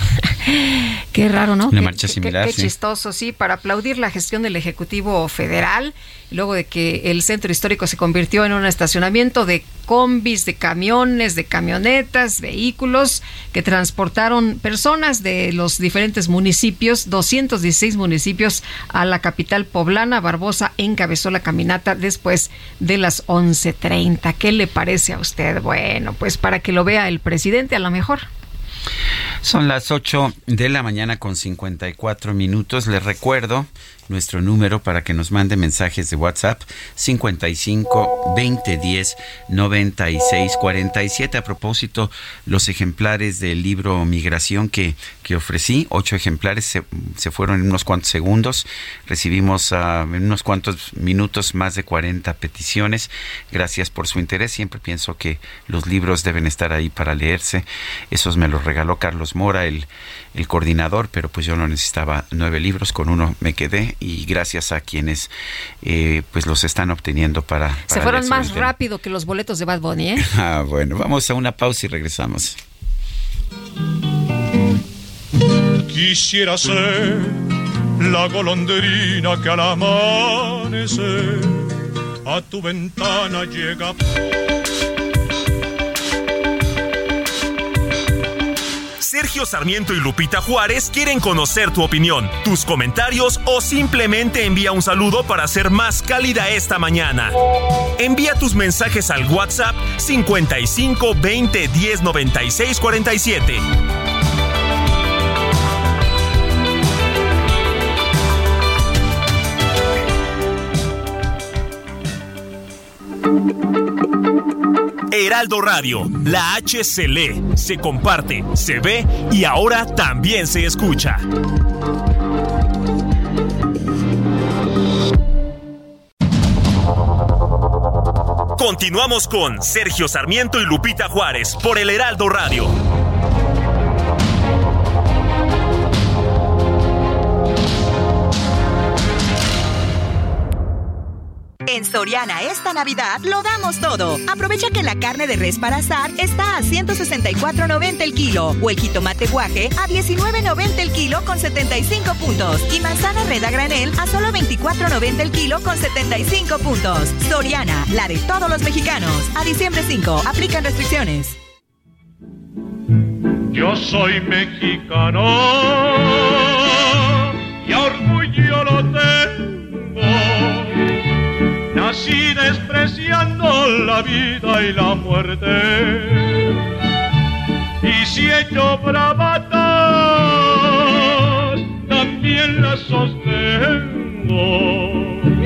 Qué raro, ¿no?
Una marcha similar,
qué chistoso, sí, para aplaudir la gestión del Ejecutivo Federal, luego de que el centro histórico se convirtió en un estacionamiento de combis, de camiones, de camionetas, vehículos que transportaron personas de los diferentes municipios, 216 municipios, a la capital poblana. Barbosa encabezó la caminata después de las 11:30. ¿Qué le parece a usted? Bueno, pues para que lo vea el presidente, a lo mejor.
Son las 8 de la mañana con 54 minutos. Les recuerdo nuestro número para que nos mande mensajes de WhatsApp: 55 20 10 96 47. A propósito, los ejemplares del libro Migración que ofrecí, 8 ejemplares, se fueron en unos cuantos segundos. Recibimos en unos cuantos minutos más de 40 peticiones. Gracias por su interés. Siempre pienso que los libros deben estar ahí para leerse. Esos me los regaló Carlos Mora, el coordinador, pero pues yo no necesitaba 9 libros, con uno me quedé, y gracias a quienes pues los están obteniendo para
se fueron más rápido que los boletos de Bad Bunny, ¿eh?
Bueno, vamos a una pausa y regresamos.
Quisiera ser la golondrina que al amanecer a tu ventana llega.
Sergio Sarmiento y Lupita Juárez quieren conocer tu opinión, tus comentarios o simplemente envía un saludo para ser más cálida esta mañana. Envía tus mensajes al WhatsApp 55 20 10 96 47. Heraldo Radio, la H se lee, se comparte, se ve y ahora también se escucha. Continuamos con Sergio Sarmiento y Lupita Juárez por el Heraldo Radio.
En Soriana esta Navidad lo damos todo. Aprovecha que la carne de res para asar está a $164.90 el kilo o el jitomate guaje a $19.90 el kilo con 75 puntos y manzana red a granel a solo $24.90 el kilo con 75 puntos. Soriana, la de todos los mexicanos. A diciembre 5, aplican restricciones.
Yo soy mexicano y a orgullo lo tengo. Nací despreciando la vida y la muerte, y si he hecho bravatas, también las sostengo.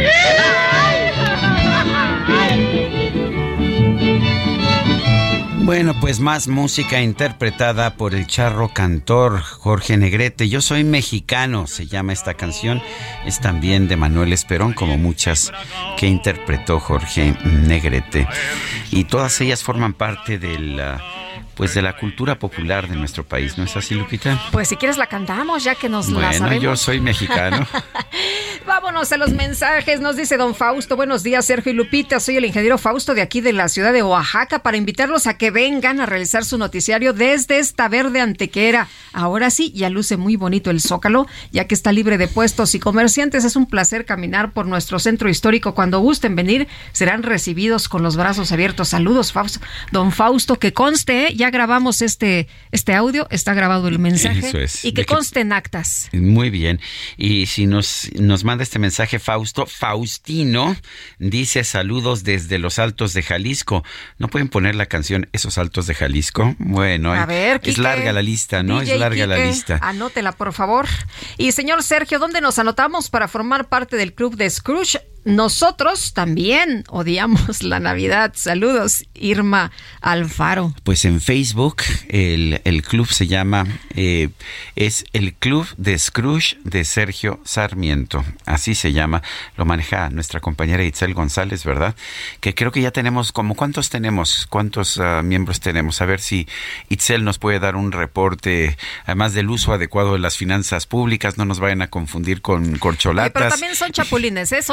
Bueno, pues más música interpretada por el charro cantor Jorge Negrete. Yo soy mexicano, se llama esta canción. Es también de Manuel Esperón, como muchas que interpretó Jorge Negrete. Y todas ellas forman parte de la cultura popular de nuestro país, ¿no es así, Lupita?
Pues si quieres la cantamos, ya que nos la sabemos.
Bueno, yo soy mexicano.
Vámonos a los mensajes. Nos dice don Fausto: buenos días, Sergio y Lupita. Soy el ingeniero Fausto de aquí de la ciudad de Oaxaca, para invitarlos a que vengan a realizar su noticiario desde esta verde Antequera. Ahora sí, ya luce muy bonito el Zócalo, ya que está libre de puestos y comerciantes. Es un placer caminar por nuestro centro histórico. Cuando gusten venir, serán recibidos con los brazos abiertos. Saludos, Fausto. Don Fausto, que conste, ya grabamos este audio, está grabado el mensaje.
Eso es.
Y que conste en actas.
Muy bien. Y si nos manda este mensaje Faustino, dice: saludos desde los Altos de Jalisco. ¿No pueden poner la canción Esos Altos de Jalisco? Bueno,
a ver, Quique,
es larga la lista, ¿no?
DJ
es larga
Quique,
la lista.
Anótela, por favor. Y señor Sergio, ¿dónde nos anotamos para formar parte del club de Scrooge? Nosotros también odiamos la Navidad. Saludos, Irma Alfaro.
Pues en Facebook el club se llama, es el Club de Scrooge de Sergio Sarmiento. Así se llama. Lo maneja nuestra compañera Itzel González, ¿verdad? Que creo que ya tenemos, ¿cuántos tenemos? ¿Cuántos miembros tenemos? A ver si Itzel nos puede dar un reporte, además del uso adecuado de las finanzas públicas. No nos vayan a confundir con corcholatas.
Pero también son chapulines, ¿eh? Son chapulines.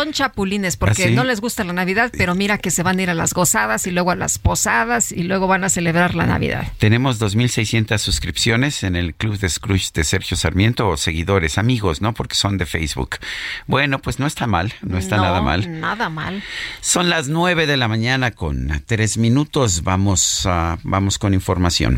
chapulines porque
¿Ah, sí?
no les gusta la Navidad, pero mira que se van a ir a las gozadas y luego a las posadas y luego van a celebrar la Navidad.
Tenemos 2,600 suscripciones en el Club de Scrooge de Sergio Sarmiento, o seguidores, amigos, ¿no? Porque son de Facebook. Bueno, pues no está mal, no está nada mal.
Nada mal.
Son las 9 de la mañana con 3 minutos. Vamos con información.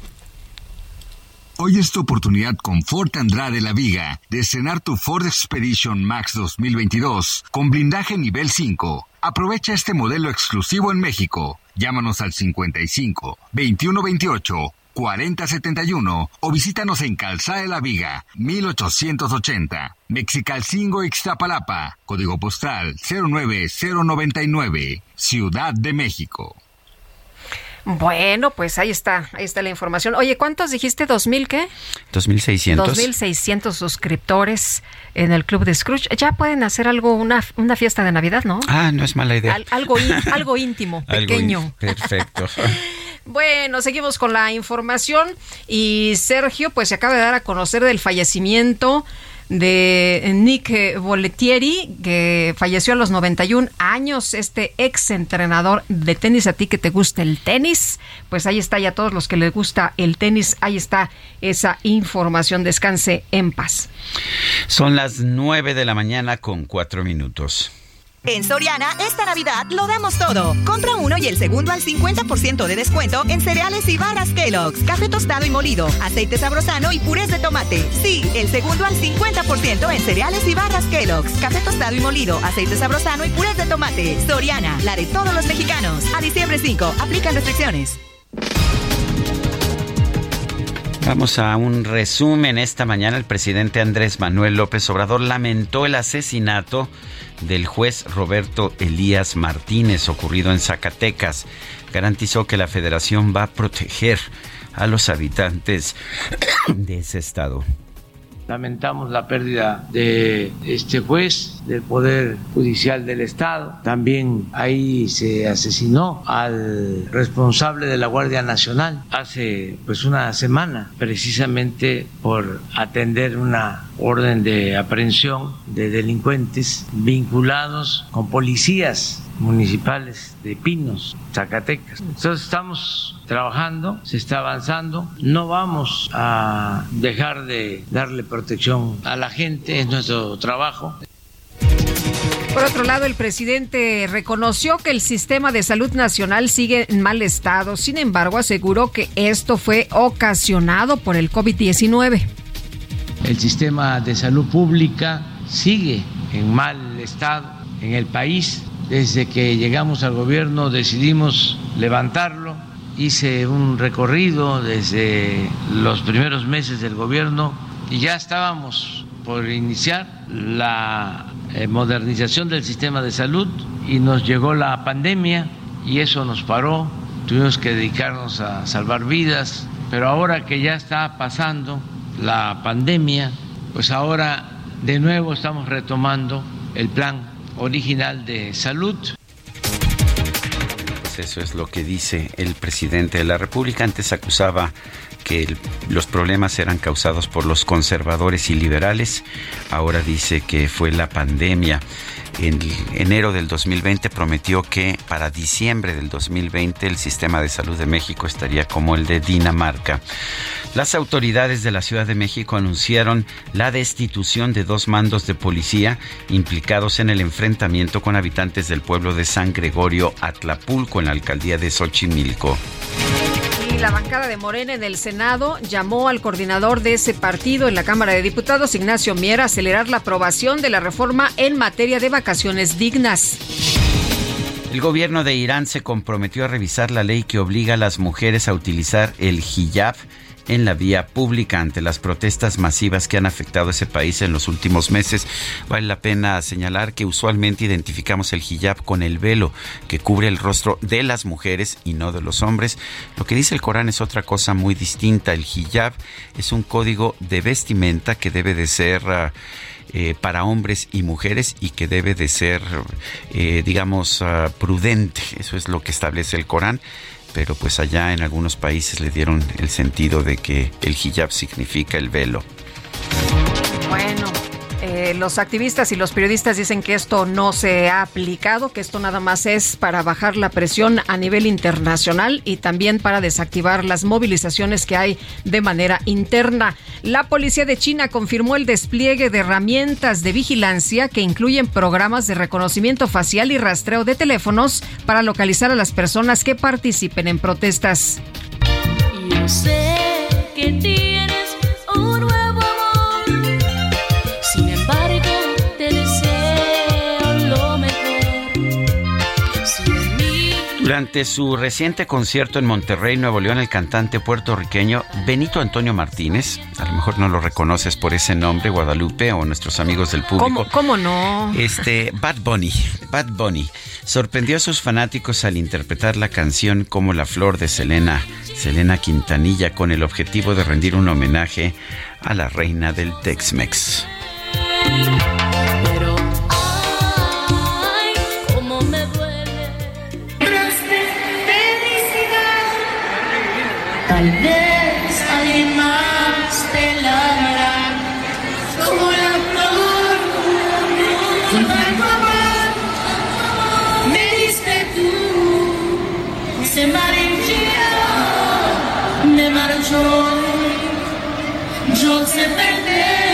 Hoy es tu oportunidad con Ford Andrade La Viga de estrenar tu Ford Expedition Max 2022 con blindaje nivel 5. Aprovecha este modelo exclusivo en México. Llámanos al 55 21 28 40 71 o visítanos en Calzada de La Viga, 1880, Mexicalcingo, Ixtapalapa, código postal 09099, Ciudad de México.
Bueno, pues ahí está la información. Oye, ¿cuántos dijiste? ¿2,000 qué?
2,600.
2,600 suscriptores en el Club de Scrooge. Ya pueden hacer algo, una fiesta de Navidad, ¿no?
Ah, no es mala idea.
Algo íntimo, pequeño.
Perfecto.
Bueno, seguimos con la información y Sergio, pues se acaba de dar a conocer del fallecimiento de Nick Bollettieri, que falleció a los 91 años, este ex entrenador de tenis. A ti que te gusta el tenis, pues ahí está, y a todos los que les gusta el tenis, ahí está esa información. Descanse en paz.
Son las 9 de la mañana con 4 minutos.
En Soriana, esta Navidad lo damos todo. Compra uno y el segundo al 50% de descuento en cereales y barras Kellogg's, café tostado y molido, aceite sabrosano y purés de tomate. Sí, el segundo al 50% en cereales y barras Kellogg's, café tostado y molido, aceite sabrosano y purés de tomate. Soriana, la de todos los mexicanos. A diciembre 5, aplican restricciones.
Vamos a un resumen. Esta mañana el presidente Andrés Manuel López Obrador lamentó el asesinato del juez Roberto Elías Martínez ocurrido en Zacatecas. Garantizó que la Federación va a proteger a los habitantes de ese estado.
Lamentamos la pérdida de este juez del Poder Judicial del Estado. También ahí se asesinó al responsable de la Guardia Nacional hace una semana, precisamente por atender una orden de aprehensión de delincuentes vinculados con policías municipales de Pinos, Zacatecas. Entonces estamos trabajando, se está avanzando, no vamos a dejar de darle protección a la gente, es nuestro trabajo.
Por otro lado, el presidente reconoció que el sistema de salud nacional sigue en mal estado. Sin embargo, aseguró que esto fue ocasionado por el COVID-19.
El sistema de salud pública sigue en mal estado en el país. Desde que llegamos al gobierno decidimos levantarlo. Hice un recorrido desde los primeros meses del gobierno y ya estábamos por iniciar la modernización del sistema de salud y nos llegó la pandemia y eso nos paró. Tuvimos que dedicarnos a salvar vidas, pero ahora que ya está pasando la pandemia, pues ahora de nuevo estamos retomando el plan original de salud.
Pues eso es lo que dice el presidente de la República. Antes acusaba que los problemas eran causados por los conservadores y liberales. Ahora dice que fue la pandemia. En enero del 2020 prometió que para diciembre del 2020 el sistema de salud de México estaría como el de Dinamarca. Las autoridades de la Ciudad de México anunciaron la destitución de 2 mandos de policía implicados en el enfrentamiento con habitantes del pueblo de San Gregorio Atlapulco en la alcaldía de Xochimilco.
Y la bancada de Morena en el Senado llamó al coordinador de ese partido en la Cámara de Diputados, Ignacio Mier, a acelerar la aprobación de la reforma en materia de vacaciones dignas.
El gobierno de Irán se comprometió a revisar la ley que obliga a las mujeres a utilizar el hijab en la vía pública ante las protestas masivas que han afectado a ese país en los últimos meses. Vale la pena señalar que usualmente identificamos el hijab con el velo que cubre el rostro de las mujeres y no de los hombres. Lo que dice el Corán es otra cosa muy distinta. El hijab es un código de vestimenta que debe de ser para hombres y mujeres y que debe de ser, prudente. Eso es lo que establece el Corán. Pero pues allá en algunos países le dieron el sentido de que el hijab significa el velo.
Bueno, los activistas y los periodistas dicen que esto no se ha aplicado, que esto nada más es para bajar la presión a nivel internacional y también para desactivar las movilizaciones que hay de manera interna. La policía de China confirmó el despliegue de herramientas de vigilancia que incluyen programas de reconocimiento facial y rastreo de teléfonos para localizar a las personas que participen en protestas.
Yo sé que tienes un nuevo amor, sin embargo te deseo lo mejor.
Durante su reciente concierto en Monterrey, Nuevo León, el cantante puertorriqueño Benito Antonio Martínez, a lo mejor no lo reconoces por ese nombre, Guadalupe, o nuestros amigos del público.
¿Cómo no?
Bad Bunny, sorprendió a sus fanáticos al interpretar la canción Como la Flor de Selena Quintanilla, con el objetivo de rendir un homenaje a la reina del Tex-Mex.
Tal vez alguien más te la dará, como la flor, con tanto amor, me diste tú, se me marchó, yo sé perder.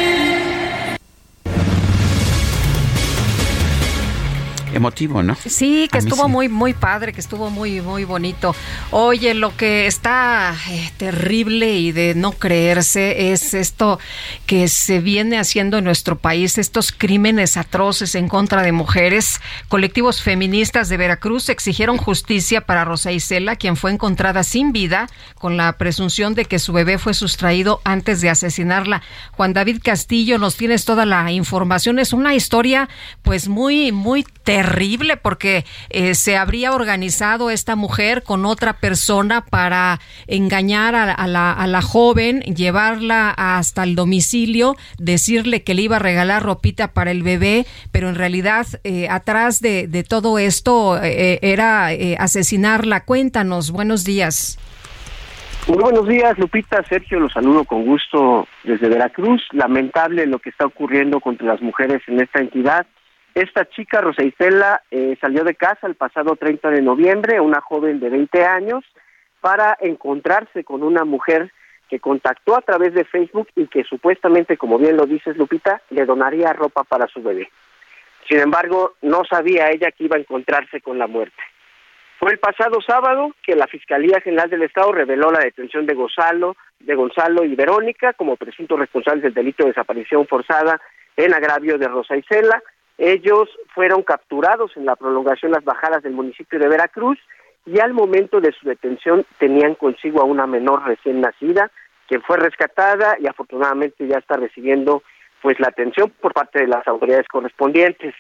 Emotivo, ¿no?
Sí, que estuvo muy, muy padre, que estuvo muy, muy bonito. Oye, lo que está terrible y de no creerse es esto que se viene haciendo en nuestro país, estos crímenes atroces en contra de mujeres. Colectivos feministas de Veracruz exigieron justicia para Rosa Isela, quien fue encontrada sin vida, con la presunción de que su bebé fue sustraído antes de asesinarla. Juan David Castillo, nos tienes toda la información. Es una historia, pues, muy, muy terrible, porque se habría organizado esta mujer con otra persona para engañar a la joven, llevarla hasta el domicilio, decirle que le iba a regalar ropita para el bebé, pero en realidad atrás de todo esto era asesinarla. Cuéntanos, buenos días.
Muy buenos días, Lupita, Sergio, los saludo con gusto desde Veracruz. Lamentable lo que está ocurriendo contra las mujeres en esta entidad. Esta chica, Rosa Isela, salió de casa el pasado 30 de noviembre, una joven de 20 años, para encontrarse con una mujer que contactó a través de Facebook y que supuestamente, como bien lo dices, Lupita, le donaría ropa para su bebé. Sin embargo, no sabía ella que iba a encontrarse con la muerte. Fue el pasado sábado que la Fiscalía General del Estado reveló la detención de Gonzalo y Verónica como presuntos responsables del delito de desaparición forzada en agravio de Rosa Isela. Ellos fueron capturados en la prolongación Las Bajadas del municipio de Veracruz y al momento de su detención tenían consigo a una menor recién nacida, que fue rescatada y afortunadamente ya está recibiendo pues la atención por parte de las autoridades correspondientes.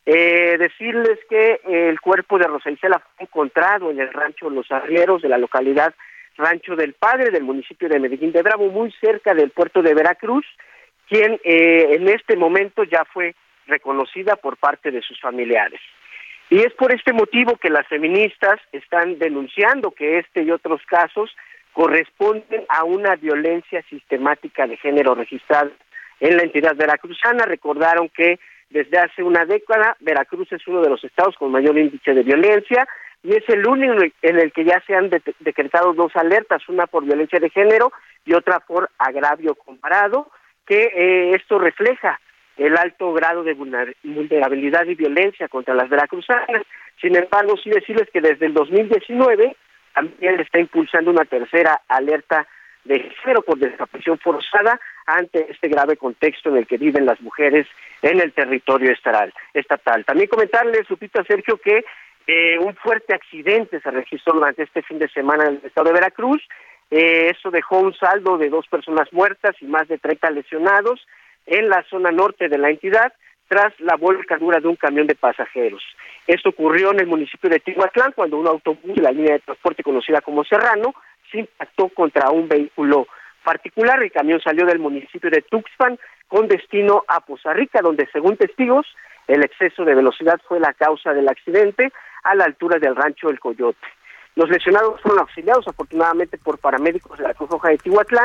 Decirles que el cuerpo de Rosa Isela fue encontrado en el rancho Los Arrieros de la localidad Rancho del Padre del municipio de Medellín de Bravo, muy cerca del puerto de Veracruz, quien en este momento ya fue reconocida por parte de sus familiares. Y es por este motivo que las feministas están denunciando que este y otros casos corresponden a una violencia sistemática de género registrada en la entidad veracruzana. Recordaron que desde hace una década Veracruz es uno de los estados con mayor índice de violencia y es el único en el que ya se han decretado dos alertas, una por violencia de género y otra por agravio comparado, que esto refleja el alto grado de vulnerabilidad y violencia contra las veracruzanas. Sin embargo, sí decirles que desde el 2019 también está impulsando una tercera alerta de género por desaparición forzada ante este grave contexto en el que viven las mujeres en el territorio estatal. También comentarles, Lupita, Sergio, que un fuerte accidente se registró durante este fin de semana en el estado de Veracruz. Eso dejó un saldo de 2 personas muertas y más de 30 lesionados en la zona norte de la entidad, tras la volcadura de un camión de pasajeros. Esto ocurrió en el municipio de Tihuatlán, cuando un autobús de la línea de transporte conocida como Serrano se impactó contra un vehículo particular. El camión salió del municipio de Tuxpan con destino a Poza Rica, donde, según testigos, el exceso de velocidad fue la causa del accidente a la altura del rancho El Coyote. Los lesionados fueron auxiliados, afortunadamente, por paramédicos de la Cruz Roja de Tihuatlán,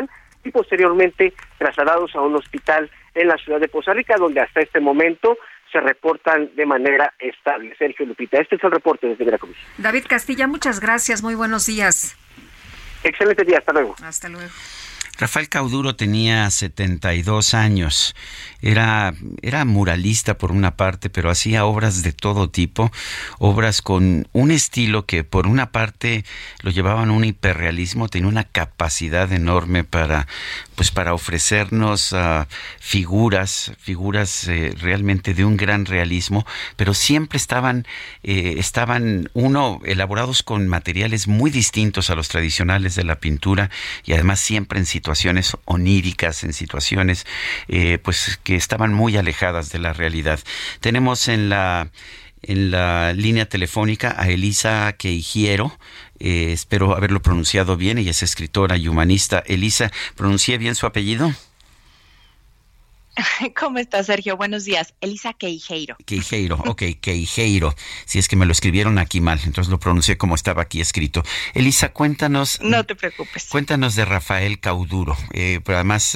y posteriormente trasladados a un hospital en la ciudad de Poza Rica, donde hasta este momento se reportan de manera estable. Sergio, Lupita, este es el reporte desde Veracruz.
David Castilla, muchas gracias, muy buenos días.
Excelente día, hasta luego.
Hasta luego.
Rafael Cauduro tenía 72 años, era muralista por una parte, pero hacía obras de todo tipo, obras con un estilo que por una parte lo llevaban a un hiperrealismo, tenía una capacidad enorme para ofrecernos figuras realmente de un gran realismo, pero siempre estaban elaborados con materiales muy distintos a los tradicionales de la pintura y además siempre en situaciones oníricas, en situaciones que estaban muy alejadas de la realidad. Tenemos en la línea telefónica a Elisa Queijeiro, espero haberlo pronunciado bien, ella es escritora y humanista. Elisa, ¿pronuncié bien su apellido?
¿Cómo estás, Sergio? Buenos días. Elisa Queijeiro.
Queijeiro, ok, Queijeiro. Si es que me lo escribieron aquí mal, entonces lo pronuncié como estaba aquí escrito. Elisa, cuéntanos.
No te preocupes.
Cuéntanos de Rafael Cauduro. Pero además,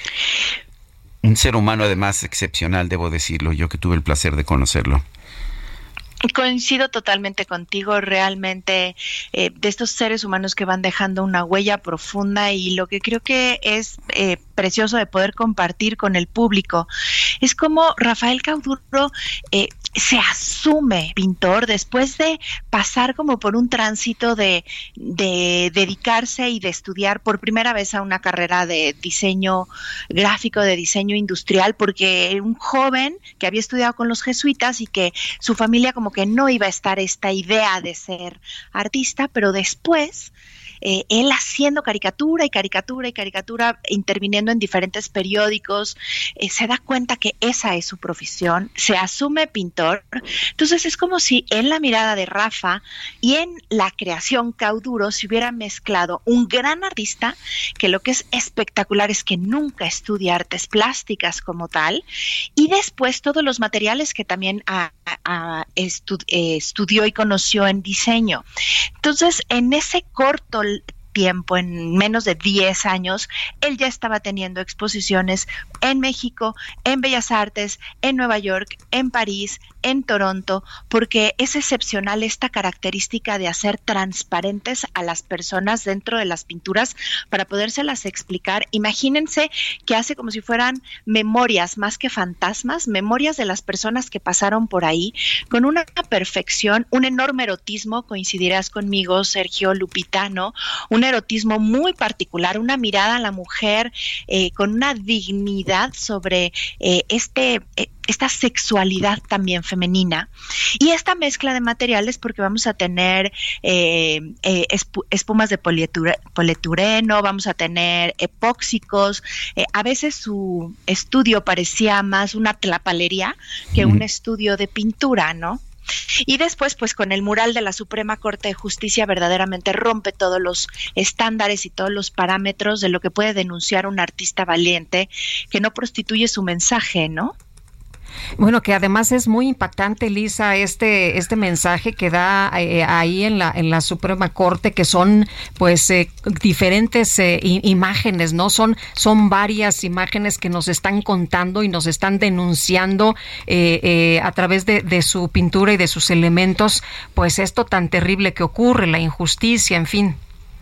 un ser humano además excepcional, debo decirlo, yo que tuve el placer de conocerlo.
Coincido totalmente contigo, realmente de estos seres humanos que van dejando una huella profunda, y lo que creo que es precioso de poder compartir con el público es como Rafael Cauduro se asume pintor después de pasar como por un tránsito de dedicarse y de estudiar por primera vez a una carrera de diseño gráfico, de diseño industrial, porque un joven que había estudiado con los jesuitas y que su familia como que no iba a estar esta idea de ser artista, pero después él haciendo caricatura, interviniendo en diferentes periódicos, se da cuenta que esa es su profesión, se asume pintor. Entonces es como si en la mirada de Rafa y en la creación Cauduro se hubiera mezclado un gran artista, que lo que es espectacular es que nunca estudia artes plásticas como tal, y después todos los materiales que también estudió y conoció en diseño. Entonces, en ese corto tiempo, en menos de 10 años, él ya estaba teniendo exposiciones en México, en Bellas Artes, en Nueva York, en París, en Toronto, porque es excepcional esta característica de hacer transparentes a las personas dentro de las pinturas para podérselas explicar. Imagínense que hace como si fueran memorias más que fantasmas, memorias de las personas que pasaron por ahí, con una perfección, un enorme erotismo, coincidirás conmigo, Sergio, Lupita, ¿no? Un erotismo muy particular, una mirada a la mujer con una dignidad sobre esta sexualidad también femenina, y esta mezcla de materiales, porque vamos a tener espumas de polietileno, vamos a tener epóxicos, a veces su estudio parecía más una tlapalería que un estudio de pintura, ¿no? Y después, pues con el mural de la Suprema Corte de Justicia verdaderamente rompe todos los estándares y todos los parámetros de lo que puede denunciar un artista valiente que no prostituye su mensaje, ¿no?
Bueno, que además es muy impactante, Lisa, este mensaje que da ahí en la Suprema Corte, que son pues diferentes imágenes, ¿no? Son varias imágenes que nos están contando y nos están denunciando a través de su pintura y de sus elementos, pues esto tan terrible que ocurre, la injusticia, en fin.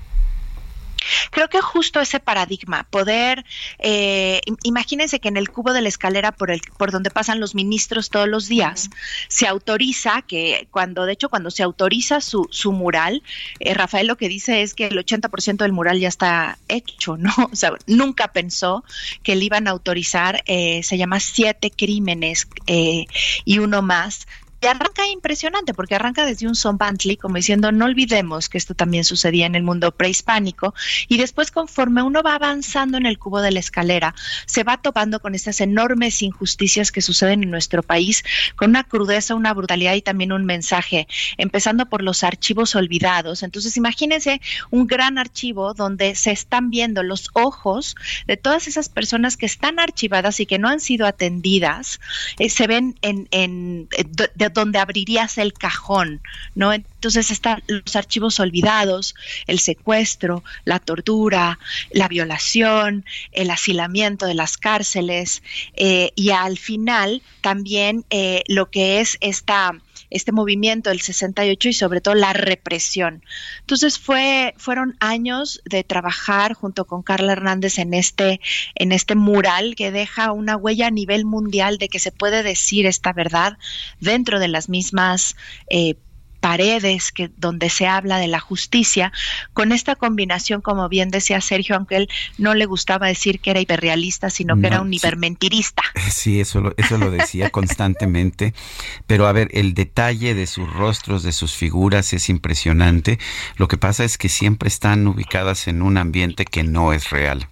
Creo que justo ese paradigma, poder, imagínense que en el cubo de la escalera por donde pasan los ministros todos los días, se autoriza que cuando se autoriza su mural, Rafael lo que dice es que el 80% del mural ya está hecho, ¿no? O sea, nunca pensó que le iban a autorizar, se llama 7 crímenes y uno más. Y arranca impresionante, porque arranca desde un Zombantli, como diciendo, no olvidemos que esto también sucedía en el mundo prehispánico, y después, conforme uno va avanzando en el cubo de la escalera, se va topando con estas enormes injusticias que suceden en nuestro país, con una crudeza, una brutalidad y también un mensaje, empezando por los archivos olvidados. Entonces, imagínense un gran archivo donde se están viendo los ojos de todas esas personas que están archivadas y que no han sido atendidas, se ven donde abrirías el cajón, ¿no? Entonces están los archivos olvidados, el secuestro, la tortura, la violación, el hacinamiento de las cárceles, y al final también lo que es este movimiento del 68 y sobre todo la represión. Entonces fueron años de trabajar junto con Carla Hernández en este mural que deja una huella a nivel mundial de que se puede decir esta verdad dentro de las mismas paredes donde se habla de la justicia, con esta combinación, como bien decía Sergio, aunque él no le gustaba decir que era hiperrealista, sino que era un hipermentirista.
Sí, eso lo decía constantemente, pero a ver, el detalle de sus rostros, de sus figuras es impresionante. Lo que pasa es que siempre están ubicadas en un ambiente que no es real.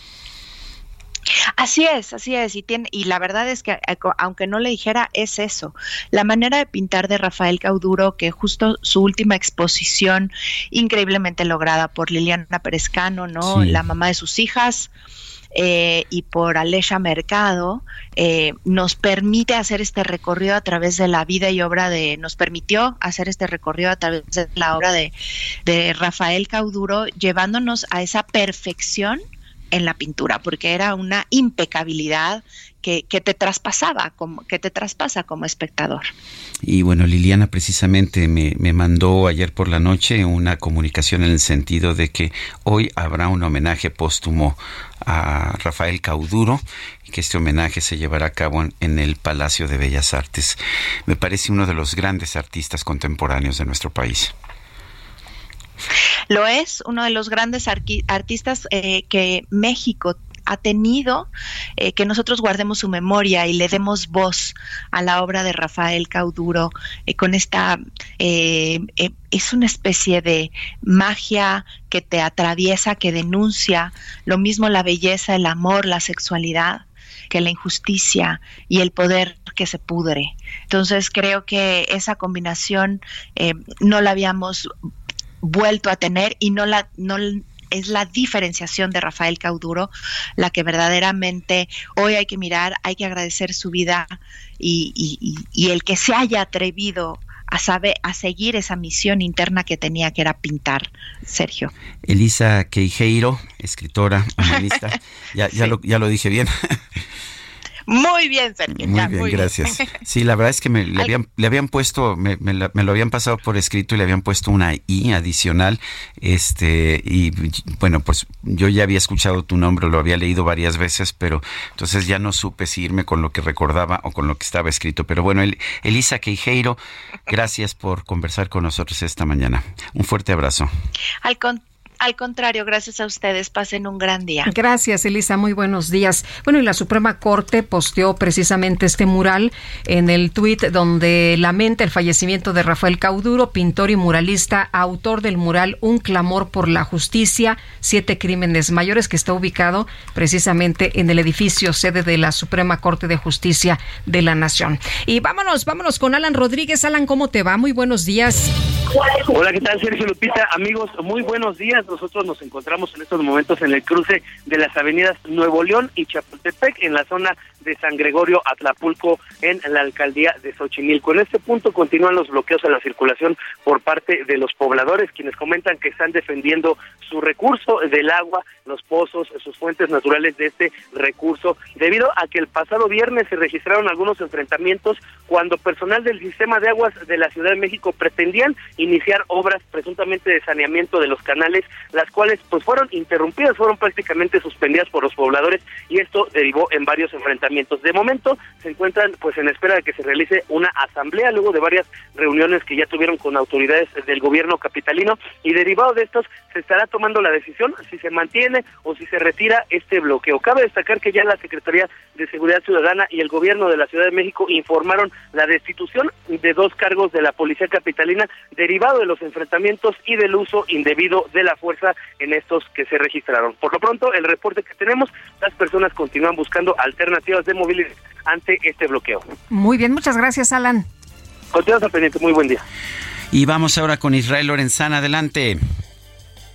Así es, y la verdad es que aunque no le dijera, es eso. La manera de pintar de Rafael Cauduro, que justo su última exposición, increíblemente lograda por Liliana Pérez Cano, ¿no? Sí. La mamá de sus hijas, y por Alesha Mercado, nos permite hacer este recorrido a través de la vida y obra nos permitió hacer este recorrido a través de la obra de Rafael Cauduro, llevándonos a esa perfección en la pintura, porque era una impecabilidad que te traspasa como espectador.
Y bueno, Liliana precisamente me mandó ayer por la noche una comunicación en el sentido de que hoy habrá un homenaje póstumo a Rafael Cauduro y que este homenaje se llevará a cabo en el Palacio de Bellas Artes. Me parece uno de los grandes artistas contemporáneos de nuestro país.
Lo es, uno de los grandes artistas que México ha tenido, que nosotros guardemos su memoria y le demos voz a la obra de Rafael Cauduro, con esta, es una especie de magia que te atraviesa, que denuncia lo mismo la belleza, el amor, la sexualidad, que la injusticia y el poder que se pudre. Entonces creo que esa combinación no la habíamos vuelto a tener, y no es la diferenciación de Rafael Cauduro la que verdaderamente hoy hay que mirar, hay que agradecer su vida y el que se haya atrevido a seguir esa misión interna que tenía, que era pintar. Sergio.
Elisa Queijeiro, escritora, humanista, ya lo dije bien.
Muy bien, Sergio.
Muy bien, gracias. Sí, la verdad es que le habían puesto, me lo habían pasado por escrito y le habían puesto una I adicional, y bueno, pues yo ya había escuchado tu nombre, lo había leído varias veces, pero entonces ya no supe si irme con lo que recordaba o con lo que estaba escrito. Pero bueno, Elisa Queijeiro, gracias por conversar con nosotros esta mañana. Un fuerte abrazo.
Al contrario, gracias a ustedes. Pasen un gran día.
Gracias, Elisa. Muy buenos días. Bueno, y la Suprema Corte posteó precisamente este mural en el tuit donde lamenta el fallecimiento de Rafael Cauduro, pintor y muralista, autor del mural Un clamor por la justicia, 7 crímenes mayores, que está ubicado precisamente en el edificio sede de la Suprema Corte de Justicia de la Nación. Y vámonos con Alan Rodríguez. Alan, ¿cómo te va? Muy buenos días.
Hola, ¿qué tal, Sergio Lupita? Amigos, muy buenos días. Nosotros nos encontramos en estos momentos en el cruce de las avenidas Nuevo León y Chapultepec, en la zona de San Gregorio Atlapulco, en la alcaldía de Xochimilco. En este punto continúan los bloqueos a la circulación por parte de los pobladores, quienes comentan que están defendiendo su recurso del agua, los pozos, sus fuentes naturales de este recurso, debido a que el pasado viernes se registraron algunos enfrentamientos cuando personal del sistema de aguas de la Ciudad de México pretendían iniciar obras presuntamente de saneamiento de los canales, las cuales pues fueron interrumpidas, fueron prácticamente suspendidas por los pobladores, y esto derivó en varios enfrentamientos. De momento se encuentran pues en espera de que se realice una asamblea luego de varias reuniones que ya tuvieron con autoridades del gobierno capitalino, y derivado de estos se estará tomando la decisión si se mantiene o si se retira este bloqueo. Cabe destacar que ya la Secretaría de Seguridad Ciudadana y el gobierno de la Ciudad de México informaron la destitución de 2 cargos de la policía capitalina derivado de los enfrentamientos y del uso indebido de la fuerza en estos que se registraron. Por lo pronto, el reporte que tenemos, las personas continúan buscando alternativas de movilidad ante este bloqueo.
Muy bien, muchas gracias, Alan.
Continuamos al pendiente, muy buen día.
Y vamos ahora con Israel Lorenzana, adelante.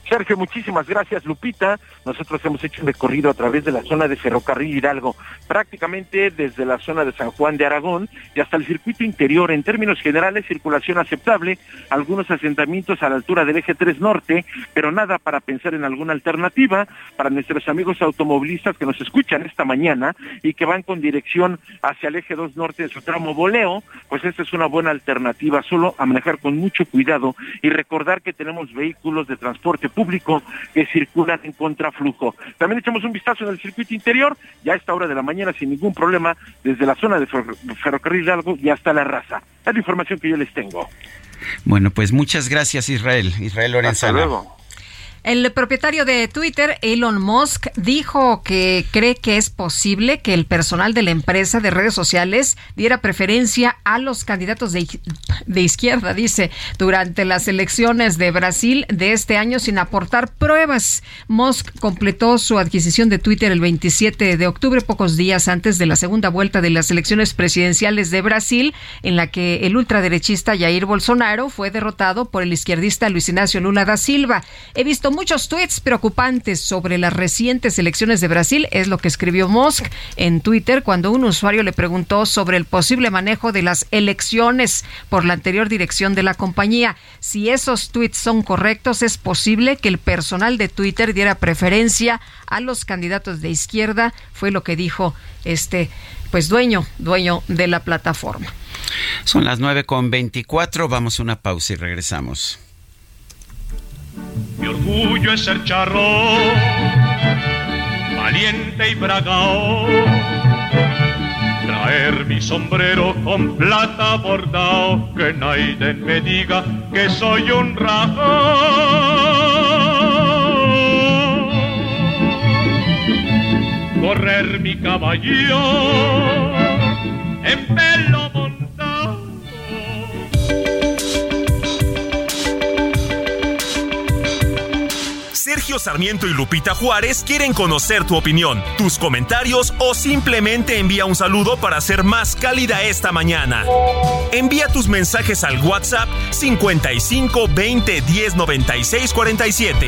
Sergio, muchísimas gracias, Lupita. Nosotros hemos hecho un recorrido a través de la zona de Ferrocarril Hidalgo, prácticamente desde la zona de San Juan de Aragón y hasta el circuito interior. En términos generales, circulación aceptable, algunos asentamientos a la altura del eje 3 norte, pero nada para pensar en alguna alternativa para nuestros amigos automovilistas que nos escuchan esta mañana y que van con dirección hacia el eje 2 norte de su tramo Boleo. Pues esta es una buena alternativa, solo a manejar con mucho cuidado y recordar que tenemos vehículos de transporte público que circulan en contraflujo. También echamos un vistazo en el circuito interior, ya a esta hora de la mañana sin ningún problema, desde la zona de Ferrocarril Hidalgo y hasta La Raza. Es la información que yo les tengo.
Bueno, pues muchas gracias, Israel Lorenzana.
Hasta luego.
El propietario de Twitter, Elon Musk, dijo que cree que es posible que el personal de la empresa de redes sociales diera preferencia a los candidatos de izquierda, dice, durante las elecciones de Brasil de este año sin aportar pruebas. Musk completó su adquisición de Twitter el 27 de octubre, pocos días antes de la segunda vuelta de las elecciones presidenciales de Brasil, en la que el ultraderechista Jair Bolsonaro fue derrotado por el izquierdista Luis Ignacio Lula da Silva. He visto muchos tweets preocupantes sobre las recientes elecciones de Brasil, es lo que escribió Musk en Twitter cuando un usuario le preguntó sobre el posible manejo de las elecciones por la anterior dirección de la compañía. Si esos tweets son correctos, es posible que el personal de Twitter diera preferencia a los candidatos de izquierda, fue lo que dijo dueño de la plataforma.
Son las 9:24, vamos a una pausa y regresamos.
Mi orgullo es ser charro, valiente y bragao, traer mi sombrero con plata bordao, que nadie me diga que soy un rajao, correr mi caballo en pelo montado.
Sergio Sarmiento y Lupita Juárez quieren conocer tu opinión, tus comentarios o simplemente envía un saludo para hacer más cálida esta mañana. Envía tus mensajes al WhatsApp 55 20 10 96 47.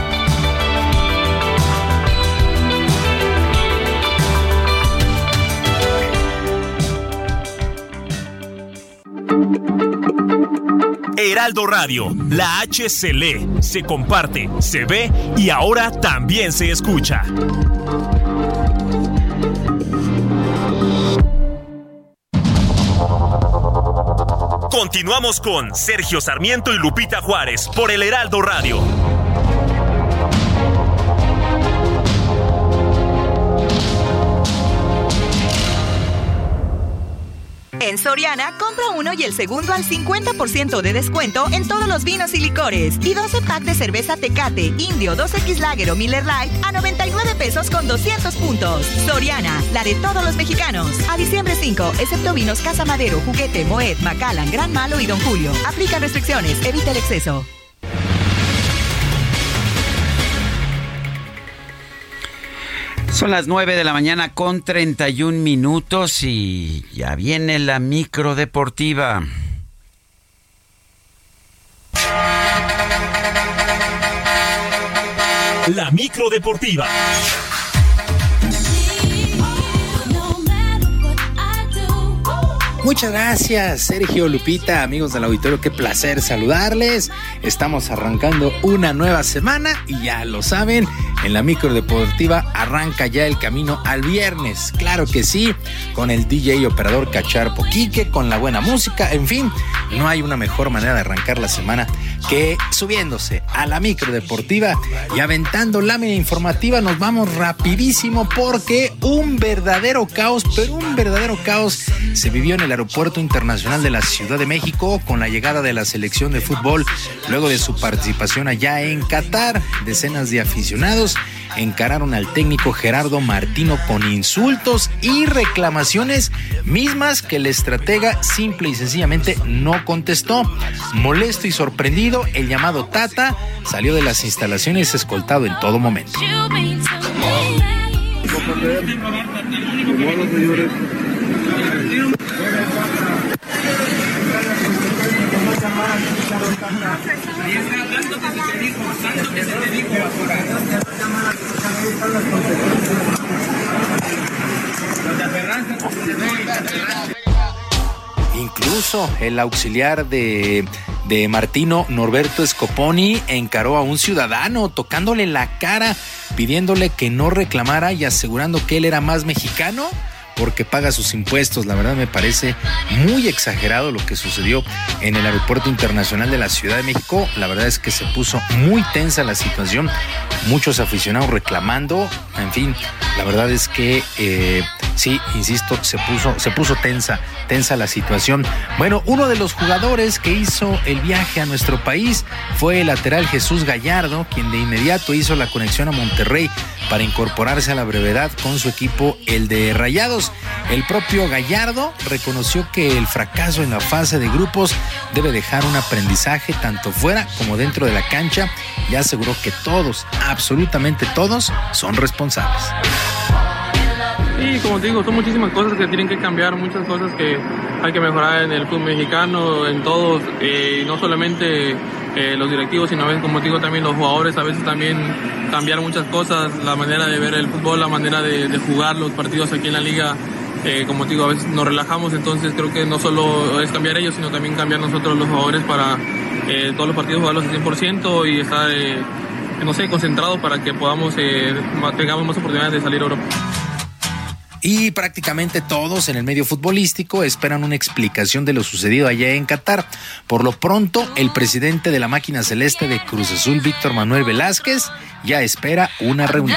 Heraldo Radio, la H se lee, se comparte, se ve y ahora también se escucha. Continuamos con Sergio Sarmiento y Lupita Juárez por el Heraldo Radio.
En Soriana, compra uno y el segundo al 50% de descuento en todos los vinos y licores. Y 12 pack de cerveza Tecate, Indio, 2X Lager o Miller Lite a 99 pesos con 200 puntos. Soriana, la de todos los mexicanos. A diciembre 5, excepto vinos Casa Madero, Juguete, Moet, Macallan, Gran Malo y Don Julio. Aplica restricciones, evita el exceso.
Son las 9 de la mañana con 31 minutos y ya viene la micro deportiva.
La micro deportiva.
Muchas gracias, Sergio, Lupita, amigos del auditorio, qué placer saludarles. Estamos arrancando una nueva semana y ya lo saben, en la micro deportiva arranca ya el camino al viernes. Claro que sí, con el DJ operador Cacharpo Quique, con la buena música, en fin, no hay una mejor manera de arrancar la semana que subiéndose a la micro deportiva y aventando lámina informativa. Nos vamos rapidísimo porque un verdadero caos, pero un verdadero caos se vivió en el Aeropuerto Internacional de la Ciudad de México con la llegada de la selección de fútbol luego de su participación allá en Qatar. Decenas de aficionados encararon al técnico Gerardo Martino con insultos y reclamaciones mismas que el estratega simple y sencillamente no contestó. Molesto y sorprendido, el llamado Tata salió de las instalaciones escoltado en todo momento. Incluso el auxiliar de Martino, Norberto Scoponi, encaró a un ciudadano tocándole la cara, pidiéndole que no reclamara y asegurando que él era más mexicano porque paga sus impuestos. La verdad me parece muy exagerado lo que sucedió en el Aeropuerto Internacional de la Ciudad de México. La verdad es que se puso muy tensa la situación, muchos aficionados reclamando, en fin, la verdad es que sí, insisto, se puso tensa la situación. Bueno, uno de los jugadores que hizo el viaje a nuestro país fue el lateral Jesús Gallardo, quien de inmediato hizo la conexión a Monterrey para incorporarse a la brevedad con su equipo, el de Rayados. El propio Gallardo reconoció que el fracaso en la fase de grupos debe dejar un aprendizaje tanto fuera como dentro de la cancha y aseguró que todos, absolutamente todos, son responsables.
Sí, como te digo, son muchísimas cosas que tienen que cambiar, muchas cosas que hay que mejorar en el fútbol mexicano, en todos, no solamente los directivos, sino a veces, como te digo, también los jugadores, a veces también cambiar muchas cosas, la manera de ver el fútbol, la manera de jugar los partidos aquí en la liga. Como te digo, a veces nos relajamos, entonces creo que no solo es cambiar ellos, sino también cambiar nosotros los jugadores para todos los partidos jugarlos al 100% y estar, concentrados para que tengamos más oportunidades de salir a Europa.
Y prácticamente todos en el medio futbolístico esperan una explicación de lo sucedido allá en Qatar. Por lo pronto, el presidente de la máquina celeste de Cruz Azul, Víctor Manuel Velázquez, ya espera una reunión.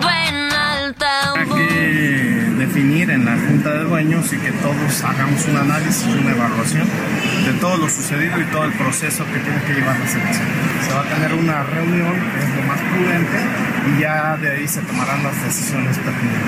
Hay que definir en la Junta de Dueños y que todos hagamos un análisis, una evaluación de todo lo sucedido y todo el proceso que tiene que llevar la selección. Se va a tener una reunión que es lo más prudente y ya de ahí se tomarán las decisiones pertinentes.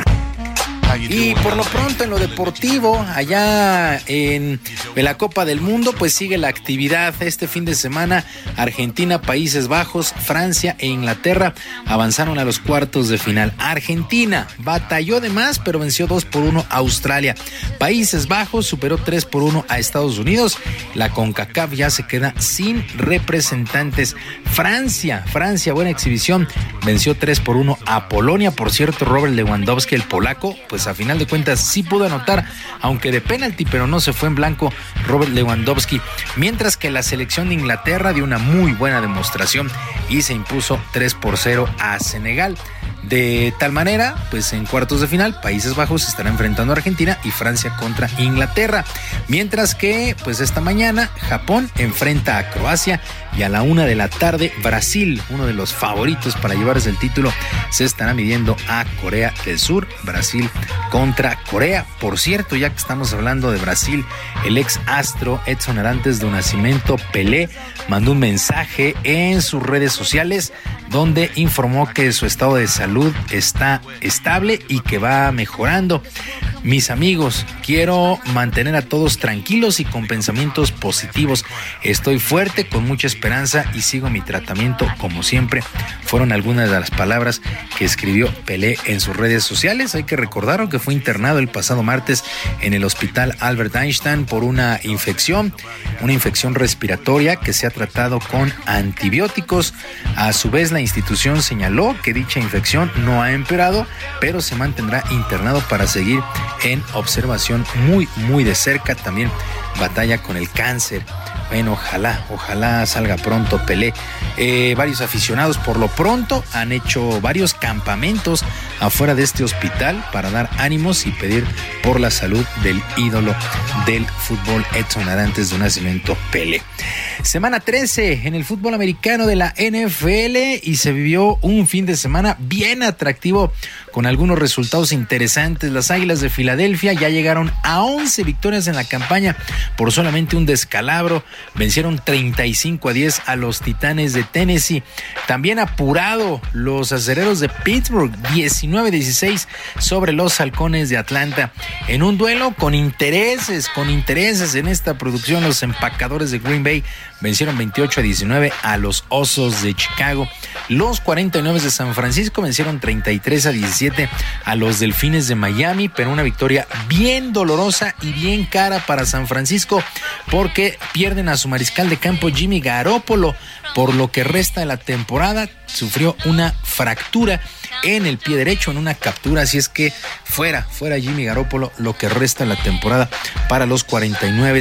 Y por lo pronto en lo deportivo, allá en la Copa del Mundo, pues sigue la actividad este fin de semana. Argentina, Países Bajos, Francia e Inglaterra avanzaron a los cuartos de final. Argentina batalló de más, pero venció 2-1 a Australia. Países Bajos superó 3-1 a Estados Unidos. La CONCACAF ya se queda sin representantes. Francia, buena exhibición, venció 3-1 a Polonia. Por cierto, Robert Lewandowski, el polaco, pues a final de cuentas sí pudo anotar, aunque de penalti, pero no se fue en blanco Robert Lewandowski. Mientras que la selección de Inglaterra dio una muy buena demostración y se impuso 3-0 a Senegal. De tal manera, pues en cuartos de final, Países Bajos estará enfrentando a Argentina y Francia contra Inglaterra. Mientras que, pues esta mañana, Japón enfrenta a Croacia y a la 1:00 p.m, Brasil, uno de los favoritos para llevarse el título, se estará midiendo a Corea del Sur. Brasil contra Corea. Por cierto, ya que estamos hablando de Brasil, el ex astro Edson Arantes do Nascimento, Pelé, mandó un mensaje en sus redes sociales donde informó que su estado de salud está estable y que va mejorando. Mis amigos, quiero mantener a todos tranquilos y con pensamientos positivos. Estoy fuerte, con mucha esperanza y sigo mi tratamiento como siempre. Fueron algunas de las palabras que escribió Pelé en sus redes sociales. Hay que recordar que fue internado el pasado martes en el hospital Albert Einstein por una infección respiratoria que se ha tratado con antibióticos. A su vez, la institución señaló que dicha infección no ha empeorado, pero se mantendrá internado para seguir en observación muy de cerca. También batalla con el cáncer. Bueno, ojalá salga pronto Pelé. Varios aficionados por lo pronto han hecho varios campamentos afuera de este hospital para dar ánimos y pedir por la salud del ídolo del fútbol Edson Arantes do Nascimento, Pelé. Semana 13 en el fútbol americano de la NFL y se vivió un fin de semana bien atractivo con algunos resultados interesantes. Las Águilas de Filadelfia ya llegaron a 11 victorias en la campaña por solamente un descalabro. Vencieron 35-10 a los Titanes de Tennessee. También apurado, los Acereros de Pittsburgh, 19 19-16 sobre los Halcones de Atlanta. En un duelo con intereses en esta producción, los empacadores de Green Bay vencieron 28-19 a los Osos de Chicago. Los 49 de San Francisco vencieron 33-17 a los Delfines de Miami, pero una victoria bien dolorosa y bien cara para San Francisco, porque pierden a su mariscal de campo Jimmy Garoppolo. Por lo que resta de la temporada, sufrió una fractura en el pie derecho en una captura, así es que fuera Jimmy Garoppolo lo que resta de la temporada para los 49.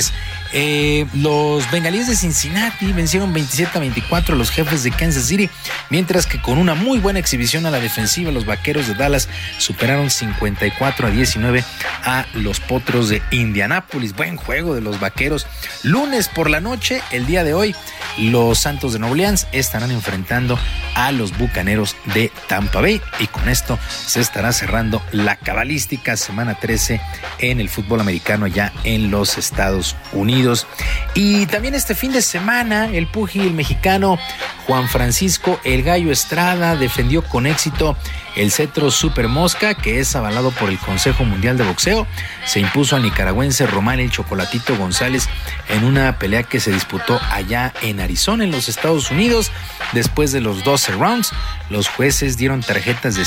Los Bengalíes de Cincinnati vencieron 27-24 a los Jefes de Kansas City, mientras que con una muy buena exhibición a la defensiva, los Vaqueros de Dallas superaron 54-19 a los Potros de Indianápolis. Buen juego de los Vaqueros. Lunes por la noche, el día de hoy, los Santos de Nueva Orleans estarán enfrentando a los Bucaneros de Tampa Bay, y con esto se estará cerrando la cabalística semana 13 en el fútbol americano ya en los Estados Unidos. Y también este fin de semana el púgil mexicano Juan Francisco El Gallo Estrada defendió con éxito el cetro Super Mosca, que es avalado por el Consejo Mundial de Boxeo. Se impuso al nicaragüense Román El Chocolatito González en una pelea que se disputó allá en Arizona, en los Estados Unidos. Después de los 12 rounds, los jueces dieron tarjetas de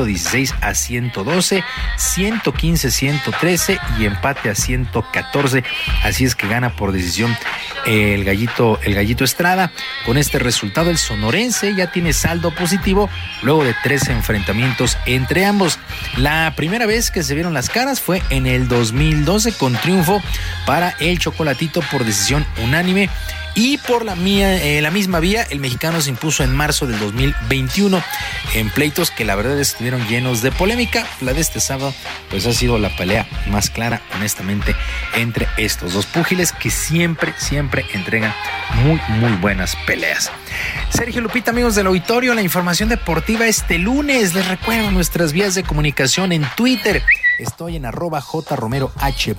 116-112, 115-113 y empate a 114. Así es que gana por decisión el Gallito Estrada. Con este resultado, el sonorense ya tiene saldo positivo luego de 13 enfrentamientos entre ambos. La primera vez que se vieron las caras fue en el 2012 con triunfo para el Chocolatito por decisión unánime. Y por la misma vía, el mexicano se impuso en marzo del 2021 en pleitos que la verdad estuvieron llenos de polémica. La de este sábado pues ha sido la pelea más clara, honestamente, entre estos dos púgiles que siempre entregan muy buenas peleas. Sergio, Lupita, amigos del auditorio, la información deportiva este lunes. Les recuerdo nuestras vías de comunicación en Twitter. Estoy en @jromerohb,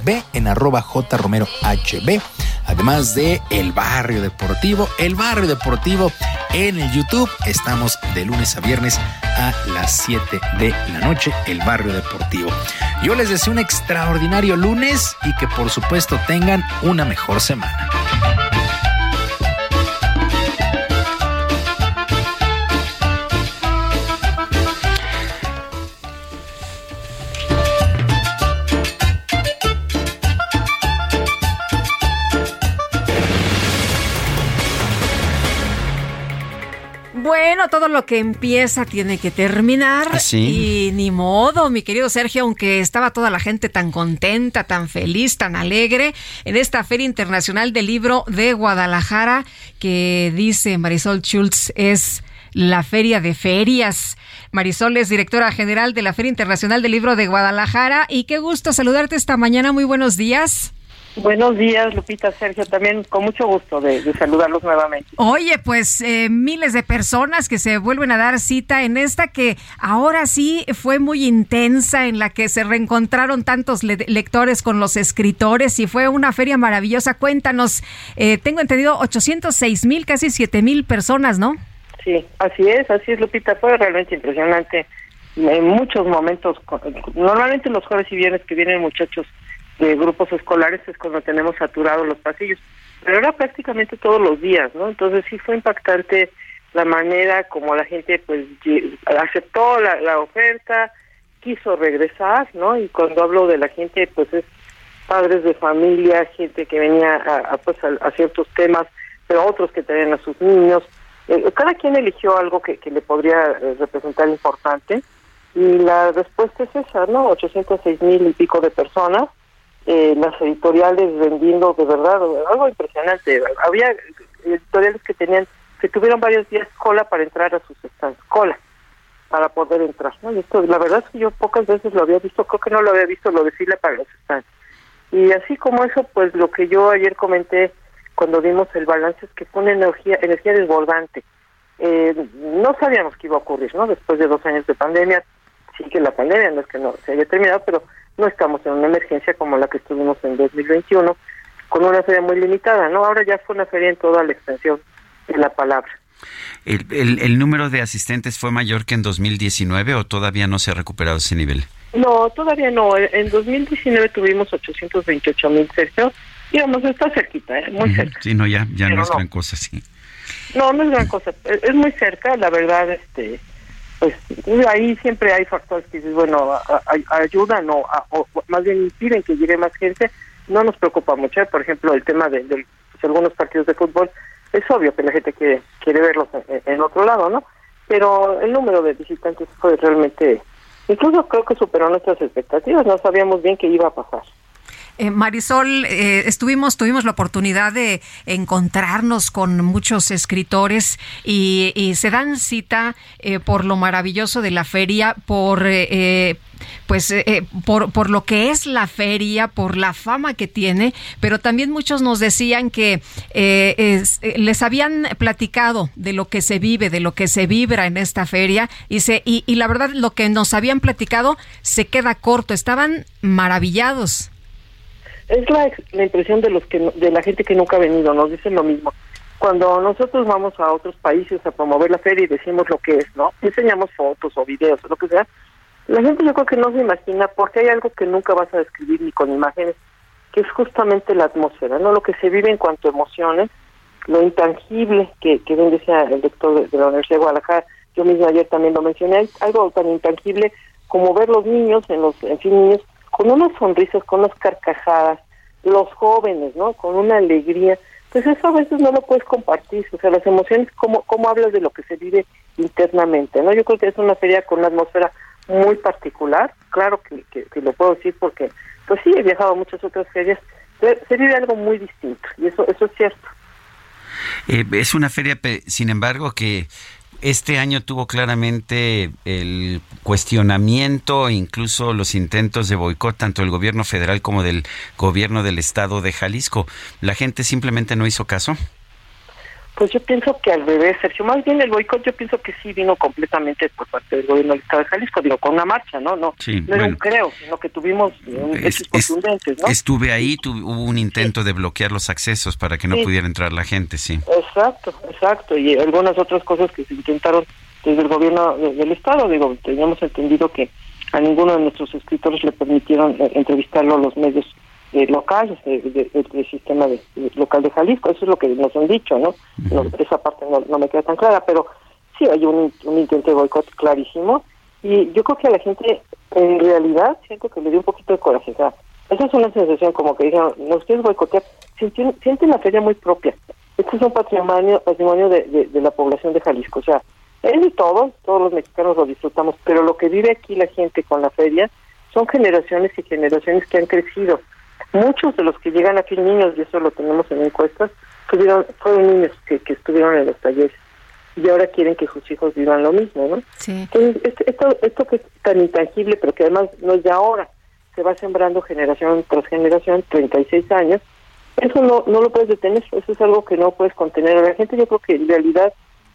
además de El Barrio Deportivo en el YouTube. Estamos de lunes a viernes a las 7 de la noche, El Barrio Deportivo. Yo les deseo un extraordinario lunes y que por supuesto tengan una mejor semana.
Bueno, todo lo que empieza tiene que terminar.
¿Sí?
Y ni modo, mi querido Sergio, aunque estaba toda la gente tan contenta, tan feliz, tan alegre en esta Feria Internacional del Libro de Guadalajara, que dice Marisol Schultz es la feria de ferias. Marisol es directora general de la Feria Internacional del Libro de Guadalajara, y qué gusto saludarte esta mañana. Muy buenos días.
Buenos días, Lupita, Sergio, también con mucho gusto de saludarlos nuevamente.
Oye, pues miles de personas que se vuelven a dar cita en esta que ahora sí fue muy intensa, en la que se reencontraron tantos lectores con los escritores, y fue una feria maravillosa. Cuéntanos, tengo entendido 806,000, casi 7,000 personas, ¿no?
Sí, así es, Lupita, fue realmente impresionante. En muchos momentos, normalmente los jueves y viernes que vienen muchachos de grupos escolares es cuando tenemos saturados los pasillos, pero era prácticamente todos los días, ¿no? Entonces sí fue impactante la manera como la gente pues aceptó la oferta, quiso regresar, ¿no? Y cuando hablo de la gente, pues es padres de familia, gente que venía a ciertos temas, pero otros que tenían a sus niños. Cada quien eligió algo que le podría representar importante, y la respuesta es esa, ¿no? 806,000 y pico de personas. Las editoriales vendiendo de verdad algo impresionante. Había editoriales que tuvieron varios días cola para entrar a sus stands, para poder entrar, ¿no? Y esto, la verdad es que yo pocas veces lo había visto, creo que no lo había visto, lo de fila para los stands. Y así como eso, pues lo que yo ayer comenté cuando dimos el balance es que fue una energía desbordante. No sabíamos qué iba a ocurrir, ¿no? Después de 2 años de pandemia, sí que la pandemia no es que no se haya terminado, pero no estamos en una emergencia como la que estuvimos en 2021, con una feria muy limitada, ¿no? Ahora ya fue una feria en toda la extensión de la palabra.
¿El número de asistentes fue mayor que en 2019 o todavía no se ha recuperado ese nivel?
No, todavía no. En 2019 tuvimos 828,000, Sergio. Digamos, está cerquita, muy cerca.
Sí, no, ya no es gran cosa, sí.
No es gran cosa. Es muy cerca, la verdad, pues ahí siempre hay factores que dices, bueno, ayudan o más bien impiden que llegue más gente. No nos preocupa mucho, por ejemplo, el tema de pues, algunos partidos de fútbol. Es obvio que la gente quiere verlos en otro lado, ¿no? Pero el número de visitantes fue realmente, incluso creo que superó nuestras expectativas. No sabíamos bien qué iba a pasar.
Marisol, tuvimos la oportunidad de encontrarnos con muchos escritores y se dan cita por lo maravilloso de la feria, por lo que es la feria, por la fama que tiene, pero también muchos nos decían que les habían platicado de lo que se vive, de lo que se vibra en esta feria, y la verdad lo que nos habían platicado se queda corto, estaban maravillados.
Es la impresión de la gente que nunca ha venido, nos dicen lo mismo. Cuando nosotros vamos a otros países a promover la feria y decimos lo que es, ¿no? Enseñamos fotos o videos o lo que sea, la gente yo creo que no se imagina, porque hay algo que nunca vas a describir ni con imágenes, que es justamente la atmósfera, ¿no? Lo que se vive en cuanto a emociones, lo intangible que bien decía el doctor de la Universidad de Guadalajara, yo mismo ayer también lo mencioné, algo tan intangible como ver los niños, niños con unas sonrisas, con unas carcajadas, los jóvenes, ¿no? Con una alegría. Pues eso a veces no lo puedes compartir, o sea, las emociones, ¿cómo hablas de lo que se vive internamente, ¿no? Yo creo que es una feria con una atmósfera muy particular, claro que lo puedo decir porque, pues sí, he viajado a muchas otras ferias, se vive algo muy distinto, y eso es cierto.
Es una feria, sin embargo, que este año tuvo claramente el cuestionamiento, incluso los intentos de boicot, tanto del gobierno federal como del gobierno del estado de Jalisco. ¿La gente simplemente no hizo caso?
Pues yo pienso que al revés, Sergio. Más bien el boicot yo pienso que sí vino completamente por parte del gobierno del estado de Jalisco, con una marcha, ¿no?
Sí,
no era un creo, sino que tuvimos hechos contundentes, ¿no?
Estuve ahí, hubo un intento de bloquear los accesos para que no pudiera entrar la gente, sí.
Exacto, y algunas otras cosas que se intentaron desde el gobierno del estado, teníamos entendido que a ninguno de nuestros escritores le permitieron entrevistarlo a los medios locales del sistema local de Jalisco. Eso es lo que nos han dicho, ¿no? Uh-huh. Esa parte no me queda tan clara, pero sí hay un intento de boicot clarísimo, y yo creo que a la gente en realidad siento que le dio un poquito de coraje. O sea, esa es una sensación como que dijeron, nos quieres boicotear, sienten la feria muy propia. Este es un patrimonio de la población de Jalisco, o sea, es de todos los mexicanos lo disfrutamos, pero lo que vive aquí la gente con la feria son generaciones y generaciones que han crecido. Muchos de los que llegan aquí, niños, y eso lo tenemos en encuestas, fueron niños que estuvieron en los talleres y ahora quieren que sus hijos vivan lo mismo, ¿no?
Sí.
Entonces, esto que es tan intangible, pero que además no es de ahora, se va sembrando generación tras generación, 36 años, eso no lo puedes detener, eso es algo que no puedes contener. A la gente yo creo que en realidad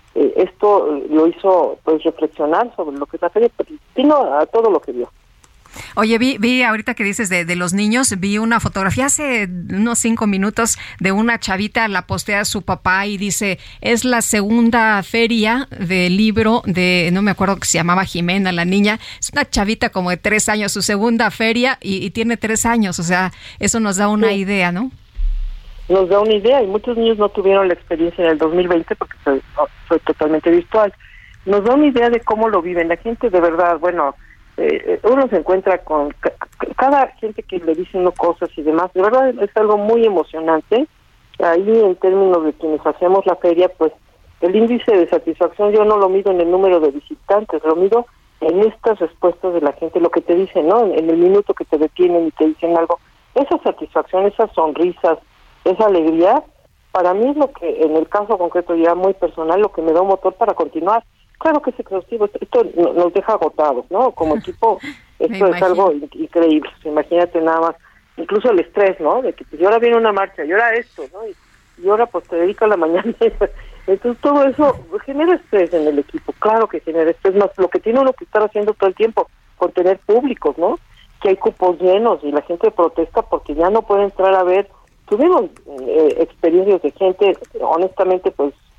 esto lo hizo pues reflexionar sobre lo que es la feria, vino a todo lo que vio.
Oye, vi ahorita que dices de los niños, vi una fotografía hace unos 5 minutos de una chavita, la postea a su papá y dice, es la segunda feria del libro de, no me acuerdo que se llamaba Jimena, la niña, es una chavita como de 3 años, su segunda feria y tiene 3 años, o sea, eso nos da una idea, ¿no?
Nos da una idea, y muchos niños no tuvieron la experiencia en el 2020 porque fue totalmente virtual. Nos da una idea de cómo lo viven la gente, de verdad, bueno, uno se encuentra con cada gente que le dice uno cosas y demás, de verdad es algo muy emocionante. Ahí en términos de quienes hacemos la feria, pues el índice de satisfacción yo no lo mido en el número de visitantes, lo mido en estas respuestas de la gente, lo que te dicen, ¿no? En el minuto que te detienen y te dicen algo, esa satisfacción, esas sonrisas, esa alegría, para mí es lo que en el caso concreto ya muy personal, lo que me da un motor para continuar. Claro que es exhaustivo, esto nos deja agotados, ¿no? Como equipo, esto es algo increíble. Imagínate nada más, incluso el estrés, ¿no? De que pues, y ahora viene una marcha, y ahora esto, ¿no? Y ahora pues te dedica la mañana. Entonces todo eso genera estrés en el equipo, claro que genera estrés, más lo que tiene uno que estar haciendo todo el tiempo, con tener públicos, ¿no? Que hay cupos llenos y la gente protesta porque ya no puede entrar a ver. Tuvimos experiencias de gente, honestamente, pues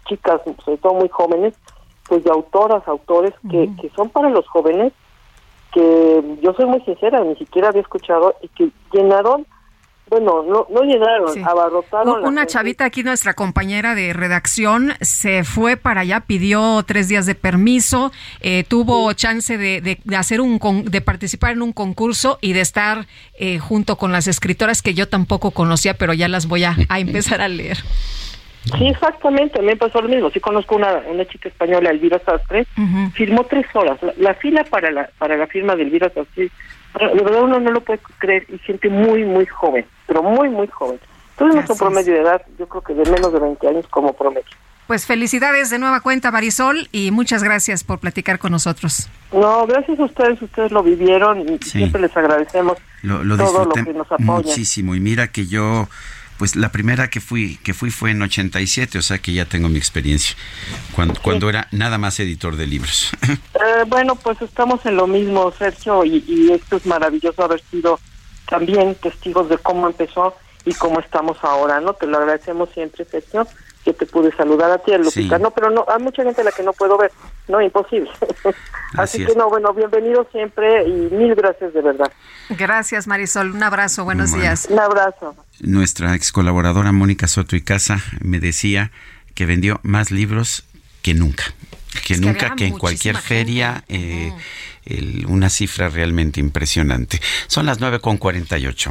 chicas, sobre todo muy jóvenes, pues de autores que son para los jóvenes, que yo soy muy sincera, ni siquiera había escuchado, y que llenaron, bueno, no llenaron, sí, abarrotaron.
Una chavita aquí, nuestra compañera de redacción, se fue para allá, pidió 3 días de permiso, tuvo chance de hacer de participar en un concurso y de estar junto con las escritoras que yo tampoco conocía, pero ya las voy a empezar a leer.
Sí, exactamente, me pasó lo mismo. Sí conozco una chica española, Elvira Sastre, firmó 3 horas. La fila para la firma de Elvira Sastre, de verdad uno no lo puede creer, y gente muy, muy joven, pero muy, muy joven. Entonces nuestro promedio de edad, yo creo que de menos de 20 años como promedio.
Pues felicidades de nueva cuenta, Marisol, y muchas gracias por platicar con nosotros.
No, gracias a ustedes lo vivieron, y siempre les agradecemos todo lo que nos apoyan.
Muchísimo, y mira que yo... Pues la primera que fui fue en 87, o sea que ya tengo mi experiencia, cuando era nada más editor de libros.
Bueno, pues estamos en lo mismo, Sergio, y esto es maravilloso haber sido también testigos de cómo empezó y cómo estamos ahora, ¿no? Te lo agradecemos siempre, Sergio, que te pude saludar a ti, a Lupita, sí. No, pero no, hay mucha gente a la que no puedo ver, no, imposible. Así que no, bueno, bienvenido siempre y mil gracias de verdad.
Gracias, Marisol, un abrazo, buenos días.
Un abrazo.
Nuestra ex colaboradora Mónica Soto y Casa me decía que vendió más libros que nunca, que en cualquier feria, una cifra realmente impresionante. Son las 9:48.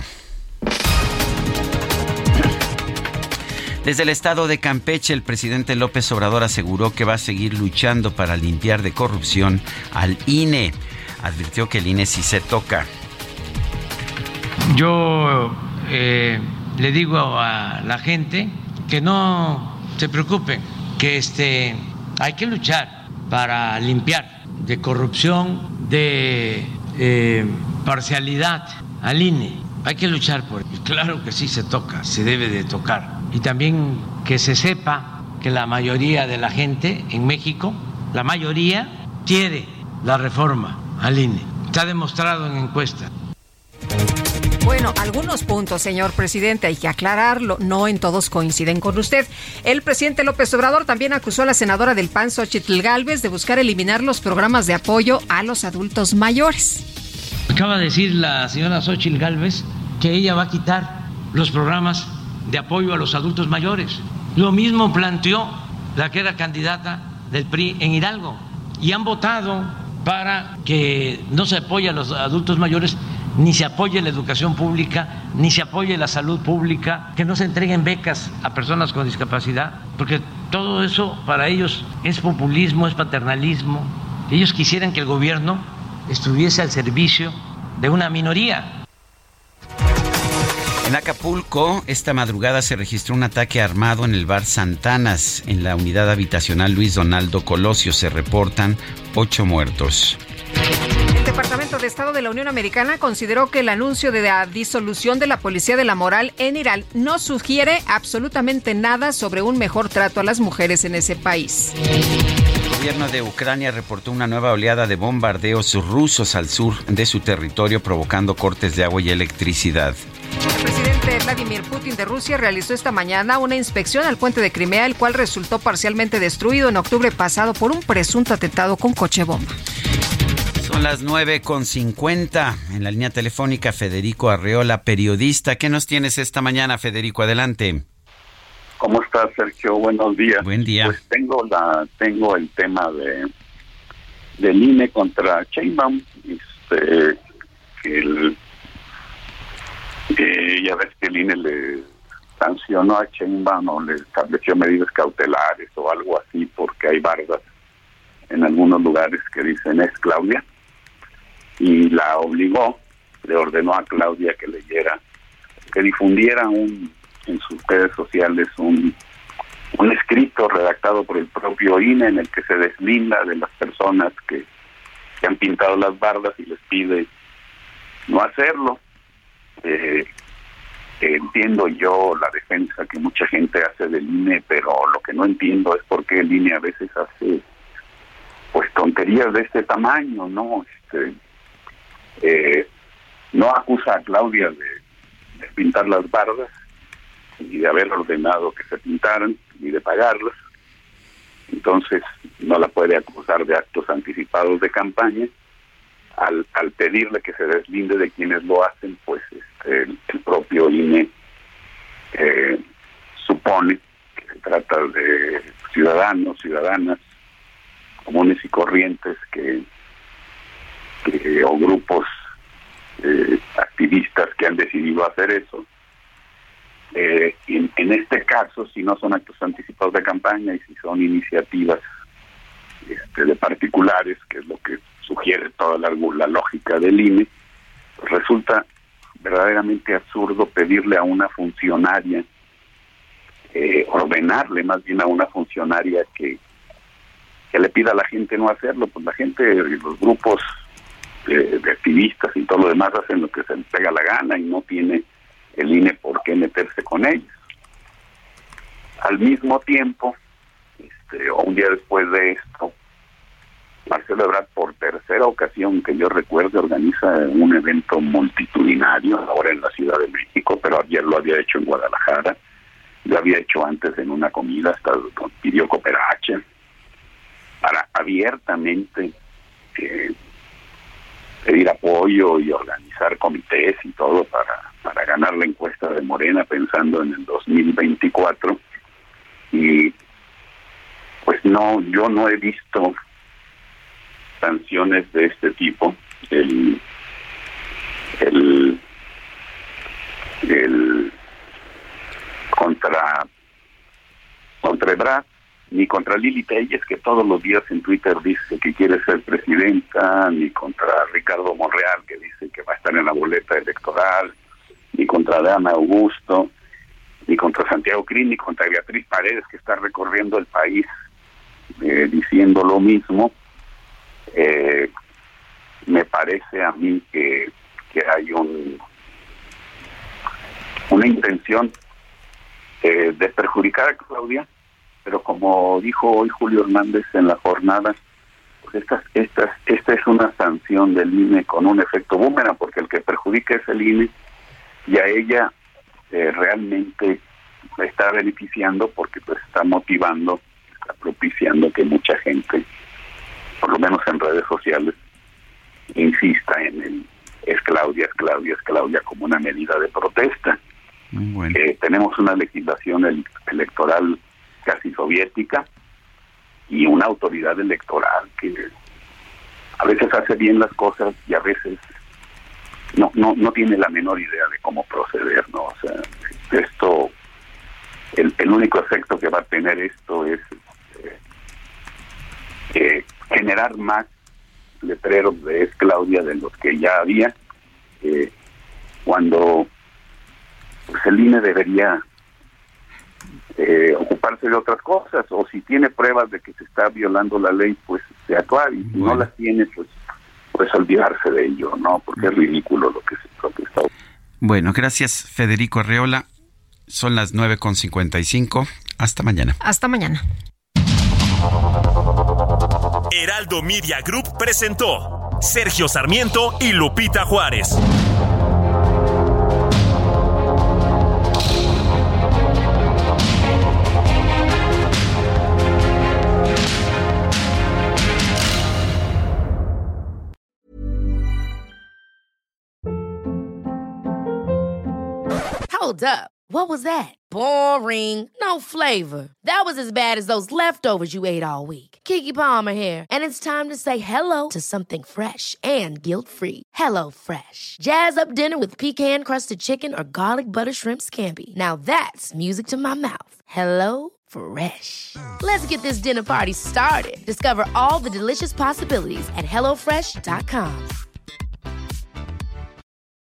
Desde el estado de Campeche, el presidente López Obrador aseguró que va a seguir luchando para limpiar de corrupción al INE. Advirtió que el INE sí se toca.
Yo le digo a la gente que no se preocupen, que hay que luchar para limpiar de corrupción, de parcialidad al INE. Hay que luchar por ello. Claro que sí se toca, se debe de tocar. Y también que se sepa que la mayoría de la gente en México, la mayoría quiere la reforma al INE. Está demostrado en encuestas.
Bueno, algunos puntos, señor presidente, hay que aclararlo, no en todos coinciden con usted. El presidente López Obrador también acusó a la senadora del PAN, Xóchitl Gálvez, de buscar eliminar los programas de apoyo a los adultos mayores.
Acaba de decir la señora Xóchitl Gálvez que ella va a quitar los programas de apoyo a los adultos mayores. Lo mismo planteó la que era candidata del PRI en Hidalgo, y han votado para que no se apoye a los adultos mayores, ni se apoye la educación pública, ni se apoye la salud pública, que no se entreguen becas a personas con discapacidad, porque todo eso para ellos es populismo, es paternalismo. Ellos quisieran que el gobierno estuviese al servicio de una minoría.
En Acapulco, esta madrugada se registró un ataque armado en el bar Santanas, en la unidad habitacional Luis Donaldo Colosio. Se reportan 8 muertos.
El Departamento de Estado de la Unión Americana consideró que el anuncio de la disolución de la Policía de la Moral en Irán no sugiere absolutamente nada sobre un mejor trato a las mujeres en ese país.
El gobierno de Ucrania reportó una nueva oleada de bombardeos rusos al sur de su territorio, provocando cortes de agua y electricidad.
El presidente Vladimir Putin de Rusia realizó esta mañana una inspección al puente de Crimea, el cual resultó parcialmente destruido en octubre pasado por un presunto atentado con coche bomba.
Son las 9:50. En la línea telefónica, Federico Arreola, periodista. ¿Qué nos tienes esta mañana, Federico? Adelante.
¿Cómo estás, Sergio? Buenos días.
Buen día.
Pues tengo el tema del INE contra Sheinbaum. Ya ves que el INE le sancionó a Sheinbaum o le estableció medidas cautelares o algo así porque hay bardas en algunos lugares que dicen es Claudia, y la obligó, le ordenó a Claudia que difundiera en sus redes sociales un escrito redactado por el propio INE en el que se deslinda de las personas que han pintado las bardas y les pide no hacerlo. Entiendo yo la defensa que mucha gente hace del INE, pero lo que no entiendo es por qué el INE a veces hace pues tonterías de este tamaño, ¿no? No acusa a Claudia de pintar las bardas y de haber ordenado que se pintaran y de pagarlas, Entonces no la puede acusar de actos anticipados de campaña. Al pedirle que se deslinde de quienes lo hacen, pues el propio INE supone que se trata de ciudadanos, ciudadanas comunes y corrientes o grupos activistas que han decidido hacer eso. En este caso, si no son actos anticipados de campaña y si son iniciativas de particulares, que es lo que sugiere toda la lógica del INE, pues resulta verdaderamente absurdo pedirle a una funcionaria, ordenarle más bien a una funcionaria que le pida a la gente no hacerlo. Pues la gente, los grupos de activistas y todo lo demás hacen lo que se les pega la gana y no tiene el INE por qué meterse con ellos. Al mismo tiempo, o un día después de esto, Marcelo Ebrard, por tercera ocasión que yo recuerde, organiza un evento multitudinario, ahora en la Ciudad de México, pero ayer lo había hecho en Guadalajara, lo había hecho antes en una comida, hasta pidió cooperacha, para abiertamente pedir apoyo y organizar comités y todo para ganar la encuesta de Morena pensando en el 2024. Y pues no, yo no he visto sanciones de este tipo. El contra Ebrard ni contra Lili Telles, que todos los días en Twitter dice que quiere ser presidenta, ni contra Ricardo Monreal, que dice que va a estar en la boleta electoral, ni contra Adán Augusto, ni contra Santiago Krill, ni contra Beatriz Paredes, que está recorriendo el país diciendo lo mismo. Me parece a mí que hay una intención de perjudicar a Claudia, pero como dijo hoy Julio Hernández en la jornada, pues esta es una sanción del INE con un efecto boomerang, porque el que perjudica es el INE y a ella realmente la está beneficiando porque pues está motivando, está propiciando que mucha gente, por lo menos en redes sociales, insista en el es Claudia como una medida de protesta.
Bueno.
Tenemos una legislación electoral casi soviética y una autoridad electoral que a veces hace bien las cosas y a veces no tiene la menor idea de cómo proceder, ¿no? O sea, esto, el único efecto que va a tener esto es generar más letreros de es Claudia de los que ya había, cuando pues el INE debería ocuparse de otras cosas, o si tiene pruebas de que se está violando la ley, pues de actuar, y si no las tiene, pues olvidarse de ello, ¿no? Porque es ridículo lo que está.
Bueno, gracias, Federico Arreola. Son las 9:55. Hasta mañana.
Hasta mañana.
Heraldo Media Group presentó Sergio Sarmiento y Lupita Juárez.
Hold up. What was that? Boring. No flavor. That was as bad as those leftovers you ate all week. Keke Palmer here. And it's time to say hello to something fresh and guilt-free. Hello Fresh. Jazz up dinner with pecan-crusted chicken or garlic butter shrimp scampi. Now that's music to my mouth. Hello Fresh. Let's get this dinner party started. Discover all the delicious possibilities at HelloFresh.com.